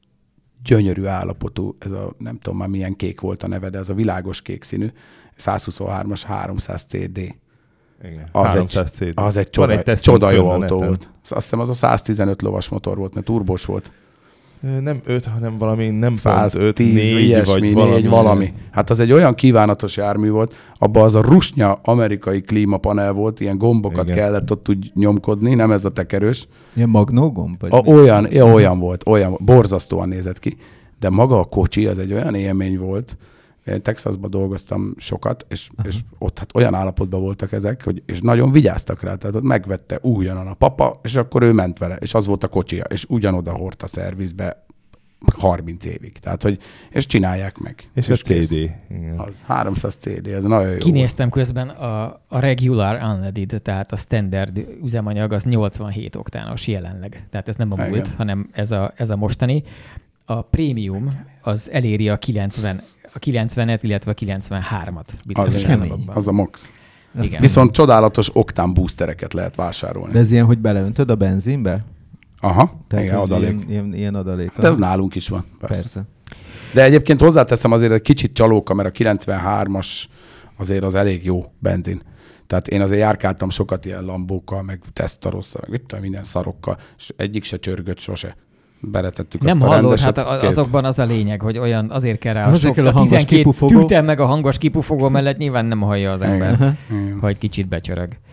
gyönyörű állapotú, ez a nem tudom már milyen kék volt a neve, de ez a világos kék színű, száz huszonhármas háromszáz cé dé. Igen, az háromszáz egy, cé dé. az egy csoda, egy csoda jó autó volt. Azt hiszem az a száztizenöt lovas motor volt, mert turbós volt. Nem öt, hanem valami nem száz pont öt, tíz, négy ilyesmi, vagy valami. négy, valami. Hát az egy olyan kívánatos jármű volt, abban az a rusnya amerikai klímapanel volt, ilyen gombokat igen. kellett ott úgy nyomkodni, nem ez a tekerős. Ilyen magnógomb? A, olyan, ja, olyan volt, olyan, borzasztóan nézett ki. De maga a kocsi az egy olyan élmény volt, én Texasban dolgoztam sokat, és, és ott hát olyan állapotban voltak ezek, hogy, és nagyon vigyáztak rá, tehát ott megvette újonnan a papa, és akkor ő ment vele, és az volt a kocsia, és ugyanoda hordta szervizbe harminc évig. Tehát, hogy, és csinálják meg. És, és a cé dé. Az háromszáz cé dé, ez nagyon jó. Kinéztem közben a, a regular unleaded, tehát a standard üzemanyag, az nyolcvanhét oktános jelenleg. Tehát ez nem a múlt, hanem ez a, ez a mostani. A prémium az eléri a kilencven a kilencvenet, illetve a kilencvenhármat. Az, az a max. Igen. Viszont csodálatos oktán boostereket lehet vásárolni. De ez ilyen, hogy beleöntöd a benzinbe? Aha, tehát igen, adalék. Ilyen, ilyen, ilyen adalék. De ez nálunk is van, persze. persze. De egyébként hozzáteszem azért egy kicsit csalóka, mert a kilencvenhármas azért az elég jó benzin. Tehát én azért járkáltam sokat ilyen Lambókkal, meg Testarosszal, meg mit tudom, minden szarokkal, és egyik se csörgött sose. Beletettük nem azt a hallod, rendeset, hát azokban az a lényeg, hogy olyan azért kell rá a sok, a tizenkét tűten meg a hangos kipufogó mellett nyilván nem hallja az ember, igen. hogy kicsit becsörög. Kicsit.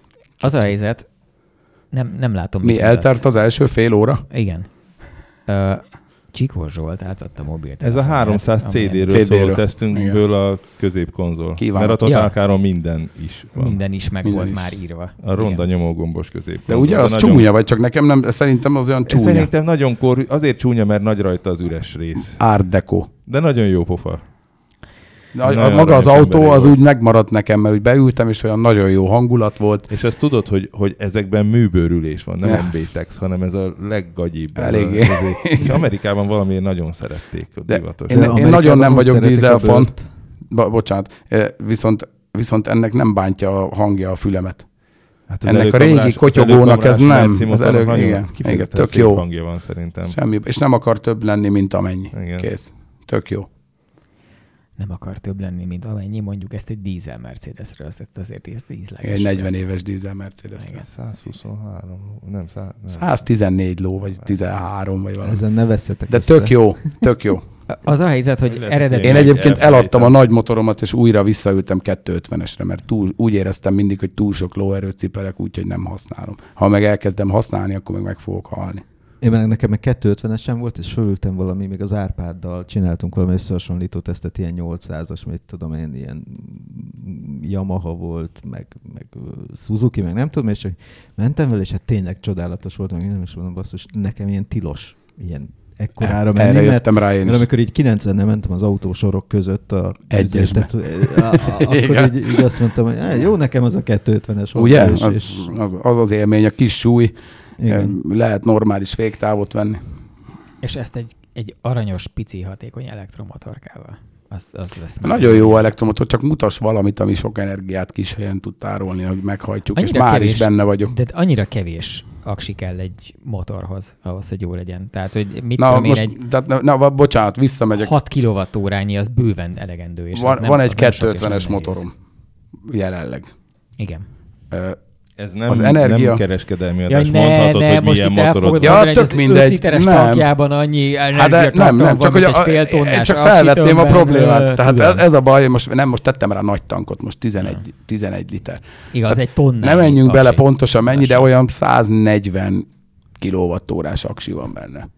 Az a helyzet, nem, nem látom. Mi eltelt az első fél óra? Igen. Uh, Csikós Zsolt átadta mobilt. Ez a háromszáz cé dé-ről szóló tesztünkből a középkonzol. Kíván. Mert a Totalkáron ja. minden is van. Minden is meg minden volt is. már írva. A ronda nyomógombos középkonzol. De ugye az de nagyon... csúnya, vagy csak nekem nem, szerintem az olyan csúnya. Szerintem nagyon kor, azért csúnya, mert nagy rajta az üres rész. Art Deco. De nagyon jó pofa. De a, a maga az autó az volt. Úgy megmaradt nekem, mert úgy beültem, és olyan nagyon jó hangulat volt. És azt tudod, hogy, hogy ezekben műbőrülés van, nem em bé tex, hanem ez a leggagyibb. Eléggé. És Amerikában valamiért nagyon szerették a divatos. Én, én nagyon nem vagyok dízelfan. Bo- bocsánat. Viszont, viszont ennek nem bántja a hangja a fülemet. Hát ennek a régi kotyogónak ez nem. Az elő, igen, igen, tök jó. Hangja van szerintem. Semmi, és nem akar több lenni, mint amennyi. Igen. Kész. Tök jó. Nem akar több lenni, mint amennyi, mondjuk ezt egy dízel Mercedesre, azt azért ezt ízleges. Egy negyven éves dízel Mercedes. száz huszonhárom, nem, száz, nem. száz tizennégy ló, vagy tizenhárom, vagy valami. Ezen ne vesszetek De össze. tök jó, tök jó. Az a helyzet, hogy eredetileg... Én egyébként eladtam a nagy motoromat, és újra visszaültem kétszázötvenesre, mert túl, úgy éreztem mindig, hogy túl sok lóerőt cipelek, úgyhogy nem használom. Ha meg elkezdem használni, akkor meg meg fogok halni. Én meg nekem meg kétszázötvenesem volt, és fölültem valami, még az Árpáddal csináltunk valami összehasonlító tesztet, ilyen nyolcszázas, mit tudom én, ilyen Yamaha volt, meg, meg Suzuki, meg nem tudom, és csak mentem vele, és hát tényleg csodálatos volt, meg nem is mondom, basszus, nekem ilyen tilos, ilyen ekkorára menni, Erre mert, jöttem rá én mert is. amikor így kilencvenne mentem az autósorok között, a, Egyesbe. tehát, a, a, akkor így, így azt mondtam, hogy eh, jó, nekem az a kétszázötvenes. Ugye? És, Az, és, az, az az élmény, a kis súly, igen. lehet normális féktávot venni. És ezt egy, egy aranyos, pici, hatékony elektromotorkával. Az, az lesz. Nagyon jó elektromotor, csak mutass valamit, ami sok energiát kis helyen tud tárolni, hogy meghajtsuk, Annyira és már kevés, is benne vagyok. De annyira kevés aksi kell egy motorhoz, ahhoz, hogy jó legyen. Tehát, hogy mit Na, tudom én, most, egy tehát, na, na, bocsánat, visszamegyek. hat kilowattórányi, az bőven elegendő. És Van, az nem, van az egy nem sok és kétszázötvenes nem nehéz. motorom jelenleg. Igen. Ö, Ez nem, Az energia- nem kereskedelmi Ja, adás. ne, Mondhatod, ne, hogy most milyen itt el motorod fogod Ja, van. mondani, hogy tök az mindegy. öt literes Nem. tankjában annyi Hát de energiatartalom nem, nem, van, csak hogy mint a, egy fél tonnás csak aksi felvetném a tömbben, problémát. ö, Tehát tudom. ez, ez a baj, most nem most tettem rá nagy tankot, most tizenegy, tizenegy liter. Igaz, Tehát egy tonnányi Nem menjünk bele aksi. pontosan mennyi, de Lassan. olyan száznegyven kilowattórás aksi van benne.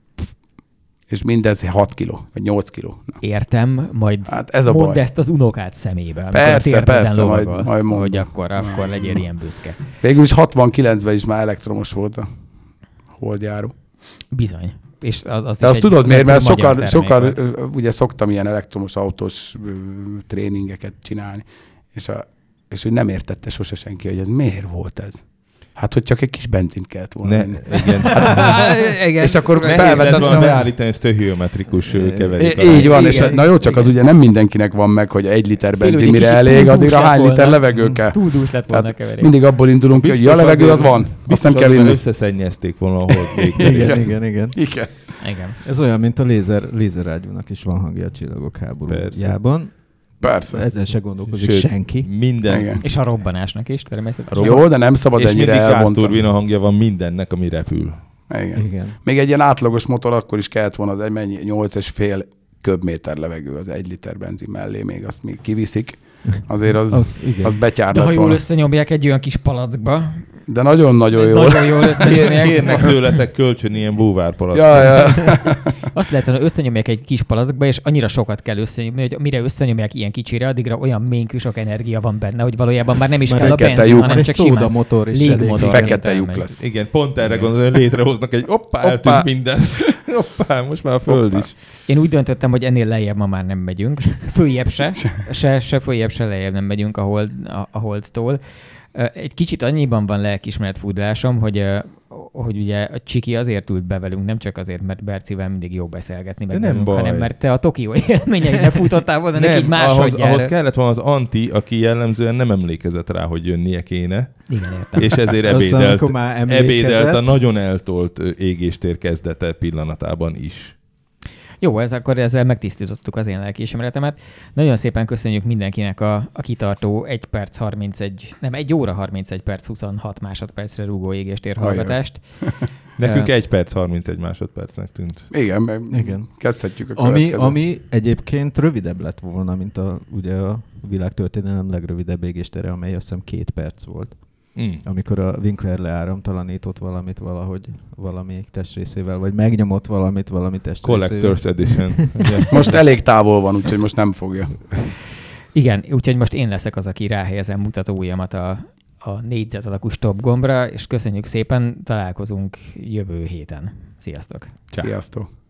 És mindez hat kiló, vagy nyolc kiló. Na. Értem, majd Hát ez a mondd baj. ezt az unokát szemébe. amikor Persze, a térdeden persze, majd- lovagol, majd mondom. hogy akkor, akkor legyél ilyen büszke. Végül is hatvankilencben is már elektromos volt a holdjáró. Bizony. És az, az De is azt egy tudod miért? Mert egyszerű magyar sokan, termék sokan volt. ö, ugye szoktam ilyen elektromos autós ö, tréningeket csinálni, és, a, és hogy nem értette sose senki, hogy ez miért volt ez. Hát, hogy csak egy kis benzint kellett volna. Ne, venni. igen. Igen. És akkor Nehéz lett felvetettem, volna hogy- beállítani ezt töhiometrikus keverék. Í- Így van, Igen, és na jó, csak az igen. ugye nem mindenkinek van meg, hogy egy liter Félő, benzin hogy mire kicsit elég, túl addigra dús lett hány liter volna. levegő kell. Túl dús lett volna a Tehát keverék. mindig abból indulunk ki, hogy ja, levegő az van, azt nem kell vinni. vinni. Összeszennyezték volna a hold végtelen. Igen, Igen. igen, igen. Igen. Igen. Ez olyan, mint a lézer, lézerágyúnak is van hangja a Csillagok háborújában. Persze. Ezzel se gondolkozik Sőt, senki. Minden. Igen. És a robbanásnak is természetesen. Jó, de nem szabad És ennyire mindig elvontani. gázturbina hangja van mindennek, ami repül. Igen. Igen. Még egy ilyen átlagos motor akkor is kellett volna az egy mennyi, nyolc és fél köbméter levegő az egy liter benzin mellé, még azt még kiviszik. Azért az, Az, az, igen. az De betyárdat ha jól volna. összenyomják egy olyan kis palackba, De nagyon-nagyon jó. nagyon jól Kér- összenyomják. Kérnek tőletek kölcsön ilyen búvárpalat. Ja, ja. Azt lehet, hogy összenyomják egy kis palackba, és annyira sokat kell összenyomni, hogy mire összenyomják ilyen kicsire, addigra olyan ménkű sok energia van benne, hogy valójában már nem is Már kell a fekete benzin, lyuk. hanem Egy csak szóda simán motor is légmotor. elég. Fekete lyuk elmegy. lesz. Igen, pont erre gondolom, hogy létrehoznak egy hoppá, Hoppá. eltűnt minden. Hoppá, most már a föld Hoppá. is. Én úgy döntöttem, hogy ennél lejjebb ma már nem megyünk. Följebb se. Se, se följebb, se lejjebb nem megyünk a, hold, a, a holdtól. Egy kicsit annyiban van lelkiismeret fúdlásom, hogy, hogy ugye a Csiki azért ült be velünk, nem csak azért, mert Bercivel mindig jó beszélgetni, meg De nem velünk, baj. hanem mert te a Tokió élményeidbe futottál volna neki így ahhoz, másodjára. ahhoz kellett volna az Anti, aki jellemzően nem emlékezett rá, hogy jönnie kéne, Igen, értem. és ezért Aztán, ebédelt, amikor már emlékezett. ebédelt a nagyon eltolt ö, égéstér kezdete pillanatában is. Jó, ez akkor ezzel megtisztítottuk az én lelkiismeretemet. Nagyon szépen köszönjük mindenkinek a, a kitartó egy perc harmincegy, nem, egy óra harmincegy perc huszonhat másodpercre rúgó égéstér hallgatást. Nekünk Ö, egy perc, harmincegy másodpercnek tűnt. Igen, meg Igen. kezdhetjük a Ami, következőt. ami egyébként rövidebb lett volna, mint a, ugye a világtörténelem legrövidebb égéstere, amely azt hiszem két perc volt. Mm. Amikor a Winkler leáramtalanított valamit valahogy valamelyik testrészével, vagy megnyomott valamit valami testrészével. Collector's Edition. Ugye? Most elég távol van, úgyhogy most nem fogja. Igen, úgyhogy most én leszek az, aki ráhelyezem mutatóujjamat a, a négyzet alakú stop gombra, és köszönjük szépen, találkozunk jövő héten. Sziasztok! Csá. Sziasztok!